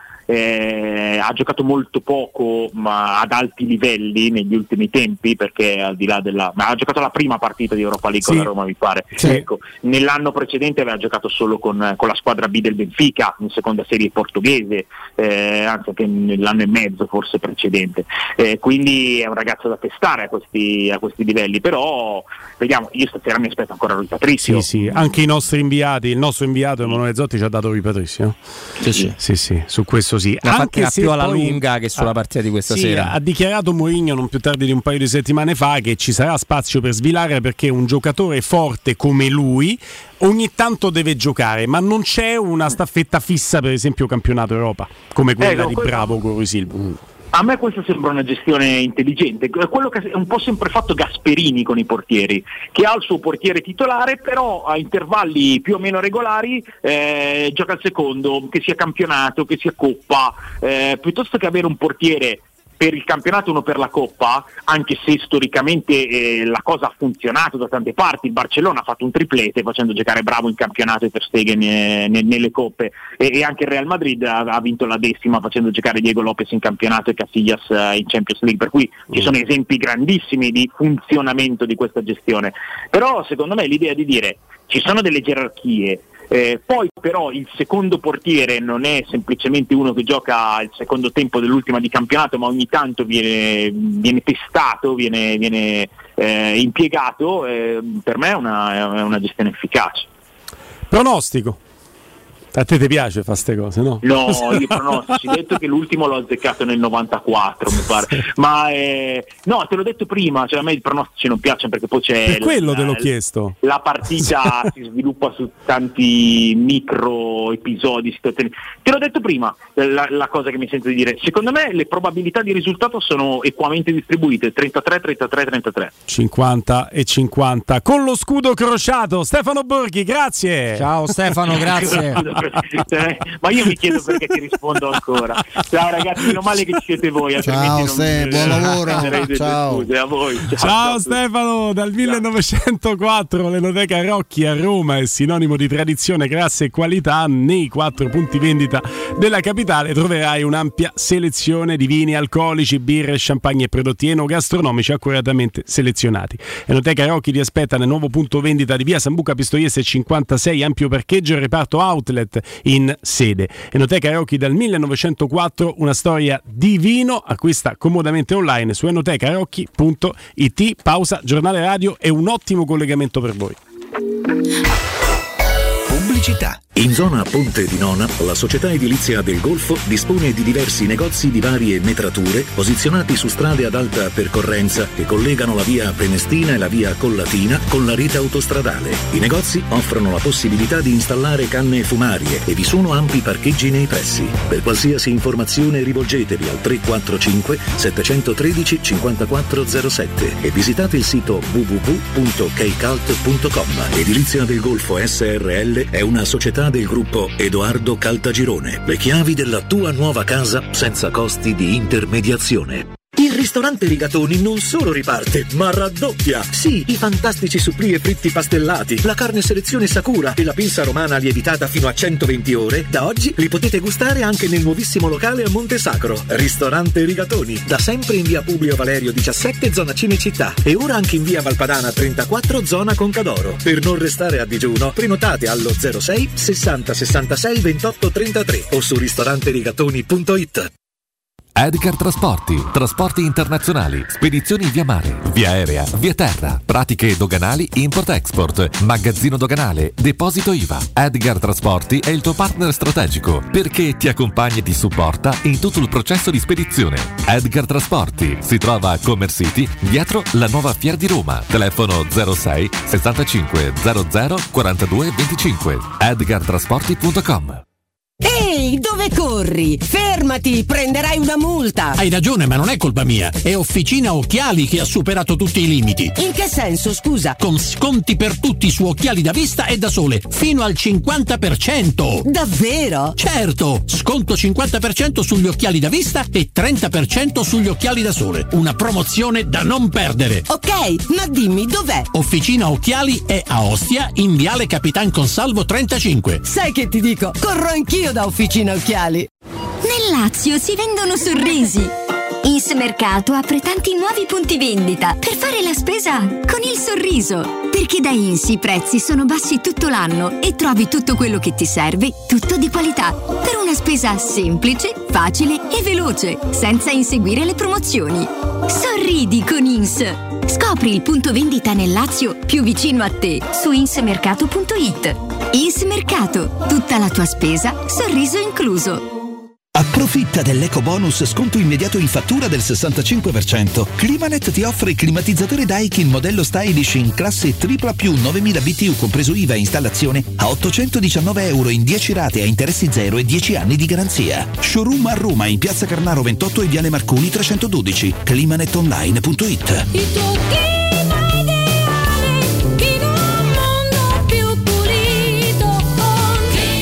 Eh, ha giocato molto poco ma ad alti livelli negli ultimi tempi, perché al di là della ma ha giocato la prima partita di Europa League sì. con la Roma, mi pare sì. ecco, nell'anno precedente aveva giocato solo con, con la squadra B del Benfica in seconda serie portoghese, eh, anzi anche nell'anno e mezzo forse precedente, eh, quindi è un ragazzo da testare a questi, a questi livelli, però vediamo, io stasera mi aspetto ancora Rui Patricio. Sì, sì. Anche i nostri inviati, il nostro inviato Emanuele Zotti ci ha dato Rui Patricio. Sì, sì, sì, sì, su questo sì. La anche se più alla poi, lunga che sulla partita di questa sì, sera. Ha dichiarato Mourinho non più tardi di un paio di settimane fa che ci sarà spazio per Svilare, perché un giocatore forte come lui ogni tanto deve giocare, ma non c'è una staffetta fissa, per esempio campionato Europa come quella eh, no, di quello... Bravo con Rui Silva. Mm. A me questa sembra una gestione intelligente, quello che è un po' sempre fatto Gasperini con i portieri, che ha il suo portiere titolare, però a intervalli più o meno regolari eh, gioca al secondo, che sia campionato, che sia coppa, eh, piuttosto che avere un portiere per il campionato, uno per la Coppa, anche se storicamente eh, la cosa ha funzionato da tante parti. Il Barcellona ha fatto un triplete facendo giocare Bravo in campionato e Ter Stegen eh, ne, nelle coppe, e, e anche il Real Madrid ha, ha vinto la decima facendo giocare Diego Lopez in campionato e Casillas eh, in Champions League, per cui mm. ci sono esempi grandissimi di funzionamento di questa gestione. Però secondo me l'idea di dire ci sono delle gerarchie, Eh, poi però il secondo portiere non è semplicemente uno che gioca il secondo tempo dell'ultima di campionato, ma ogni tanto viene, viene testato, viene, viene eh, impiegato, eh, per me è una, è una gestione efficace. Pronostico. A te ti piace fare queste cose, no? No, io pronostici, detto che l'ultimo l'ho azzeccato nel novantaquattro, mi pare. Sì. Ma eh, no, te l'ho detto prima, cioè a me i pronostici non piacciono perché poi c'è per quello la, te l'ho chiesto. La partita si sviluppa su tanti micro episodi, situazioni. Te l'ho detto prima, la, la cosa che mi sento di dire. Secondo me le probabilità di risultato sono equamente distribuite, trentatré trentatré trentatré. cinquanta e cinquanta. Con lo scudo crociato, Stefano Borghi, grazie. Ciao Stefano, grazie. Ma io mi chiedo perché ti rispondo ancora. Ciao ragazzi, meno male che ci siete voi. Ciao non Ste, buon lavoro. Ciao. A voi. Ciao, ciao Stefano, dal ciao. millenovecentoquattro l'Enoteca Rocchi a Roma è sinonimo di tradizione, classe e qualità. Nei quattro punti vendita della capitale troverai un'ampia selezione di vini alcolici, birre, champagne e prodotti enogastronomici accuratamente selezionati. Enoteca Rocchi ti aspetta nel nuovo punto vendita di via Sambuca Pistoiese cinquantasei, ampio parcheggio e reparto outlet in sede. Enoteca Rocchi dal millenovecentoquattro, una storia di vino. Acquista comodamente online su enotecarocchi punto it. Pausa, giornale radio e un ottimo collegamento per voi. Pubblicità. In zona Ponte di Nona, la società edilizia del Golfo dispone di diversi negozi di varie metrature posizionati su strade ad alta percorrenza che collegano la via Prenestina e la via Collatina con la rete autostradale. I negozi offrono la possibilità di installare canne fumarie e vi sono ampi parcheggi nei pressi. Per qualsiasi informazione rivolgetevi al tre quattro cinque sette uno tre cinque zero sette e visitate il sito w w w punto keicalt punto com. Edilizia del Golfo S R L è una società del gruppo Edoardo Caltagirone. Le chiavi della tua nuova casa senza costi di intermediazione. Il ristorante Rigatoni non solo riparte, ma raddoppia. Sì, i fantastici supplì e fritti pastellati, la carne selezione Sakura e la pinza romana lievitata fino a centoventi ore, da oggi li potete gustare anche nel nuovissimo locale a Monte Sacro. Ristorante Rigatoni, da sempre in via Publio Valerio diciassette, zona Cinecittà, e ora anche in via Valpadana trentaquattro, zona Concadoro. Per non restare a digiuno, prenotate allo zero sei sessanta sessantasei ventotto trentatré o su ristoranterigatoni punto it. Edgar Trasporti, trasporti internazionali, spedizioni via mare, via aerea, via terra, pratiche doganali, import-export, magazzino doganale, deposito I V A. Edgar Trasporti è il tuo partner strategico perché ti accompagna e ti supporta in tutto il processo di spedizione. Edgar Trasporti si trova a Commerce City, dietro la nuova Fiera di Roma. Telefono zero sei sessantacinque zero zero quarantadue venticinque. edgar trasporti punto com. Ehi, Dimmi, dove corri? Fermati, prenderai una multa. Hai ragione, ma non è colpa mia. È Officina Occhiali che ha superato tutti i limiti. In che senso, scusa? Con sconti per tutti su occhiali da vista e da sole, fino al cinquanta per cento. Davvero? Certo, sconto cinquanta per cento sugli occhiali da vista e trenta per cento sugli occhiali da sole. Una promozione da non perdere. Ok, ma dimmi dov'è? Officina Occhiali è a Ostia, in Viale Capitan Consalvo trentacinque. Sai che ti dico? Corro anch'io da Officina Occhiali. Nel Lazio si vendono sorrisi. Ins Mercato apre tanti nuovi punti vendita per fare la spesa con il sorriso. Perché da Ins i prezzi sono bassi tutto l'anno e trovi tutto quello che ti serve, tutto di qualità. Per una spesa semplice, facile e veloce, senza inseguire le promozioni. Sorridi con Ins. Scopri il punto vendita nel Lazio più vicino a te su insmercato punto it. Ins Mercato, tutta la tua spesa, sorriso incluso. Approfitta dell'eco bonus sconto immediato in fattura del sessantacinque per cento. Climanet ti offre il climatizzatore Daikin modello Stylish in classe tripla più novemila B T U compreso I V A e installazione a ottocentodiciannove euro in dieci rate a interessi zero e dieci anni di garanzia. Showroom a Roma in piazza Carnaro ventotto e viale Marconi trecentododici. climanetonline punto it. Il tuo clima ideale in un mondo più pulito con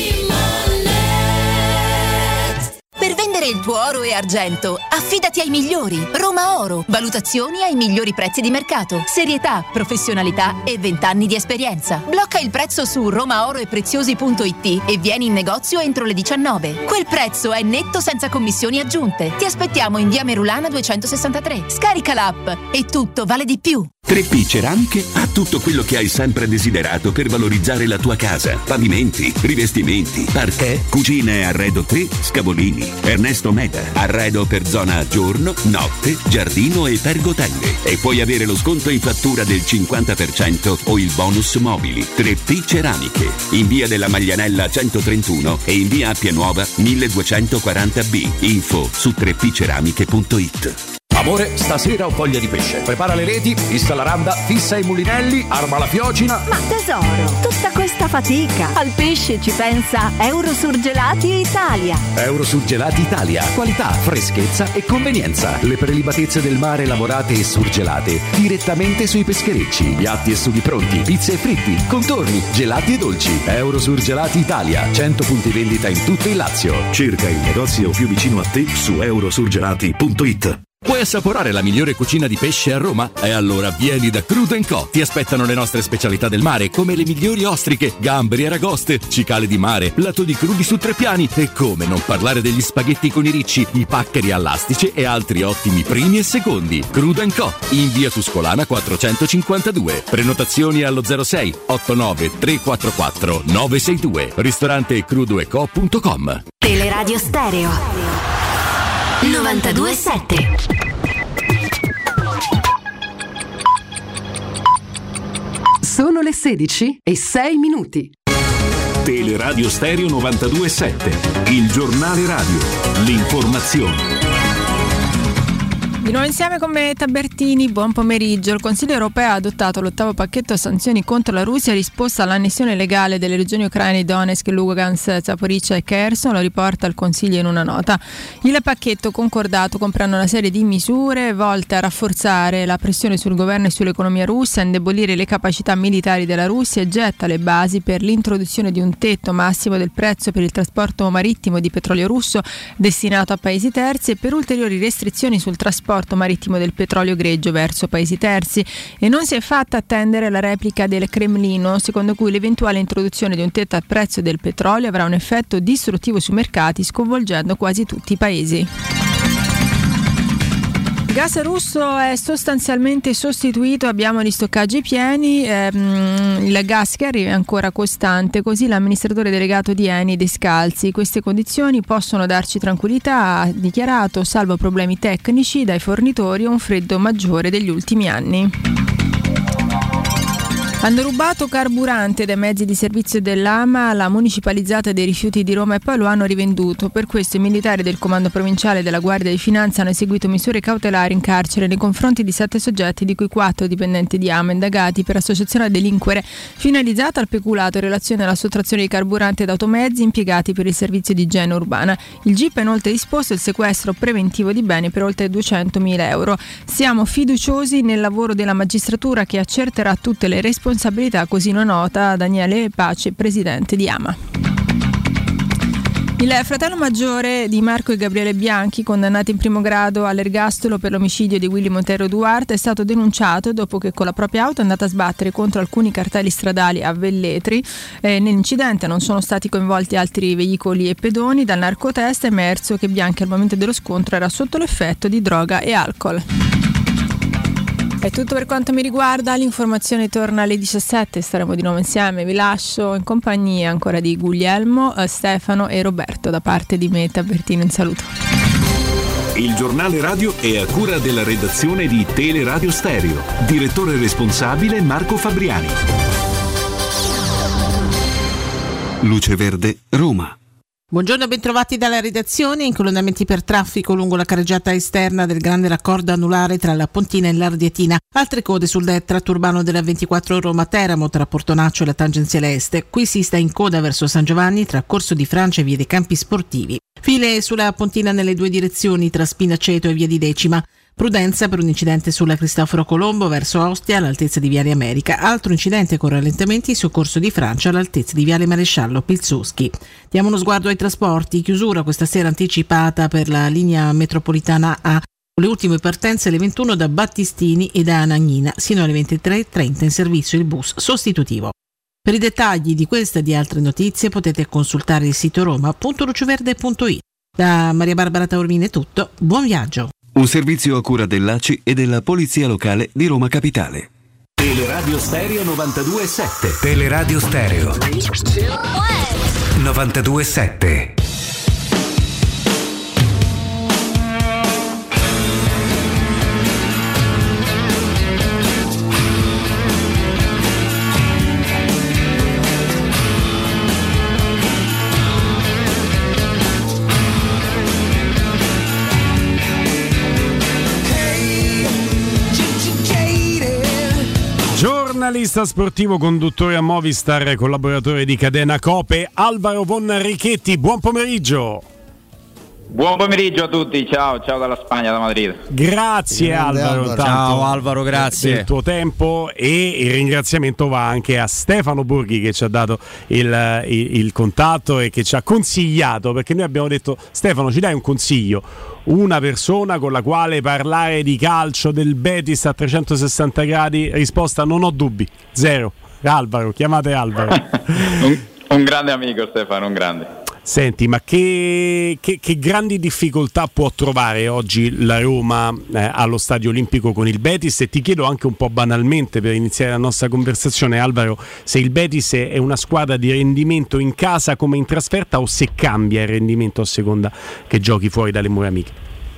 Climanet. Per vendere il tuo oro e argento, affidati ai migliori. Roma Oro. Valutazioni ai migliori prezzi di mercato. Serietà, professionalità e vent'anni di esperienza. Blocca il prezzo su romaoroepreziosi punto it e vieni in negozio entro le diciannove. Quel prezzo è netto senza commissioni aggiunte. Ti aspettiamo in via Merulana duecentosessantatré. Scarica l'app e tutto vale di più. tre P Ceramiche ha tutto quello che hai sempre desiderato per valorizzare la tua casa. Pavimenti, rivestimenti, parquet, cucine e arredo tre, Scavolini. Ernesto Meda, arredo per zona giorno, notte, giardino e pergotelle. E puoi avere lo sconto in fattura del cinquanta per cento o il bonus mobili. tre P Ceramiche, in via della Maglianella centotrentuno e in via Appia Nuova milleduecentoquaranta B. Info su tre p ceramiche punto it. Amore, stasera ho voglia di pesce. Prepara le reti, fissa la randa, fissa i mulinelli, arma la fiocina. Ma tesoro, tutta questa fatica. Al pesce ci pensa Eurosurgelati Italia. Eurosurgelati Italia. Qualità, freschezza e convenienza. Le prelibatezze del mare lavorate e surgelate direttamente sui pescherecci. Piatti e sughi pronti, pizze e fritti, contorni, gelati e dolci. Eurosurgelati Italia. cento punti vendita in tutto il Lazio. Cerca il negozio più vicino a te su eurosurgelati punto it. Vuoi assaporare la migliore cucina di pesce a Roma? E allora vieni da Crudo and Co. Ti aspettano le nostre specialità del mare, come le migliori ostriche, gamberi, aragoste, cicale di mare, plato di crudi su tre piani e come non parlare degli spaghetti con i ricci, i paccheri all'astice e altri ottimi primi e secondi. Crudo and Co. in via Tuscolana quattrocentocinquantadue. Prenotazioni allo zero sei otto nove tre quattro quattro nove sei due. Ristorante crudoeco punto com. Teleradio Stereo novantadue sette. Sono le sedici e sei minuti. Teleradio Stereo novantadue sette, il giornale radio, l'informazione. Di nuovo insieme con me Tabertini, buon pomeriggio. Il Consiglio europeo ha adottato l'ottavo pacchetto a sanzioni contro la Russia in risposta all'annessione legale delle regioni ucraine di Donetsk, Lugansk, Zaporizhzhia e Kherson, lo riporta il Consiglio in una nota. Il pacchetto concordato comprende una serie di misure volte a rafforzare la pressione sul governo e sull'economia russa, a indebolire le capacità militari della Russia e getta le basi per l'introduzione di un tetto massimo del prezzo per il trasporto marittimo di petrolio russo destinato a paesi terzi e per ulteriori restrizioni sul trasporto marittimo del petrolio greggio verso paesi terzi. E non si è fatta attendere la replica del Cremlino, secondo cui l'eventuale introduzione di un tetto al prezzo del petrolio avrà un effetto distruttivo sui mercati, sconvolgendo quasi tutti i paesi. Il gas russo è sostanzialmente sostituito, abbiamo gli stoccaggi pieni, ehm, il gas che arriva è ancora costante, così l'amministratore delegato di Eni Descalzi. Queste condizioni possono darci tranquillità, ha dichiarato, salvo problemi tecnici dai fornitori e un freddo maggiore degli ultimi anni. Hanno rubato carburante dai mezzi di servizio dell'Ama alla municipalizzata dei rifiuti di Roma e poi lo hanno rivenduto. Per questo i militari del Comando Provinciale della Guardia di Finanza hanno eseguito misure cautelari in carcere nei confronti di sette soggetti, di cui quattro dipendenti di Ama, indagati per associazione a delinquere finalizzata al peculato in relazione alla sottrazione di carburante ad automezzi impiegati per il servizio di igiene urbana. Il G I P ha inoltre disposto il sequestro preventivo di beni per oltre duecentomila euro. Siamo fiduciosi nel lavoro della magistratura che accerterà tutte le responsabilità, così lo nota Daniele Pace, presidente di Ama. Il fratello maggiore di Marco e Gabriele Bianchi, condannati in primo grado all'ergastolo per l'omicidio di Willy Montero Duarte, è stato denunciato dopo che con la propria auto è andata a sbattere contro alcuni cartelli stradali a Velletri. Eh, nell'incidente non sono stati coinvolti altri veicoli e pedoni. Dal narcotest è emerso che Bianchi al momento dello scontro era sotto l'effetto di droga e alcol. È tutto per quanto mi riguarda, l'informazione torna alle diciassette, staremo di nuovo insieme, vi lascio in compagnia ancora di Guglielmo, Stefano e Roberto. Da parte di me Tabertino, un saluto. Il giornale radio è a cura della redazione di Teleradio Stereo, direttore responsabile Marco Fabriani. Luce Verde, Roma. Buongiorno e bentrovati dalla redazione. Incolonnamenti per traffico lungo la carreggiata esterna del grande raccordo anulare tra la Pontina e l'Ardietina. Altre code sul D E T tratto urbano della ventiquattro Roma-Teramo tra Portonaccio e la tangenziale est. Qui si sta in coda verso San Giovanni tra Corso di Francia e via dei Campi Sportivi. File sulla Pontina nelle due direzioni tra Spinaceto e via di Decima. Prudenza per un incidente sulla Cristoforo Colombo verso Ostia all'altezza di Viale America. Altro incidente con rallentamenti su Corso di Francia all'altezza di Viale Maresciallo Pilsudski. Diamo uno sguardo ai trasporti. Chiusura questa sera anticipata per la linea metropolitana A. Le ultime partenze alle ventuno da Battistini e da Anagnina, sino alle ventitré e trenta in servizio il bus sostitutivo. Per i dettagli di questa e di altre notizie potete consultare il sito roma punto luceverde punto it. Da Maria Barbara Taormini è tutto. Buon viaggio. Un servizio a cura dell'A C I e della Polizia Locale di Roma Capitale. Teleradio Stereo novantadue e sette. Teleradio Stereo novantadue e sette. Giornalista sportivo, conduttore a Movistar, collaboratore di Catena Cope, Alvaro Von Richetti, buon pomeriggio. Buon pomeriggio a tutti, ciao, ciao dalla Spagna, da Madrid. Grazie Alvaro, Alvaro. Ciao Alvaro, grazie del tuo tempo, e il ringraziamento va anche a Stefano Borghi che ci ha dato il, il, il contatto e che ci ha consigliato, perché noi abbiamo detto: Stefano, ci dai un consiglio, una persona con la quale parlare di calcio, del Betis a trecentosessanta gradi? Risposta: non ho dubbi, zero. Alvaro, chiamate Alvaro. un, un grande amico Stefano, un grande. Senti, ma che, che, che grandi difficoltà può trovare oggi la Roma eh, allo Stadio Olimpico con il Betis? E ti chiedo anche un po' banalmente, per iniziare la nostra conversazione, Alvaro, se il Betis è una squadra di rendimento in casa come in trasferta, o se cambia il rendimento a seconda che giochi fuori dalle mura amiche?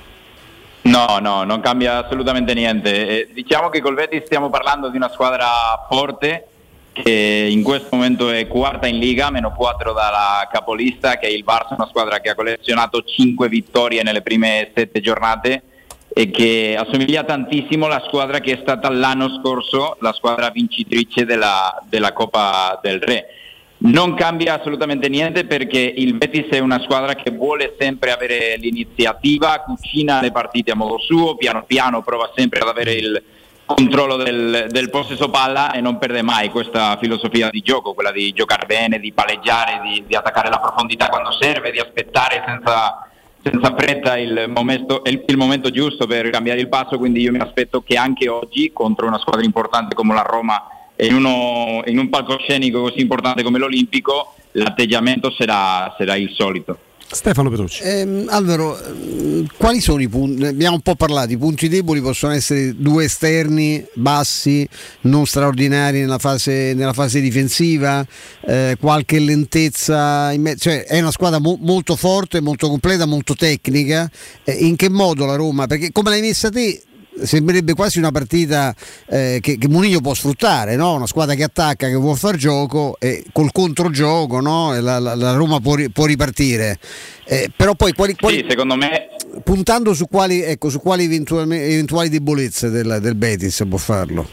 No, no, non cambia assolutamente niente. Eh, diciamo che col Betis stiamo parlando di una squadra forte, che in questo momento è quarta in Liga, meno quattro dalla capolista, che è il Barça, una squadra che ha collezionato cinque vittorie nelle prime sette giornate e che assomiglia tantissimo alla squadra che è stata l'anno scorso la squadra vincitrice della, della Coppa del Re. Non cambia assolutamente niente, perché il Betis è una squadra che vuole sempre avere l'iniziativa, cucina le partite a modo suo, piano piano prova sempre ad avere il controllo del, del possesso palla e non perde mai questa filosofia di gioco, quella di giocare bene, di palleggiare, di, di attaccare la profondità quando serve, di aspettare senza, senza fretta il momento, il, il momento giusto per cambiare il passo. Quindi io mi aspetto che anche oggi, contro una squadra importante come la Roma e in, uno, in un palcoscenico così importante come l'Olimpico, l'atteggiamento sarà, sarà il solito. Stefano Petrucci. Eh, Alvaro, quali sono i punti? Abbiamo un po' parlato, i punti deboli possono essere due esterni bassi, non straordinari nella fase, nella fase difensiva, eh, qualche lentezza in mezzo, cioè è una squadra mo- molto forte, molto completa, molto tecnica. Eh, in che modo la Roma? Perché come l'hai messa te, sembrerebbe quasi una partita eh, che, che Mourinho può sfruttare, no? Una squadra che attacca, che vuol far gioco e col controgioco, no? E la, la, la Roma può, può ripartire. Eh, però poi quali, quali, sì, secondo me puntando su quali, ecco, su quali eventuali, eventuali debolezze del, del Betis può farlo.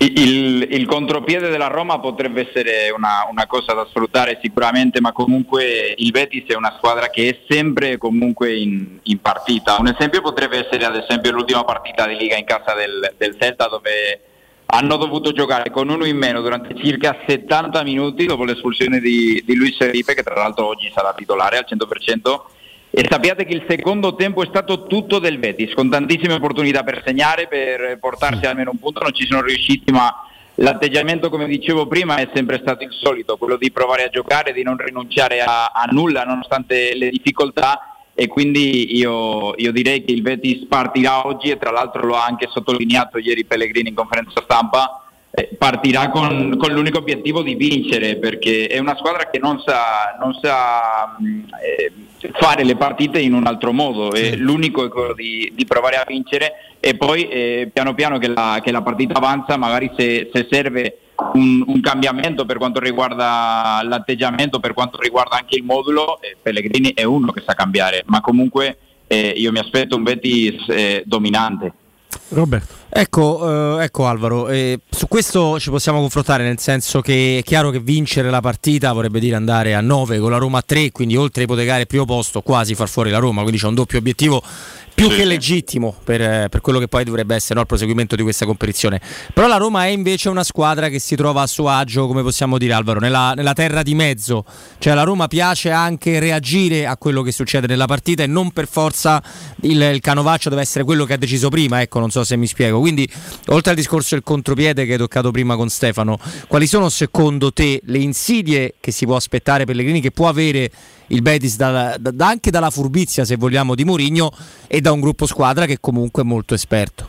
Il, il contropiede della Roma potrebbe essere una, una cosa da sfruttare sicuramente, ma comunque il Betis è una squadra che è sempre comunque in, in partita. Un esempio potrebbe essere ad esempio l'ultima partita di Liga in casa del, del Celta, dove hanno dovuto giocare con uno in meno durante circa settanta minuti dopo l'espulsione di, di Luis Felipe, che tra l'altro oggi sarà titolare al cento per cento. E sappiate che il secondo tempo è stato tutto del Betis, con tantissime opportunità per segnare, per portarsi almeno un punto, non ci sono riusciti, ma l'atteggiamento, come dicevo prima, è sempre stato il solito, quello di provare a giocare, di non rinunciare a, a nulla nonostante le difficoltà, e quindi io, io direi che il Betis partirà oggi, e tra l'altro lo ha anche sottolineato ieri Pellegrini in conferenza stampa, eh, partirà con, con l'unico obiettivo di vincere, perché è una squadra che non sa, non sa eh, fare le partite in un altro modo, e l'unico è quello di, di provare a vincere, e poi eh, piano piano che la, che la partita avanza, magari se, se serve un, un cambiamento per quanto riguarda l'atteggiamento, per quanto riguarda anche il modulo, eh, Pellegrini è uno che sa cambiare, ma comunque eh, io mi aspetto un Betis eh, dominante. Roberto. Ecco, eh, ecco Alvaro, eh, su questo ci possiamo confrontare, nel senso che è chiaro che vincere la partita vorrebbe dire andare a nove con la Roma a tre, quindi oltre a ipotecare il primo posto quasi far fuori la Roma, quindi c'è un doppio obiettivo più che legittimo per, per quello che poi dovrebbe essere, no, il proseguimento di questa competizione. Però la Roma è invece una squadra che si trova a suo agio, come possiamo dire Alvaro, nella, nella terra di mezzo, cioè alla Roma piace anche reagire a quello che succede nella partita e non per forza il, il canovaccio deve essere quello che ha deciso prima, ecco, non so se mi spiego. Quindi oltre al discorso del contropiede che hai toccato prima con Stefano, quali sono secondo te le insidie che si può aspettare Pellegrini, che può avere il Betis da, da, anche dalla furbizia, se vogliamo, di Mourinho, e da un gruppo squadra che comunque è molto esperto?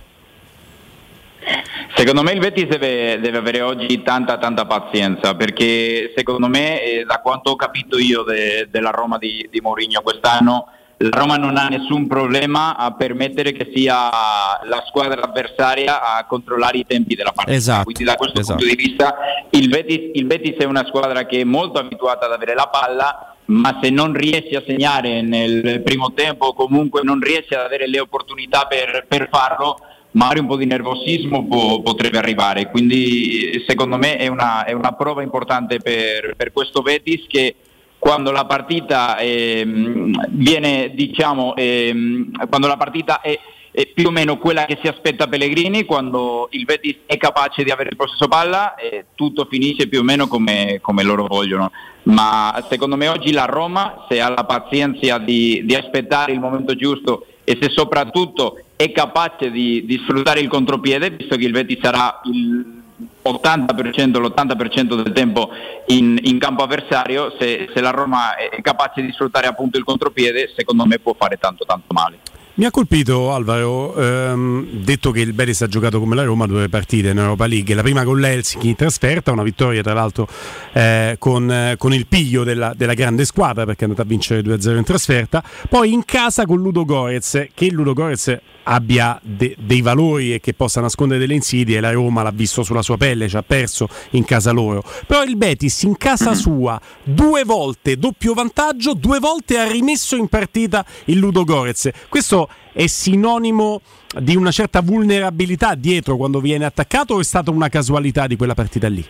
Secondo me il Betis deve, deve avere oggi tanta tanta pazienza, perché secondo me, eh, da quanto ho capito io de, della Roma di, di Mourinho quest'anno, la Roma non ha nessun problema a permettere che sia la squadra avversaria a controllare i tempi della partita. Esatto, quindi da questo esatto. punto di vista il Betis, il Betis è una squadra che è molto abituata ad avere la palla, ma se non riesce a segnare nel primo tempo, comunque non riesce ad avere le opportunità per, per farlo, magari un po' di nervosismo può, potrebbe arrivare. Quindi secondo me è una, è una prova importante per, per questo Betis, che quando la partita eh, viene, diciamo, eh, quando la partita è, è più o meno quella che si aspetta Pellegrini, quando il Betis è capace di avere il possesso palla, eh, tutto finisce più o meno come, come loro vogliono. Ma secondo me oggi la Roma, se ha la pazienza di, di aspettare il momento giusto, e se soprattutto è capace di, di sfruttare il contropiede, visto che il Betis sarà il ottanta per cento, l'ottanta per cento del tempo in, in campo avversario, se, se la Roma è capace di sfruttare appunto il contropiede, secondo me può fare tanto tanto male. Mi ha colpito, Alvaro, ehm, detto che il Betis ha giocato come la Roma due partite in Europa League, la prima con l'Helsinki in trasferta, una vittoria tra l'altro eh, con, eh, con il piglio della, della grande squadra, perché è andata a vincere due a zero in trasferta, poi in casa con Ludogorets, che il Ludogorets abbia de- dei valori e che possa nascondere delle insidie, la Roma l'ha visto sulla sua pelle, ci ha perso in casa loro, però il Betis in casa sua due volte doppio vantaggio, due volte ha rimesso in partita il Ludogorets. Questo è sinonimo di una certa vulnerabilità dietro quando viene attaccato, o è stata una casualità di quella partita lì?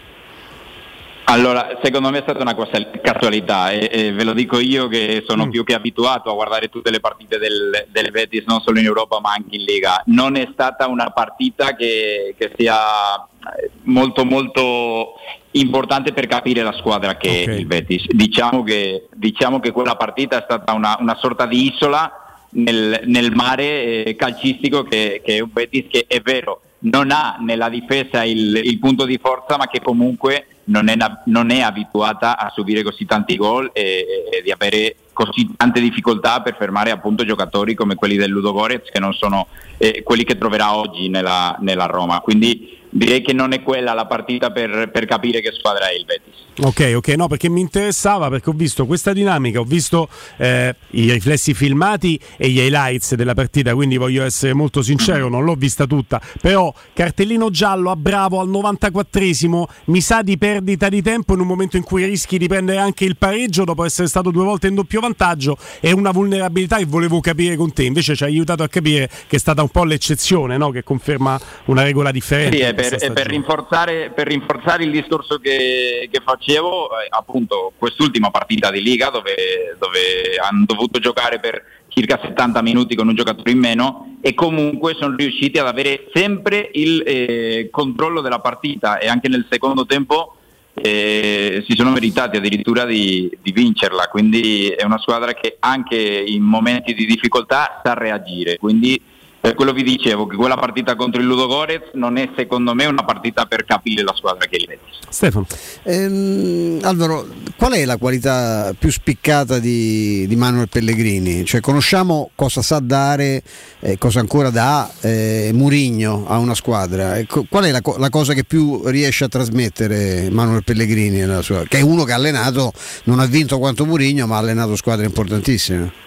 Allora, secondo me è stata una casualità, e, e ve lo dico io che sono mm. più che abituato a guardare tutte le partite del, del Betis, non solo in Europa ma anche in Liga. Non è stata una partita che, che sia molto molto importante per capire la squadra che okay. è il Betis. Diciamo che, diciamo che quella partita è stata una, una sorta di isola nel, nel mare eh, calcistico che, che è un Betis che, è vero, non ha nella difesa il, il punto di forza, ma che comunque non è, non è abituata a subire così tanti gol e, e di avere così tante difficoltà per fermare appunto giocatori come quelli del Ludogorets, che non sono eh, quelli che troverà oggi nella, nella Roma. Quindi direi che non è quella la partita per, per capire che squadra è il Betis. Ok, ok, no, perché mi interessava, perché ho visto questa dinamica, ho visto eh, i riflessi filmati e gli highlights della partita, quindi voglio essere molto sincero, non l'ho vista tutta, però cartellino giallo a Bravo al novantaquattresimo, mi sa di perdita di tempo in un momento in cui rischi di prendere anche il pareggio dopo essere stato due volte in doppio vantaggio, è una vulnerabilità che volevo capire con te, invece ci ha aiutato a capire che è stata un po' l'eccezione, no? Che conferma una regola differente. Sì, è per, è per, rinforzare, per rinforzare il discorso che, che facevo, eh, appunto quest'ultima partita di Liga dove, dove hanno dovuto giocare per circa settanta minuti con un giocatore in meno e comunque sono riusciti ad avere sempre il eh, controllo della partita e anche nel secondo tempo eh, si sono meritati addirittura di, di vincerla, quindi è una squadra che anche in momenti di difficoltà sa reagire, quindi per quello vi dicevo che quella partita contro il Ludogorets non è secondo me una partita per capire la squadra che è il Betis. Stefano. Ehm, Alvaro, qual è la qualità più spiccata di, di Manuel Pellegrini? Cioè, conosciamo cosa sa dare, eh, cosa ancora dà eh, Mourinho a una squadra. Ecco, qual è la, la cosa che più riesce a trasmettere Manuel Pellegrini nella sua, che è uno che ha allenato, non ha vinto quanto Mourinho, ma ha allenato squadre importantissime?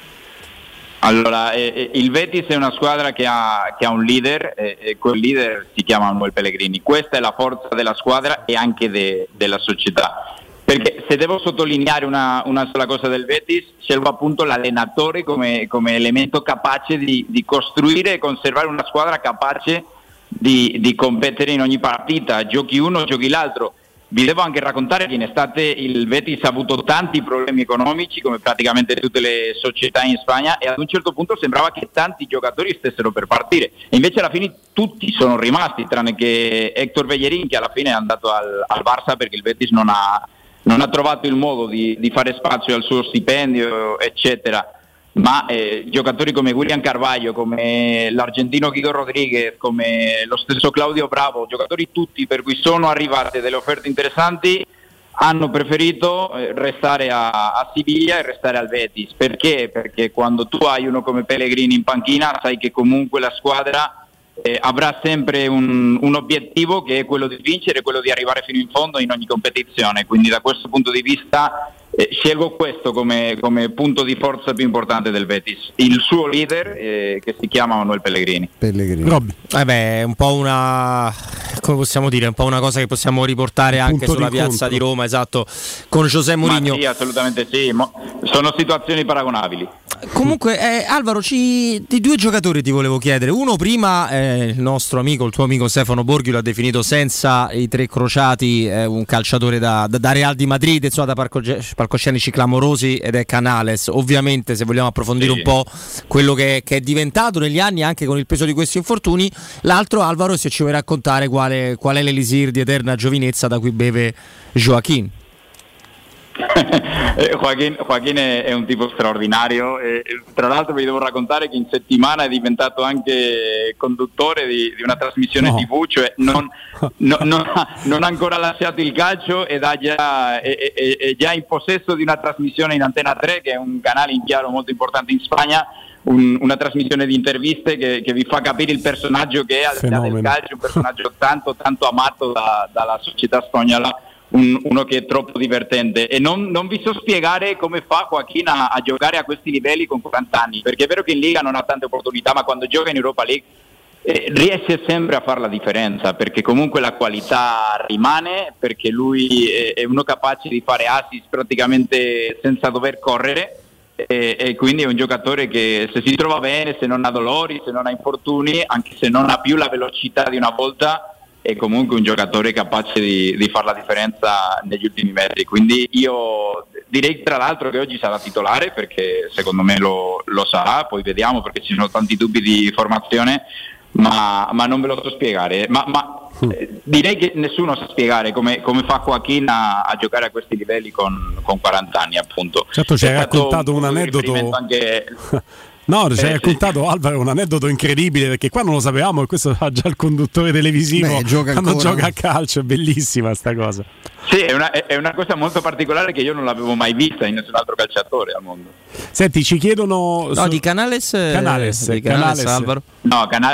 Allora, eh, il Betis è una squadra che ha, che ha un leader eh, e quel leader si chiama Manuel Pellegrini. Questa è la forza della squadra e anche de, della società. Perché se devo sottolineare una, una sola cosa del Betis, scelgo appunto l'allenatore come, come elemento capace di, di costruire e conservare una squadra capace di, di competere in ogni partita. Giochi uno, giochi l'altro. Vi devo anche raccontare che in estate il Betis ha avuto tanti problemi economici come praticamente tutte le società in Spagna e ad un certo punto sembrava che tanti giocatori stessero per partire e invece alla fine tutti sono rimasti tranne che Héctor Bellerín, che alla fine è andato al, al Barça perché il Betis non ha, non ha trovato il modo di, di fare spazio al suo stipendio eccetera. Ma eh, giocatori come William Carvalho, come l'argentino Guido Rodriguez, come lo stesso Claudio Bravo, giocatori tutti per cui sono arrivate delle offerte interessanti, hanno preferito eh, restare a, a Siviglia e restare al Betis. Perché? Perché quando tu hai uno come Pellegrini in panchina sai che comunque la squadra eh, avrà sempre un, un obiettivo che è quello di vincere, quello di arrivare fino in fondo in ogni competizione. Quindi da questo punto di vista Eh, scelgo questo come, come punto di forza più importante del Betis, il suo leader eh, che si chiama Manuel Pellegrini. Pellegrini. Eh beh, è un po' una, come possiamo dire, un po' una cosa che possiamo riportare anche sulla piazza di Roma, esatto, con José Mourinho. Ma sì, assolutamente sì, Mo- sono situazioni paragonabili. Comunque eh, Alvaro, ci, di due giocatori ti volevo chiedere. Uno prima, eh, il nostro amico, il tuo amico Stefano Borghi l'ha definito senza i tre crociati eh, un calciatore da, da, da Real di Madrid, insomma da parcoge- palcoscenici clamorosi, ed è Canales. Ovviamente se vogliamo approfondire sì. un po' quello che, che è diventato negli anni anche con il peso di questi infortuni. L'altro, Alvaro, se ci vuoi raccontare quale, qual è l'elisir di eterna giovinezza da cui beve Joaquin. Joaquin, Joaquin è, è un tipo straordinario e, tra l'altro vi devo raccontare che in settimana è diventato anche conduttore di, di una trasmissione no. tivù, cioè non, no, no, non ha ancora lasciato il calcio ed ha già, è, è, è già in possesso di una trasmissione in Antena tre, che è un canale in chiaro molto importante in Spagna, un, una trasmissione di interviste che, che vi fa capire il personaggio che è al di là del calcio, un personaggio tanto tanto amato da, dalla società spagnola. Un, uno che è troppo divertente e non, non vi so spiegare come fa Joaquin a, a giocare a questi livelli con quaranta anni, perché è vero che in Liga non ha tante opportunità, ma quando gioca in Europa League eh, riesce sempre a fare la differenza, perché comunque la qualità rimane, perché lui è, è uno capace di fare assist praticamente senza dover correre e, e quindi è un giocatore che se si trova bene, se non ha dolori, se non ha infortuni, anche se non ha più la velocità di una volta, è comunque un giocatore capace di, di fare la differenza negli ultimi metri. Quindi io direi tra l'altro che oggi sarà titolare, perché secondo me lo, lo sarà, poi vediamo perché ci sono tanti dubbi di formazione, ma, ma non ve lo so spiegare. Ma, ma eh, direi che nessuno sa spiegare come, come fa Joaquin a, a giocare a questi livelli con, con quaranta anni, appunto. Certo, ci hai raccontato un, un aneddoto anche No, ci hai eh, raccontato sì. Alvaro un aneddoto incredibile, perché qua non lo sapevamo e questo fa già il conduttore televisivo. Beh, gioca quando ancora. gioca a calcio, è bellissima sta cosa. Sì, è una, è una cosa molto particolare che io non l'avevo mai vista in nessun altro calciatore al mondo. Senti, ci chiedono No, su... di Canales, Canales, di Canales, Canales. Alvaro. No, Cana-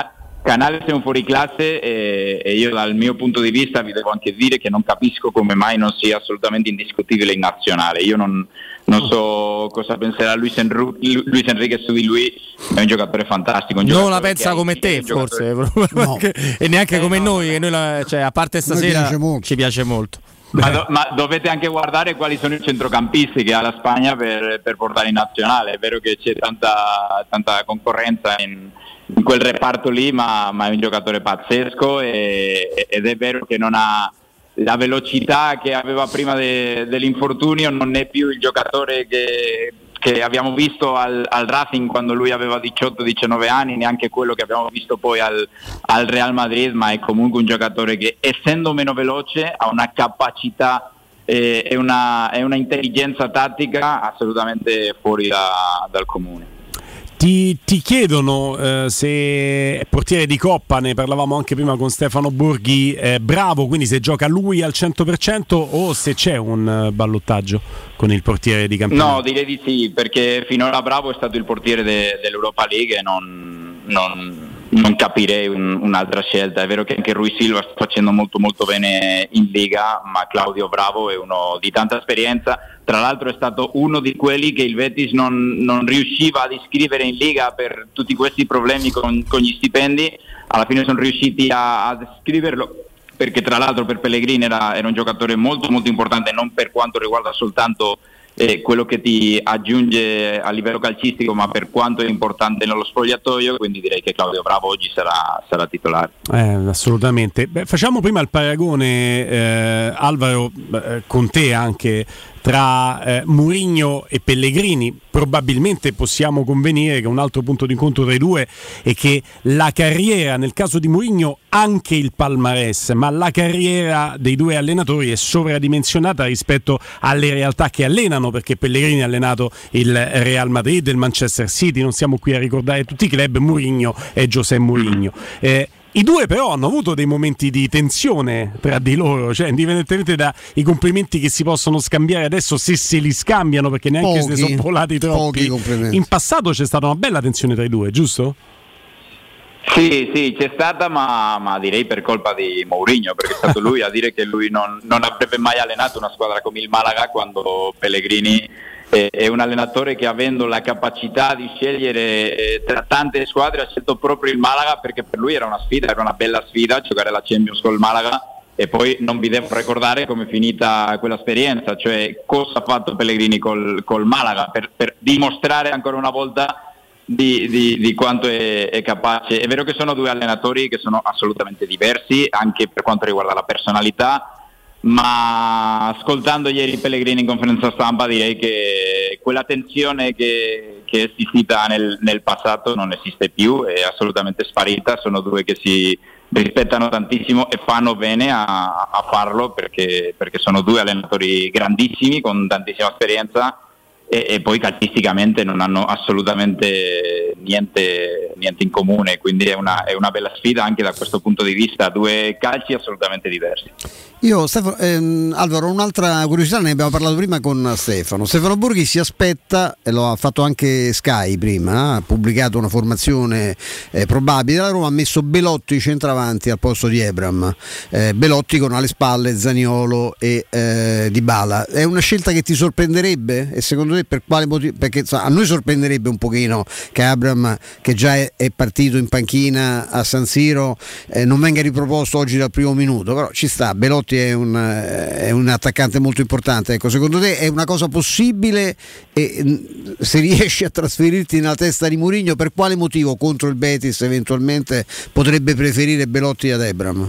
Canales è un fuoriclasse e, e io dal mio punto di vista vi devo anche dire che non capisco come mai non sia assolutamente indiscutibile in nazionale. Io non, non so cosa penserà Luis, Enru- Luis Enrique su di lui, ma è un giocatore fantastico. Un non giocatore la pensa come te forse, No. e neanche Eh, come no, noi, che noi la- cioè, a parte stasera piace molto. ci piace molto. Ma, do- ma dovete anche guardare quali sono i centrocampisti che ha la Spagna per, per portare in nazionale. È vero che c'è tanta, tanta concorrenza in, in quel reparto lì, ma, ma è un giocatore pazzesco e, ed è vero che non ha la velocità che aveva prima de, dell'infortunio, non è più il giocatore che, che abbiamo visto al, al Racing quando lui aveva diciotto diciannove anni, neanche quello che abbiamo visto poi al, al Real Madrid, ma è comunque un giocatore che, essendo meno veloce, ha una capacità e, e una, e una intelligenza tattica assolutamente fuori da, dal comune. Ti, ti chiedono eh, se è portiere di Coppa, ne parlavamo anche prima con Stefano Borghi, eh, bravo, quindi se gioca lui al cento per cento o se c'è un uh, ballottaggio con il portiere di campionato? No, direi di sì, perché finora Bravo è stato il portiere de, dell'Europa League e non, non, non capirei un, un'altra scelta. È vero che anche Rui Silva sta facendo molto molto bene in Liga, ma Claudio Bravo è uno di tanta esperienza. Tra l'altro è stato uno di quelli che il Betis non, non riusciva ad iscrivere in Liga per tutti questi problemi con, con gli stipendi. Alla fine sono riusciti a, ad iscriverlo, perché tra l'altro per Pellegrini era, era un giocatore molto molto importante, non per quanto riguarda soltanto eh, quello che ti aggiunge a livello calcistico, ma per quanto è importante nello spogliatoio, quindi direi che Claudio Bravo oggi sarà, sarà titolare. Eh, assolutamente. Beh, facciamo prima il paragone, eh, Alvaro, eh, con te anche, tra eh, Mourinho e Pellegrini. Probabilmente possiamo convenire che un altro punto d'incontro tra i due è che la carriera, nel caso di Mourinho anche il palmarès, ma la carriera dei due allenatori è sovradimensionata rispetto alle realtà che allenano, perché Pellegrini ha allenato il Real Madrid, il Manchester City, non siamo qui a ricordare tutti i club, Mourinho è José Mourinho. Eh, I due però hanno avuto dei momenti di tensione tra di loro, cioè indipendentemente dai complimenti che si possono scambiare adesso, se se li scambiano, perché neanche Pochi, se ne sono volati troppi. In passato c'è stata una bella tensione tra i due, giusto? Sì, sì, c'è stata, ma, ma direi per colpa di Mourinho, perché è stato lui a dire che lui non, non avrebbe mai allenato una squadra come il Malaga, quando Pellegrini è, è un allenatore che, avendo la capacità di scegliere eh, tra tante squadre, ha scelto proprio il Malaga, perché per lui era una sfida, era una bella sfida giocare la Champions col Malaga. E poi non vi devo ricordare come è finita quella esperienza, cioè cosa ha fatto Pellegrini col, col Malaga per, per dimostrare ancora una volta Di, di, di quanto è, è capace. È vero che sono due allenatori che sono assolutamente diversi anche per quanto riguarda la personalità, ma ascoltando ieri Pellegrini in conferenza stampa direi che quella tensione che, che è esistita nel, nel passato non esiste più, è assolutamente sparita. Sono due che si rispettano tantissimo e fanno bene a, a farlo, perché, perché sono due allenatori grandissimi con tantissima esperienza e, e poi calcisticamente non hanno assolutamente niente, niente in comune, quindi è una, è una bella sfida anche da questo punto di vista, due calci assolutamente diversi. Io Stefano, ehm, Alvaro, un'altra curiosità, ne abbiamo parlato prima con Stefano. Stefano Borghi si aspetta, e lo ha fatto anche Sky prima, ha pubblicato una formazione eh, probabile. La Roma ha messo Belotti centravanti al posto di Ebram, eh, Belotti con alle spalle Zaniolo e eh, Dybala. È una scelta che ti sorprenderebbe? E secondo te per quale motivo? Perché insomma, a noi sorprenderebbe un pochino che Ebram, che già è, è partito in panchina a San Siro, eh, non venga riproposto oggi dal primo minuto, però ci sta. Belotti è un, è un attaccante molto importante. Ecco, secondo te è una cosa possibile? E se riesci a trasferirti nella testa di Mourinho, per quale motivo contro il Betis eventualmente potrebbe preferire Belotti ad Ebram?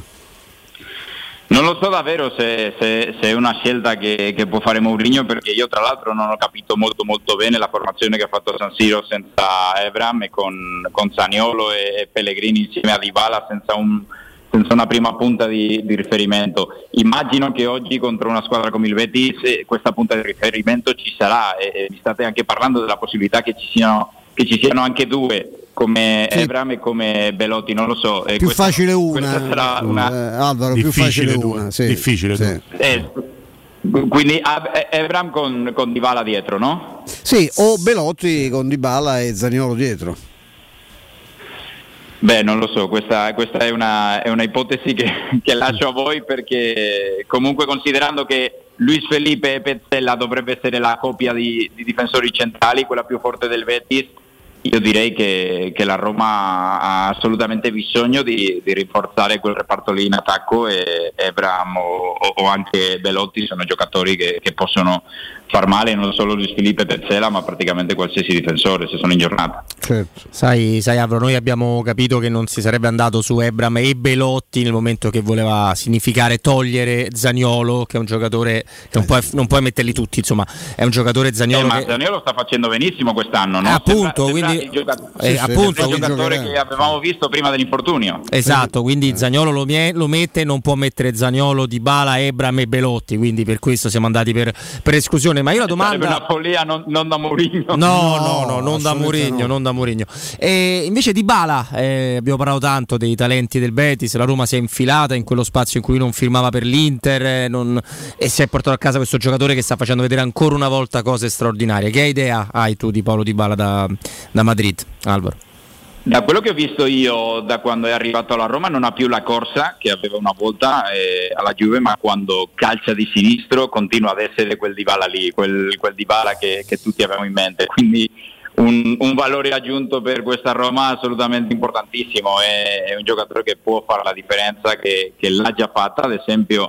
Non lo so davvero se, se, se è una scelta che, che può fare Mourinho, perché io tra l'altro non ho capito molto molto bene la formazione che ha fatto a San Siro senza Ebram e con, con Zaniolo e, e Pellegrini insieme a Dybala senza un senza una prima punta di, di riferimento. Immagino che oggi contro una squadra come il Betis questa punta di riferimento ci sarà, e, e mi state anche parlando della possibilità che ci siano, che ci siano anche due come sì. Ebram e come Belotti, non lo so. Più questa, facile una, sarà una... Eh, Alvaro, più facile una, sì. difficile. Sì. Eh, quindi Ebram con, con Dybala dietro, no? Sì, o Belotti con Dybala e Zaniolo dietro. Beh, non lo so, questa, questa è, una, è una ipotesi che, che lascio a voi, perché comunque, considerando che Luis Felipe e Pezzella dovrebbe essere la coppia di, di difensori centrali, quella più forte del Betis, io direi che, che la Roma ha assolutamente bisogno di, di rinforzare quel reparto lì in attacco, e Ebram o, o anche Belotti sono giocatori che, che possono far male non solo Luis Felipe e Pezzella, ma praticamente qualsiasi difensore se sono in giornata. Certo. Sai, sai Avro, noi abbiamo capito che non si sarebbe andato su Ebram e Belotti nel momento che voleva significare togliere Zaniolo, che è un giocatore che non puoi, non puoi metterli tutti, insomma è un giocatore Zaniolo eh, ma che... Zaniolo sta facendo benissimo quest'anno, no? Eh, appunto, sembra, sembra quindi il giocato- eh, sì, appunto, il quindi giocatore giocherà. che avevamo visto prima dell'infortunio. Esatto, quindi Zaniolo lo, mie- lo mette, non può mettere Zaniolo, Dybala, Ebram e Belotti, quindi per questo siamo andati per, per esclusione. Ma io la domanda... Sarebbe una follia, non, non da Mourinho. No, no, no, non da Mourinho, no. non da Mourinho. E invece Dybala, eh, abbiamo parlato tanto dei talenti del Betis, la Roma si è infilata in quello spazio in cui non firmava per l'Inter eh, non, e si è portato a casa questo giocatore che sta facendo vedere ancora una volta cose straordinarie. Che idea hai tu di Paulo Dybala da, da Madrid, Alvaro? Da quello che ho visto io da quando è arrivato alla Roma, non ha più la corsa che aveva una volta eh, alla Juve, ma quando calcia di sinistro continua ad essere quel Dybala lì, quel, quel Dybala che, che tutti avevamo in mente, quindi un, un valore aggiunto per questa Roma assolutamente importantissimo. È, è un giocatore che può fare la differenza, che, che l'ha già fatta ad esempio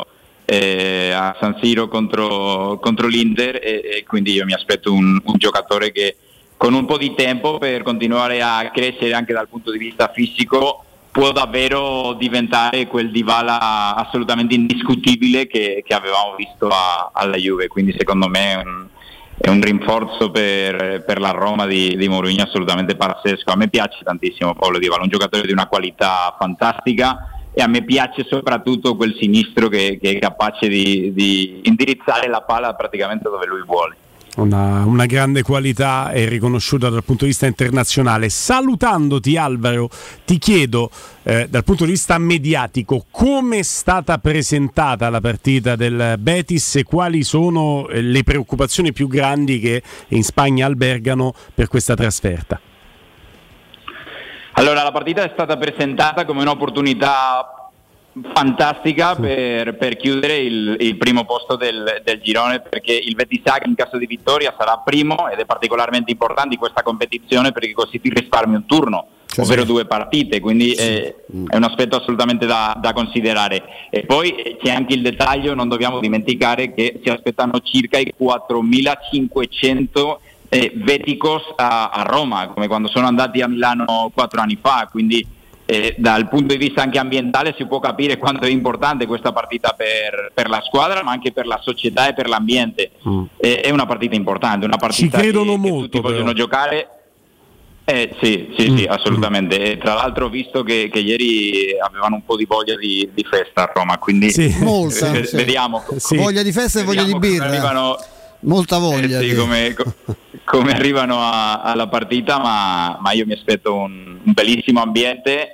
eh, a San Siro contro, contro l'Inter, e, e quindi io mi aspetto un, un giocatore che con un po' di tempo per continuare a crescere anche dal punto di vista fisico può davvero diventare quel Dybala assolutamente indiscutibile che, che avevamo visto a, alla Juve, quindi secondo me è un, è un rinforzo per, per la Roma di, di Mourinho assolutamente pazzesco. A me piace tantissimo Paulo Dybala, un giocatore di una qualità fantastica, e a me piace soprattutto quel sinistro che, che è capace di, di indirizzare la palla praticamente dove lui vuole. Una, una grande qualità e riconosciuta dal punto di vista internazionale. Salutandoti Alvaro, ti chiedo eh, dal punto di vista mediatico come è stata presentata la partita del Betis e quali sono eh, le preoccupazioni più grandi che in Spagna albergano per questa trasferta. Allora, la partita è stata presentata come un'opportunità fantastica per, per chiudere il, il primo posto del, del girone, perché il Betis in caso di vittoria sarà primo, ed è particolarmente importante in questa competizione perché così ti risparmi un turno, sì, ovvero sì. due partite, quindi sì. è, è un aspetto assolutamente da, da considerare. E poi c'è anche il dettaglio, non dobbiamo dimenticare che si aspettano circa i quattromilacinquecento eh, Beticos a, a Roma, come quando sono andati a Milano quattro anni fa, quindi Eh, dal punto di vista anche ambientale si può capire quanto è importante questa partita per, per la squadra, ma anche per la società e per l'ambiente. Mm. Eh, è una partita importante, una partita ci credono che, molto, che tutti però. vogliono giocare. Eh, sì, sì, mm. sì, assolutamente. E tra l'altro ho visto che, che ieri avevano un po' di voglia di, di festa a Roma, quindi sì. Molta, eh, sì. vediamo. Sì. Voglia di festa e voglia di birra. Arrivano, molta voglia. eh, sì, di... come, come arrivano a, alla partita, ma, ma io mi aspetto un, un bellissimo ambiente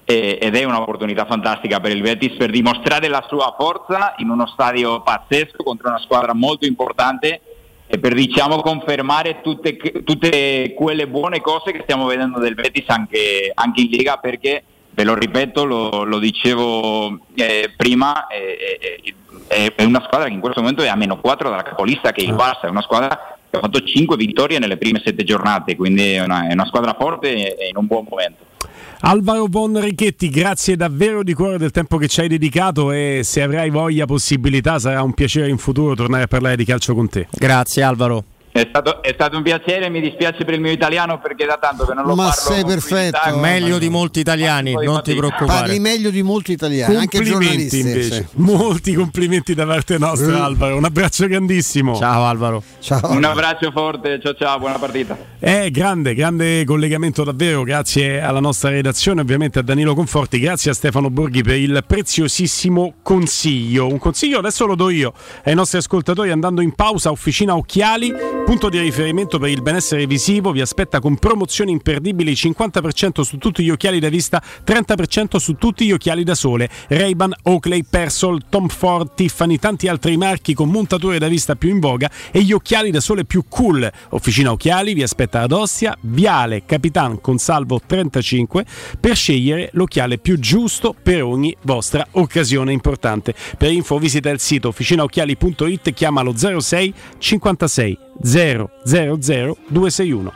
ed è un'opportunità fantastica per il Betis per dimostrare la sua forza in uno stadio pazzesco contro una squadra molto importante, e per diciamo confermare tutte, tutte quelle buone cose che stiamo vedendo del Betis anche, anche in Liga, perché ve lo ripeto, lo, lo dicevo eh, prima, eh, eh, è una squadra che in questo momento è a meno quattro dalla capolista, che è il Barça, è una squadra che ha fatto cinque vittorie nelle prime sette giornate, quindi è una, è una squadra forte e in un buon momento. Alvaro Von Richetti, grazie davvero di cuore del tempo che ci hai dedicato, e se avrai voglia, possibilità, sarà un piacere in futuro tornare a parlare di calcio con te. Grazie Alvaro. È stato, è stato un piacere, mi dispiace per il mio italiano perché da tanto che non lo ma parlo. sei perfetto, meglio di molti italiani, non ti preoccupare. Parli meglio di molti italiani, anche giornalisti invece. Sì. Molti complimenti da parte nostra, Alvaro. Un abbraccio grandissimo. Ciao Alvaro. Ciao. Un abbraccio forte, ciao ciao, buona partita. Eh, grande, grande collegamento davvero, grazie alla nostra redazione, ovviamente a Danilo Conforti, grazie a Stefano Borghi per il preziosissimo consiglio. Un consiglio adesso lo do io ai nostri ascoltatori andando in pausa, Officina Occhiali. punto di riferimento per il benessere visivo, vi aspetta con promozioni imperdibili: cinquanta per cento su tutti gli occhiali da vista, trenta per cento su tutti gli occhiali da sole. Ray-Ban, Oakley, Persol, Tom Ford, Tiffany, tanti altri marchi con montature da vista più in voga e gli occhiali da sole più cool. Officina Occhiali vi aspetta ad Ostia, Viale Capitan Consalvo trentacinque, per scegliere l'occhiale più giusto per ogni vostra occasione importante. Per info visita il sito officinaocchiali punto it, chiamalo zero sei cinquantasei zero zero zero due sei uno.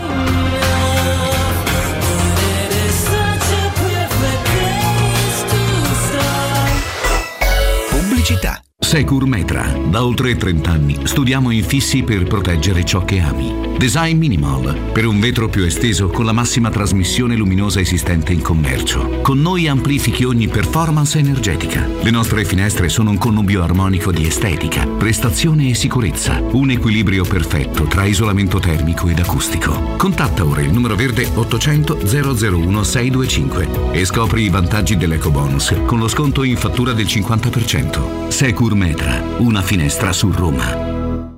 Pubblicità. Securmetra. Da oltre trenta anni studiamo infissi per proteggere ciò che ami. Design Minimal, per un vetro più esteso con la massima trasmissione luminosa esistente in commercio. Con noi amplifichi ogni performance energetica. Le nostre finestre sono un connubio armonico di estetica, prestazione e sicurezza. Un equilibrio perfetto tra isolamento termico ed acustico. Contatta ora il numero verde ottocento zero zero uno sei due cinque e scopri i vantaggi dell'ecobonus con lo sconto in fattura del cinquanta per cento. Securmetra, una finestra su Roma.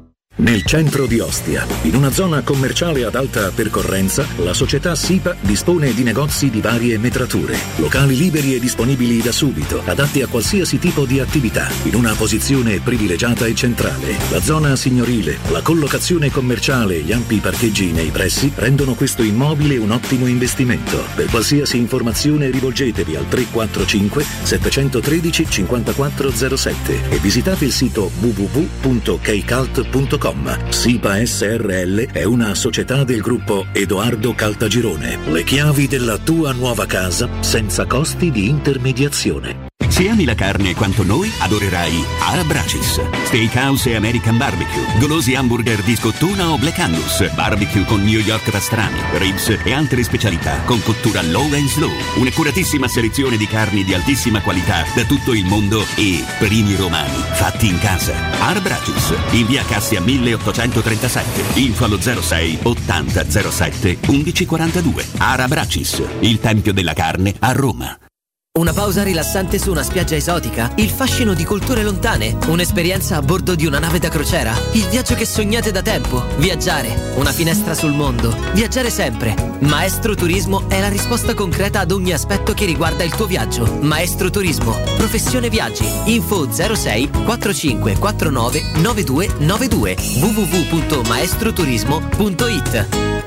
Nel centro di Ostia, in una zona commerciale ad alta percorrenza, la società SIPA dispone di negozi di varie metrature, locali liberi e disponibili da subito, adatti a qualsiasi tipo di attività, in una posizione privilegiata e centrale. La zona signorile, la collocazione commerciale e gli ampi parcheggi nei pressi rendono questo immobile un ottimo investimento. Per qualsiasi informazione rivolgetevi al tre quattro cinque sette uno tre cinque zero sette e visitate il sito w w w punto keycult punto com. SIPA S R L è una società del gruppo Edoardo Caltagirone. Le chiavi della tua nuova casa senza costi di intermediazione. Se ami la carne quanto noi, adorerai Arabracis. Steakhouse e American Barbecue, golosi hamburger di scottuna o Black Angus, barbecue con New York pastrami, ribs e altre specialità con cottura low and slow. Un'accuratissima selezione di carni di altissima qualità da tutto il mondo e primi romani fatti in casa. Arabracis, in via Cassia milleottocentotrentasette, info allo zero sei ottanta zero sette undici quarantadue. Arabracis, il tempio della carne a Roma. Una pausa rilassante su una spiaggia esotica? Il fascino di culture lontane? Un'esperienza a bordo di una nave da crociera? Il viaggio che sognate da tempo? Viaggiare, una finestra sul mondo. Viaggiare sempre. Maestro Turismo è la risposta concreta ad ogni aspetto che riguarda il tuo viaggio. Maestro Turismo, professione viaggi. Info zero sei quarantacinque quarantanove novantadue novantadue w w w punto maestroturismo punto it.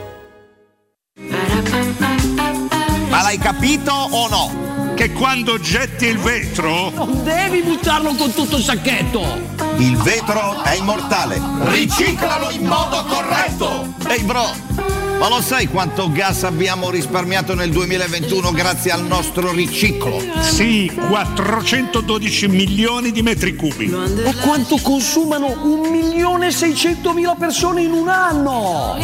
Ma l'hai capito o no? Che quando getti il vetro non devi buttarlo con tutto il sacchetto. Il vetro è immortale. Riciclalo in modo corretto. Ehi bro, ma lo sai quanto gas abbiamo risparmiato nel duemilaventuno grazie al nostro riciclo? Sì, quattrocentododici milioni di metri cubi. E quanto consumano un milione e seicentomila persone in un anno?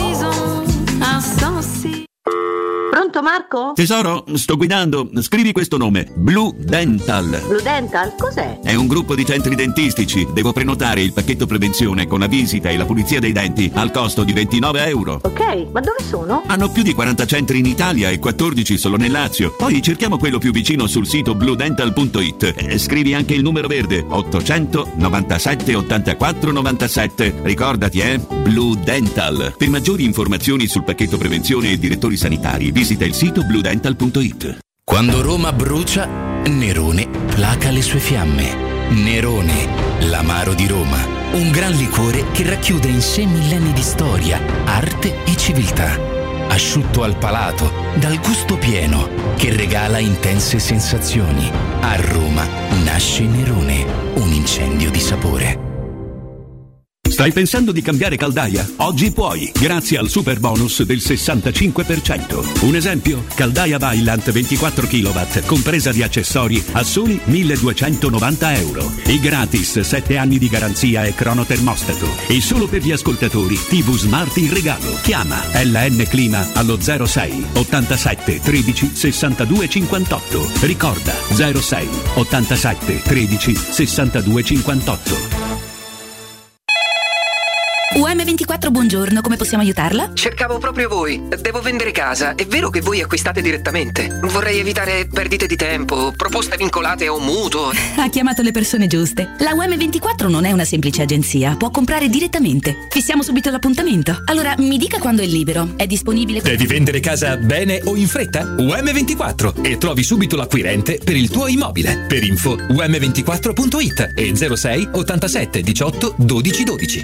Pronto Marco? Tesoro, sto guidando. Scrivi questo nome: Blue Dental. Blue Dental? Cos'è? È un gruppo di centri dentistici. Devo prenotare il pacchetto prevenzione con la visita e la pulizia dei denti al costo di ventinove euro. Ok, ma dove sono? Hanno più di quaranta centri in Italia e quattordici solo nel Lazio. Poi cerchiamo quello più vicino sul sito blue dental punto it. E scrivi anche il numero verde: ottocento novantasette ottantaquattro novantasette. Ricordati, eh? Blue Dental. Per maggiori informazioni sul pacchetto prevenzione e direttori sanitari, visita il sito blue dental punto it. Quando Roma brucia, Nerone placa le sue fiamme. Nerone, l'amaro di Roma. Un gran liquore che racchiude in sé millenni di storia, arte e civiltà. Asciutto al palato, dal gusto pieno, che regala intense sensazioni. A Roma nasce Nerone, un incendio di sapore. Stai pensando di cambiare caldaia? Oggi puoi, grazie al super bonus del sessantacinque per cento. Un esempio? Caldaia Vaillant ventiquattro chilowatt, compresa di accessori, a soli milleduecentonovanta euro. E gratis sette anni di garanzia e cronotermostato. E solo per gli ascoltatori, tivù Smart in regalo. Chiama L N Clima allo zero sei ottantasette tredici sessantadue cinquantotto. Ricorda zero sei ottantasette tredici sessantadue cinquantotto. U M ventiquattro, buongiorno, come possiamo aiutarla? Cercavo proprio voi. Devo vendere casa. È vero che voi acquistate direttamente? Vorrei evitare perdite di tempo, proposte vincolate o mutuo. Ha chiamato le persone giuste. La U M ventiquattro non è una semplice agenzia, può comprare direttamente. Fissiamo subito l'appuntamento. Allora, mi dica quando è libero. È disponibile... Devi vendere casa bene o in fretta? U M ventiquattro e trovi subito l'acquirente per il tuo immobile. Per info u m ventiquattro punto it e zero sei ottantasette diciotto dodici dodici.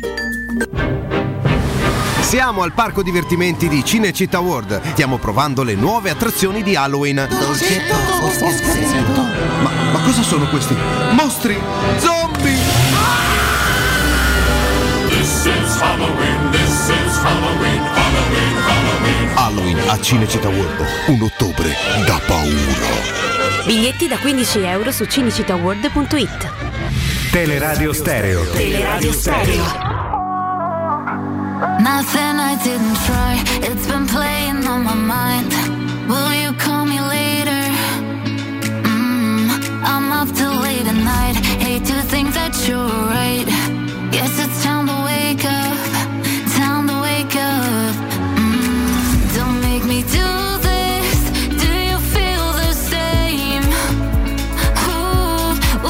Siamo al parco divertimenti di Cinecittà World. Stiamo provando le nuove attrazioni di Halloween. Ma, ma cosa sono questi? Mostri! Zombie! This is Halloween, this is Halloween, Halloween, Halloween. Halloween a Cinecittà World. Un ottobre da paura. Biglietti da quindici euro su cinecittà world punto it. Teleradio Stereo. Teleradio Stereo. Nothing I didn't try, it's been playing on my mind. Will you call me later? Mm, I'm up till late at night. Hate to think that you're right. Guess it's time to wake up, time to wake up. Mm, don't make me do this. Do you feel the same? Ooh,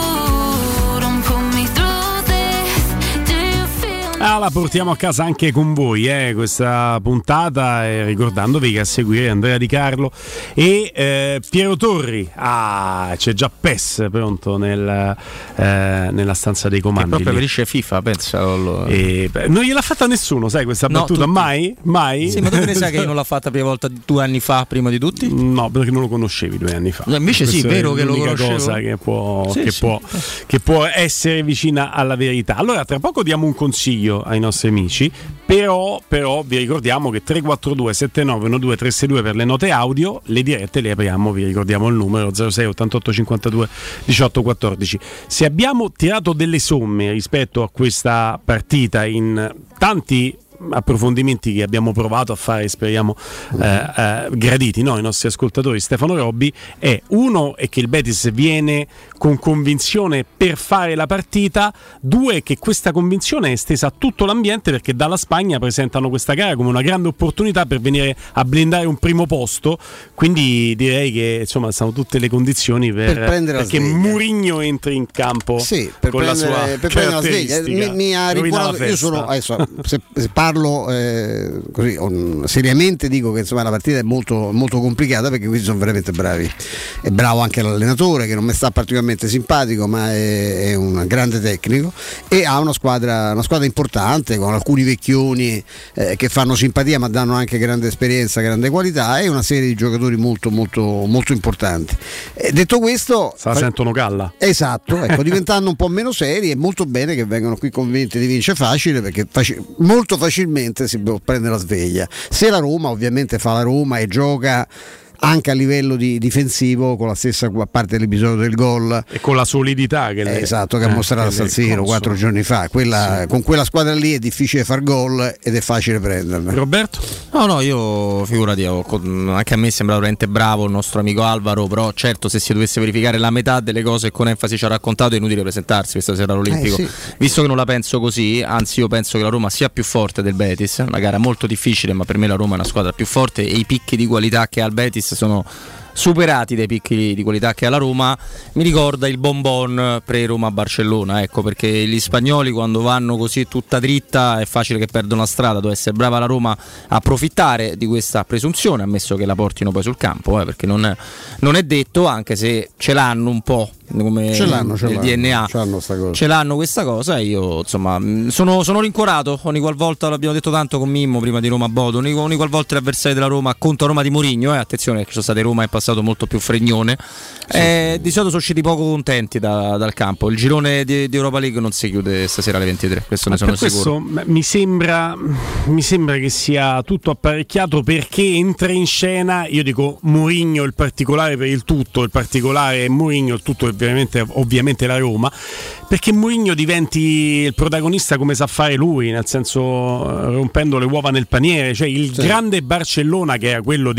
ooh, don't put me through this. Do you feel? Ah, la portiamo a casa anche con voi, eh, questa puntata, eh, ricordandovi che a seguire Andrea Di Carlo e eh, Piero Torri. Ah, c'è già P E S pronto nel, eh, nella stanza dei comandi. Che proprio preferisce FIFA, pensa. E, beh, non gliel'ha fatta nessuno, sai, questa No, battuta? tutti. Mai? Mai? Sì, ma tu ne sai che io non l'ha fatta la prima volta due anni fa, prima di tutti? No, perché non lo conoscevi due anni fa. No, invece sì, Questa vero è che lo l'unica conoscevo. cosa che può, Sì, che, sì. può, che può essere vicina alla verità. Allora, tra poco diamo un consiglio ai nostri amici, però, però vi ricordiamo che tre quattro due sette nove uno due tre sei due per le note audio, le dirette le apriamo, vi ricordiamo il numero zero sei ottantotto cinquantadue diciotto quattordici. Se abbiamo tirato delle somme rispetto a questa partita in tanti approfondimenti che abbiamo provato a fare, speriamo eh, eh, graditi noi, i nostri ascoltatori, Stefano Robbi, è uno è che il Betis viene con convinzione per fare la partita, due è che questa convinzione è estesa a tutto l'ambiente, perché dalla Spagna presentano questa gara come una grande opportunità per venire a blindare un primo posto, quindi direi che insomma sono tutte le condizioni per, Per prendere la perché sveglia. Mourinho entri in campo Sì, per con la prendere, sua per prendere la sveglia. caratteristica. Mi, mi ha Rovina la ricordato, io festa. sono adesso, se, se parlo eh, così on- seriamente, dico che insomma la partita è molto, molto complicata, perché questi sono veramente bravi. È bravo anche l'allenatore, che non mi sta particolarmente simpatico, ma è, è un grande tecnico, e ha una squadra, una squadra importante con alcuni vecchioni eh, che fanno simpatia ma danno anche grande esperienza, grande qualità, e una serie di giocatori molto molto molto importanti. Eh, detto questo, Se la sentono galla. esatto, ecco, diventando un po' meno seri, è molto bene che vengano qui convinti di vincere facile, perché faci- molto facilmente si può prendere la sveglia. Se la Roma ovviamente fa la Roma e gioca anche a livello di difensivo, con la stessa, a parte l'episodio del gol e con la solidità che eh, lei, esatto, che ha eh, mostrato a che San lei Siro consola. quattro giorni fa, quella, Sì. con quella squadra lì è difficile far gol ed è facile prenderla. Roberto? No, no, io figurati, ho- con- anche a me sembra veramente bravo il nostro amico Alvaro, però certo se si dovesse verificare la metà delle cose che con enfasi ci ha raccontato è inutile presentarsi questa sera all'Olimpico. Eh, sì. Visto che non la penso così, anzi io penso che la Roma sia più forte del Betis, una gara molto difficile, ma per me la Roma è una squadra più forte e i picchi di qualità che ha il Betis sono superati dai picchi di qualità che ha la Roma. Mi ricorda il bonbon pre-Roma-Barcellona, ecco, perché gli spagnoli quando vanno così tutta dritta è facile che perdono la strada. Deve essere brava la Roma a approfittare di questa presunzione, ammesso che la portino poi sul campo, eh, perché non è, non è detto, anche se ce l'hanno un po' come Ce l'hanno, ce nel l'hanno, D N A, ce l'hanno sta cosa. ce l'hanno questa cosa. E io insomma mh, sono, sono rincuorato ogni qualvolta, l'abbiamo detto tanto con Mimmo prima di Roma-Bodo, ogni, ogni qualvolta gli avversari della Roma contro Roma di Mourinho, eh, attenzione che ci sono state Roma in passato molto più fregnone, eh, di solito sono usciti poco contenti da- dal campo. Il girone di, di Europa League non si chiude stasera alle ventitré, questo Ma ne sono per sicuro. questo m- mi sembra, mi sembra che sia tutto apparecchiato, perché entra in scena, io dico Mourinho il particolare per il tutto, il particolare è Mourinho, il tutto è ovviamente, ovviamente la Roma, perché Mourinho diventi il protagonista come sa fare lui, nel senso eh, rompendo le uova nel paniere, cioè il Sì. grande Barcellona che era quello di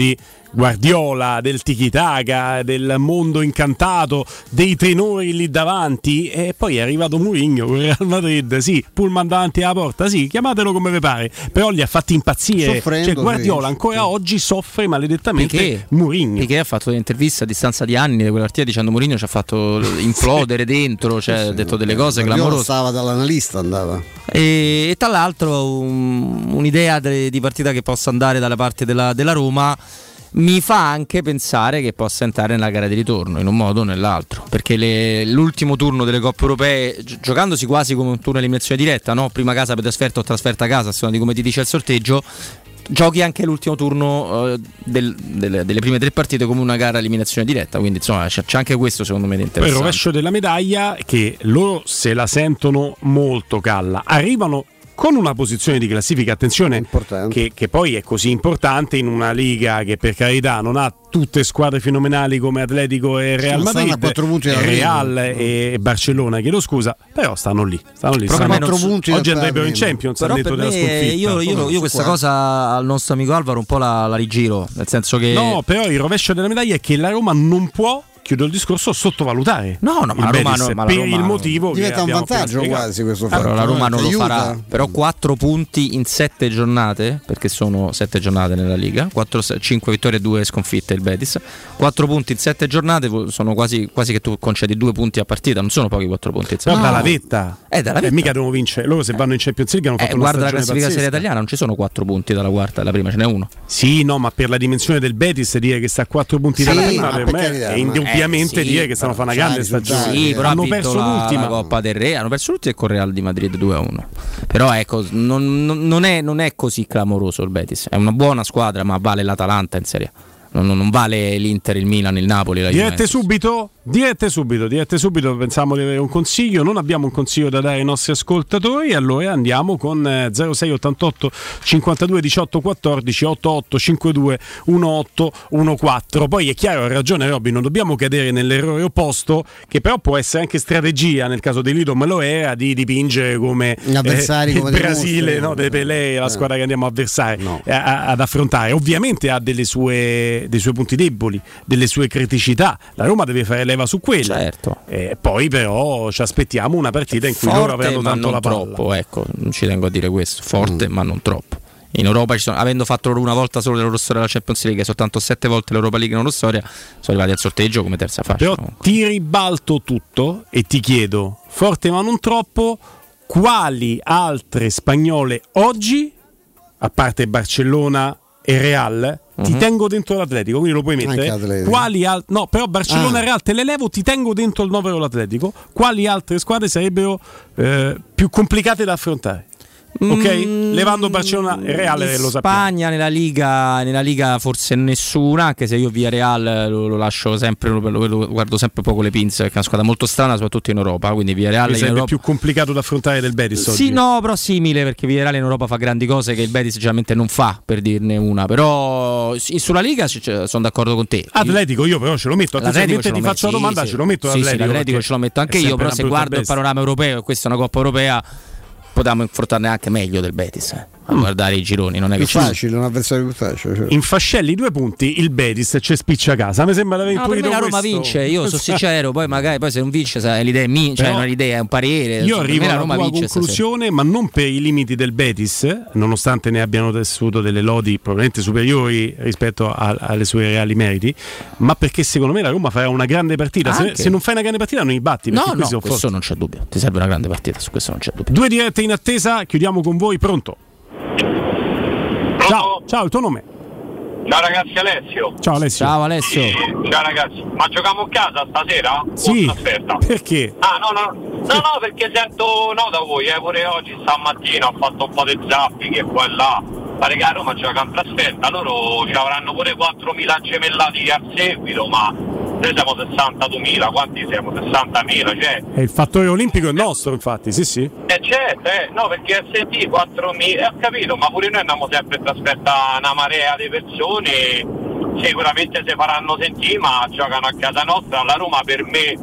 Guardiola, del tiki-taka, del mondo incantato, dei tenori lì davanti, e poi è arrivato Mourinho con Real Madrid, sì, pullman davanti alla porta, sì, chiamatelo come vi pare, però li ha fatti impazzire. Soffrendo, cioè Guardiola sì, ancora sì. oggi soffre maledettamente Piqué, Mourinho. Piqué ha fatto un'intervista a distanza di anni di quella partita dicendo Mourinho ci ha fatto implodere sì. dentro, cioè ha detto delle cose clamorose. Stava dall'analista, andava. E, e tra l'altro un, un'idea de, di partita che possa andare dalla parte della, della Roma mi fa anche pensare che possa entrare nella gara di ritorno in un modo o nell'altro, perché le, l'ultimo turno delle coppe europee, gi- giocandosi quasi come un turno eliminazione diretta, no? Prima casa per trasferta o trasferta a casa, a seconda di come ti dice il sorteggio, giochi anche l'ultimo turno uh, del, del, delle prime tre partite come una gara eliminazione diretta, quindi insomma c'è, c'è anche questo secondo me di interessante. Poi il rovescio della medaglia che loro se la sentono molto calla, arrivano con una posizione di classifica, attenzione, che, che poi è così importante in una liga che per carità non ha tutte squadre fenomenali come Atletico e Real Madrid, Real e Barcellona, chiedo scusa, però stanno lì, stanno lì. Stanno quattro punti oggi andrebbero in Champions, però per me io, io, io questa cosa al nostro amico Alvaro un po' la, la rigiro, nel senso che no, però il rovescio della medaglia è che la Roma non può, chiudo il discorso, sottovalutare. No, no, ma la Roma, no, ma per la Roma il motivo diventa che un vantaggio quasi questo fatto. Allora, la Roma non lo farà, però quattro punti in sette giornate, perché sono sette giornate nella Liga, quattro, cinque vittorie e due sconfitte il Betis. quattro punti in sette giornate sono quasi, quasi che tu concedi due punti a partita, non sono pochi quattro punti in sette. No, dalla vetta. Eh, dalla vetta. Eh, mica devono vincere. Loro se vanno in Champions League hanno fatto eh, una guarda stagione la classifica pazzesca. serie italiana, non ci sono quattro punti dalla quarta, la prima ce n'è uno. Sì, no, ma per la dimensione del Betis dire che sta a quattro punti sì, dalla prima per me carità, è indubbiamente eh, sì, dire che stanno a fare una grande stagione. Sì, però hanno ha perso la, l'ultima la Coppa del Re, hanno perso l'ultima con Real di Madrid due a uno. Però ecco, non, non, è, non è così clamoroso il Betis, è una buona squadra, ma vale l'Atalanta in Serie A. Non, non vale l'Inter, il Milan, il Napoli, la Dirette Juventus. subito, dirette subito, dirette subito. Pensavamo di avere un consiglio, non abbiamo un consiglio da dare ai nostri ascoltatori. Allora andiamo con zero sei ottantotto cinquantadue diciotto quattordici ottantotto cinquantadue diciotto quattordici. Poi è chiaro, ha ragione Robby, non dobbiamo cadere nell'errore opposto, che però può essere anche strategia, nel caso di Lido me lo era, di dipingere come gli avversari, eh, come il Brasile, no, De Pelé, la squadra che andiamo a avversare, no. a, a, ad affrontare. Ovviamente ha delle sue dei suoi punti deboli, delle sue criticità. La Roma deve fare leva su quella. Certo. E poi però ci aspettiamo una partita in cui forte, loro avranno ma tanto non la palla. Troppo, ecco, non ci tengo a dire questo. Forte, mm. ma non troppo. In Europa ci sono, avendo fatto una volta solo la loro storia la Champions League e soltanto sette volte l'Europa League in loro storia, sono arrivati al sorteggio come terza fascia. Però comunque. Ti ribalto tutto e ti chiedo, forte ma non troppo, quali altre spagnole oggi, a parte Barcellona e Real, ti uh-huh. tengo dentro l'Atletico, quindi lo puoi mettere. Quali al- no, però Barcellona e ah. Real te le levo, ti tengo dentro il novero l'Atletico. Quali altre squadre sarebbero eh, più complicate da affrontare? Ok, mm, levando Barcellona e Real, lo sappiamo. Spagna nella Liga, nella Liga forse nessuna, anche se io via Real lo, lo lascio sempre, lo, lo guardo sempre poco le pinze, perché è una squadra molto strana, soprattutto in Europa. Quindi via Real sarebbe Europa... più complicato da affrontare del Betis oggi. Sì, no, però simile, perché via Real in Europa fa grandi cose che il Betis generalmente non fa, per dirne una. Però sulla Liga sono d'accordo con te. Atletico io però ce lo metto. L'Atletico ce ti faccio la domanda, sì, ce lo metto. Sì, l'Atletico, sì, l'Atletico ce lo metto anche io, però se guardo il panorama europeo, questa è una Coppa Europea, potevamo affrontarne anche meglio del Betis, eh. a mm. guardare i gironi, non è più che facile, un avversario più facile. Cioè. Infascelli due punti, il Betis c'è spiccia a casa. Mi sembra di aver intuito no, la Roma questo. Vince, io sono sincero, poi magari poi se non vince sai, l'idea è mia, cioè non è l'idea, è un parere. Io arrivo alla tua conclusione, stasera. Ma non per i limiti del Betis, nonostante ne abbiano tessuto delle lodi probabilmente superiori rispetto a, alle sue reali meriti, ma perché secondo me la Roma farà una grande partita. Se, se non fai una grande partita non i batti. No, no, questo forti. Non c'è dubbio. Ti serve una grande partita, su questo non c'è dubbio. Due dirette in attesa, chiudiamo con voi, pronto? Ciao, ciao, il tuo nome? Ciao ragazzi, Alessio. Ciao Alessio. Ciao Alessio. Sì, ciao ragazzi. Ma giochiamo a casa stasera? Sì. O trasferta? Perché? Ah no, no, no, no, perché sento no da voi, eh, pure oggi stamattina ho fatto un po' di zappi che qua e là. Pare che a Roma gioca in trasferta, loro ci avranno pure quattromila gemellati a seguito, ma noi siamo sessantaduemila, quanti siamo? sessantamila, cioè. E il fattore olimpico è nostro, infatti, sì sì. Eh certo, eh, no, perché S T quattromila, eh, ho capito, ma pure noi andiamo sempre in trasferta una marea di persone, sicuramente si faranno sentire, ma giocano a casa nostra. La Roma per me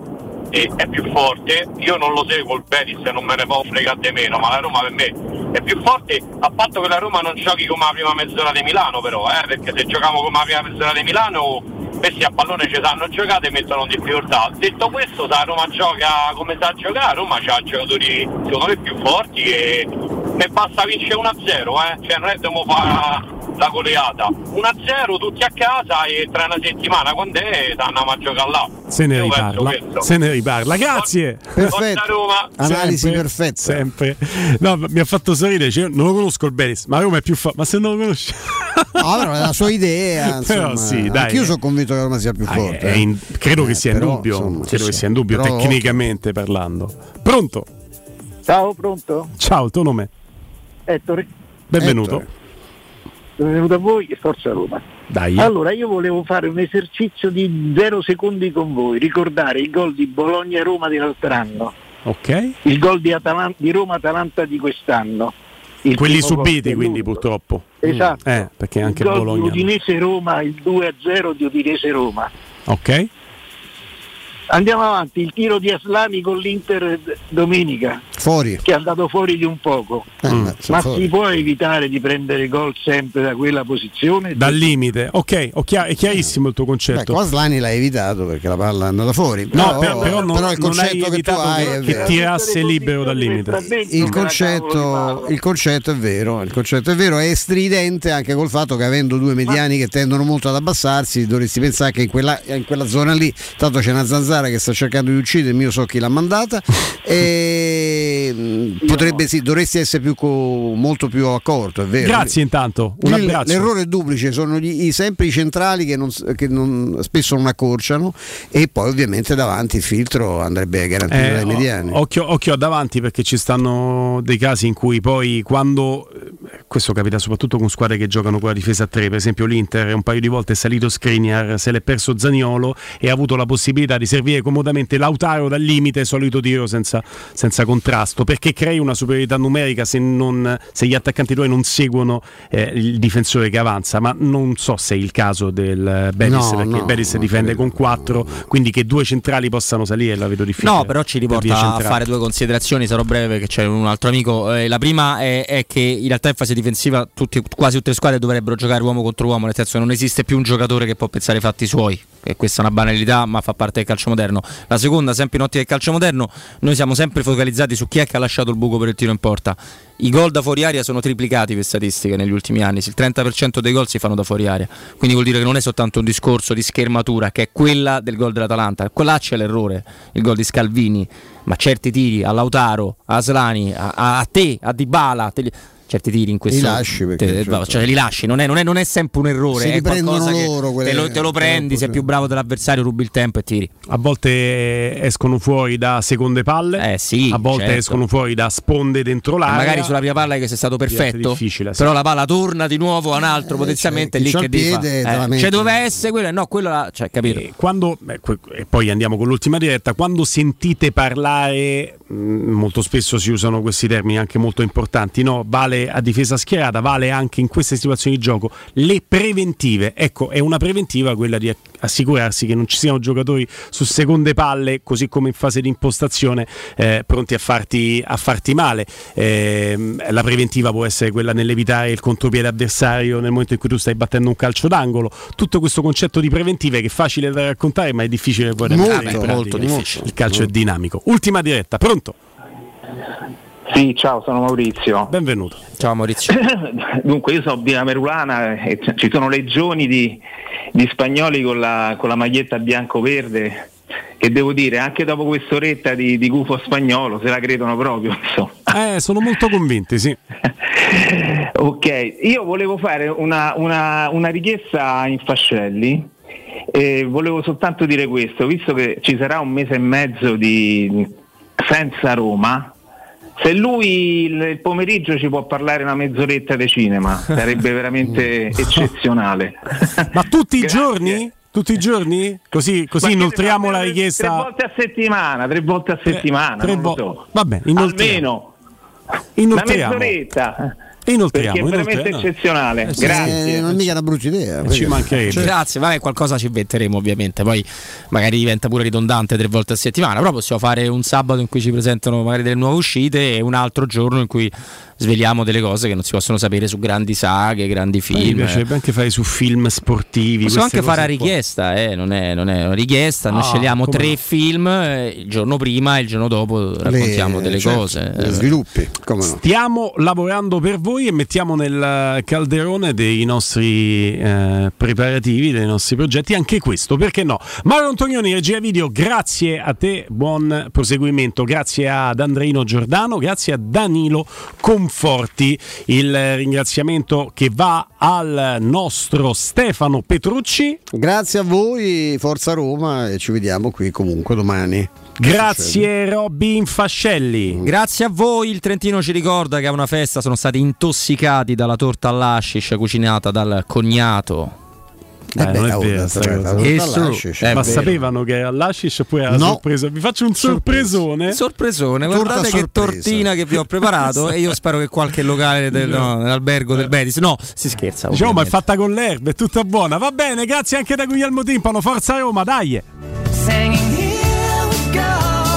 forti è più forte, io non lo seguo il Betis e non me ne può fregare di meno, ma la Roma per me è più forte, a patto che la Roma non giochi come la prima mezz'ora di Milano però, eh, perché se giochiamo come la prima mezz'ora di Milano questi a pallone ci sanno giocare e mettono in difficoltà. Detto questo, se la Roma gioca come sa giocare, la Roma ha giocatori secondo me più forti e ne basta vincere uno a zero, eh? Cioè non è che dobbiamo fare la goleata, uno a zero tutti a casa e tra una settimana quando è andiamo a giocare là. Se ne riparla, se ne riparla. Grazie. Perfetto. Roma. Analisi sempre, perfetta. Sempre. No, mi ha fatto sorridere, cioè, non lo conosco il Betis, ma Roma è più forte. Ma se non lo conosci? No, però la sua idea, insomma, però sì, dai. Anch'io sono convinto che la Roma sia più forte. Ah, è in, credo eh, che sia però, in dubbio, insomma, credo sì, che sia in dubbio però, tecnicamente okay. parlando. Pronto? Ciao, pronto? Ciao, il tuo nome? Ettore. Benvenuto. Ettore. Benvenuto a voi e forza Roma. Dai. Allora io volevo fare un esercizio di zero secondi con voi, ricordare il gol di Bologna-Roma dell'altro anno, ok, il gol di, Atalan- di Roma-Atalanta di quest'anno, il quelli subiti quindi purtroppo, esatto, eh, perché anche il gol Bologna di Udinese-Roma, il due a zero di Udinese-Roma. Ok, andiamo avanti, il tiro di Aslani con l'Inter domenica, fuori, che è andato fuori di un poco, eh, mm. ma fuori. si può evitare di prendere gol sempre da quella posizione? Dal limite, ok, è chiarissimo il tuo concetto. Beh, Aslani l'ha evitato perché la palla è andata fuori, no, però, però, però, non, però il concetto che tu hai che, è che vero. tirasse libero dal limite. Il concetto, il concetto è vero, il concetto è vero, è stridente anche col fatto che avendo due mediani che tendono molto ad abbassarsi, dovresti pensare che in quella, in quella zona lì tanto c'è una zanzara che sta cercando di uccidermi, io so chi l'ha mandata e potrebbe sì, dovresti essere più co- molto più accorto, è vero. Grazie intanto, un Il, abbraccio. L'errore duplice sono gli, i, sempre i centrali che, non, che non, spesso non accorciano e poi ovviamente davanti il filtro andrebbe garantito eh, dai mediani. Occhio, occhio a davanti perché ci stanno dei casi in cui poi quando, questo capita soprattutto con squadre che giocano con la difesa a tre, per esempio l'Inter un paio di volte è salito Skriniar, se l'è perso Zaniolo e ha avuto la possibilità di servire comodamente Lautaro dal limite, solito tiro senza, senza contrasto, perché crei una superiorità numerica se, non, se gli attaccanti tuoi non seguono eh, il difensore che avanza, ma non so se è il caso del Betis, no, perché no, il Betis difende con quattro, quindi che due centrali possano salire la vedo difficile. No, però ci riporta a fare due considerazioni, sarò breve perché c'è un altro amico. Eh, la prima è, è che in realtà in fase difensiva tutti, quasi tutte le squadre dovrebbero giocare uomo contro uomo, nel senso che non esiste più un giocatore che può pensare ai fatti suoi, e questa è una banalità ma fa parte del calcio moderno. La seconda, sempre in ottica del calcio moderno, noi siamo sempre focalizzati su chi è che ha lasciato il buco per il tiro in porta. I gol da fuori area sono triplicati per statistiche negli ultimi anni, il trenta per cento dei gol si fanno da fuori area, quindi vuol dire che non è soltanto un discorso di schermatura che è quella del gol dell'Atalanta, quella c'è l'errore, il gol di Scalvini, ma certi tiri a Lautaro, a Aslani, a, a, a te, a Dybala, te li... certi tiri in questo li lasci, perché, te, certo. cioè li lasci, non è, non è, non è sempre un errore, si è qualcosa loro, che te lo, te lo prendi, sei più bravo dell'avversario, rubi il tempo e tiri. A volte escono fuori da seconde palle, eh sì, a volte certo. escono fuori da sponde dentro l'area. Magari sulla prima palla che sei stato perfetto, difficile, sì. Però la palla torna di nuovo a un altro eh, potenzialmente cioè, lì che devi fare. Eh, cioè doveva essere quello, no, quello là, cioè, capito? E quando beh, e poi andiamo con l'ultima diretta, quando sentite parlare mh, molto spesso si usano questi termini anche molto importanti, no? Vale a difesa schierata, vale anche in queste situazioni di gioco le preventive. Ecco, è una preventiva quella di assicurarsi che non ci siano giocatori su seconde palle, così come in fase di impostazione, eh, pronti a farti, a farti male. Eh, la preventiva può essere quella nell'evitare il contropiede avversario nel momento in cui tu stai battendo un calcio d'angolo. Tutto questo concetto di preventive che è facile da raccontare ma è difficile poi da molto, mettere in molto difficile. Il calcio è dinamico. Ultima diretta, pronto? Sì, ciao, sono Maurizio. Benvenuto. Ciao Maurizio. Dunque, io sono Via Merulana e c- ci sono legioni di, di spagnoli con la, con la maglietta bianco-verde che devo dire, anche dopo quest'oretta di, di gufo spagnolo, se la credono proprio. Insomma. Eh, sono molto convinti, sì. Ok, io volevo fare una, una, una richiesta in Fascelli. E volevo soltanto dire questo, visto che ci sarà un mese e mezzo di senza Roma, se lui il pomeriggio ci può parlare una mezz'oretta di cinema sarebbe veramente eccezionale. Ma tutti i giorni? Tutti i giorni? Così, così inoltriamo la richiesta. Tre volte a settimana, tre volte a settimana, tre, tre non vo- lo so. Vabbè, almeno inoltriamo. una mezz'oretta. Inoltriamo, perché è veramente inoltriamo. eccezionale. Eh, Grazie. non è mica una brutta idea. Eh, ci mancherebbe. Cioè, grazie, vabbè, qualcosa ci inventeremo ovviamente, poi magari diventa pure ridondante tre volte a settimana, però possiamo fare un sabato in cui ci presentano magari delle nuove uscite e un altro giorno in cui sveliamo delle cose che non si possono sapere su grandi saghe, grandi film. Mi piacerebbe anche fare su film sportivi. Possiamo anche fare a qua. richiesta, eh? non, è, non è una richiesta, noi Ah, scegliamo tre no. film, eh, il giorno prima e il giorno dopo raccontiamo Le- delle certo, cose. le sviluppi, come no. Stiamo lavorando per voi e mettiamo nel calderone dei nostri eh, preparativi, dei nostri progetti anche questo, perché no? Mauro Antonioni, regia video, grazie a te, buon proseguimento, grazie ad Andreino Giordano, grazie a Danilo Conforti, il ringraziamento che va al nostro Stefano Petrucci. Grazie a voi, Forza Roma, e ci vediamo qui comunque domani. Grazie Robby Infascelli. Grazie a voi, il Trentino ci ricorda che a una festa sono stati intossicati dalla torta all'ashish cucinata dal cognato. Eh, non è oh, vero, sta sta cosa. cosa. Che Torta su- all'hashish. è Ma vero. sapevano che era all'ashish oppure era No. sorpresa? Vi faccio un sorpresone. Sorpresone, Torta guardate che sorpresa. tortina che vi ho preparato e io spero che qualche locale del, no, nell'albergo del Betis. No, si scherza. Diciamo, ma è ovviamente. fatta con l'erba, è tutta buona. Va bene, grazie anche da Guglielmo Timpano. Forza Roma, dai! Singing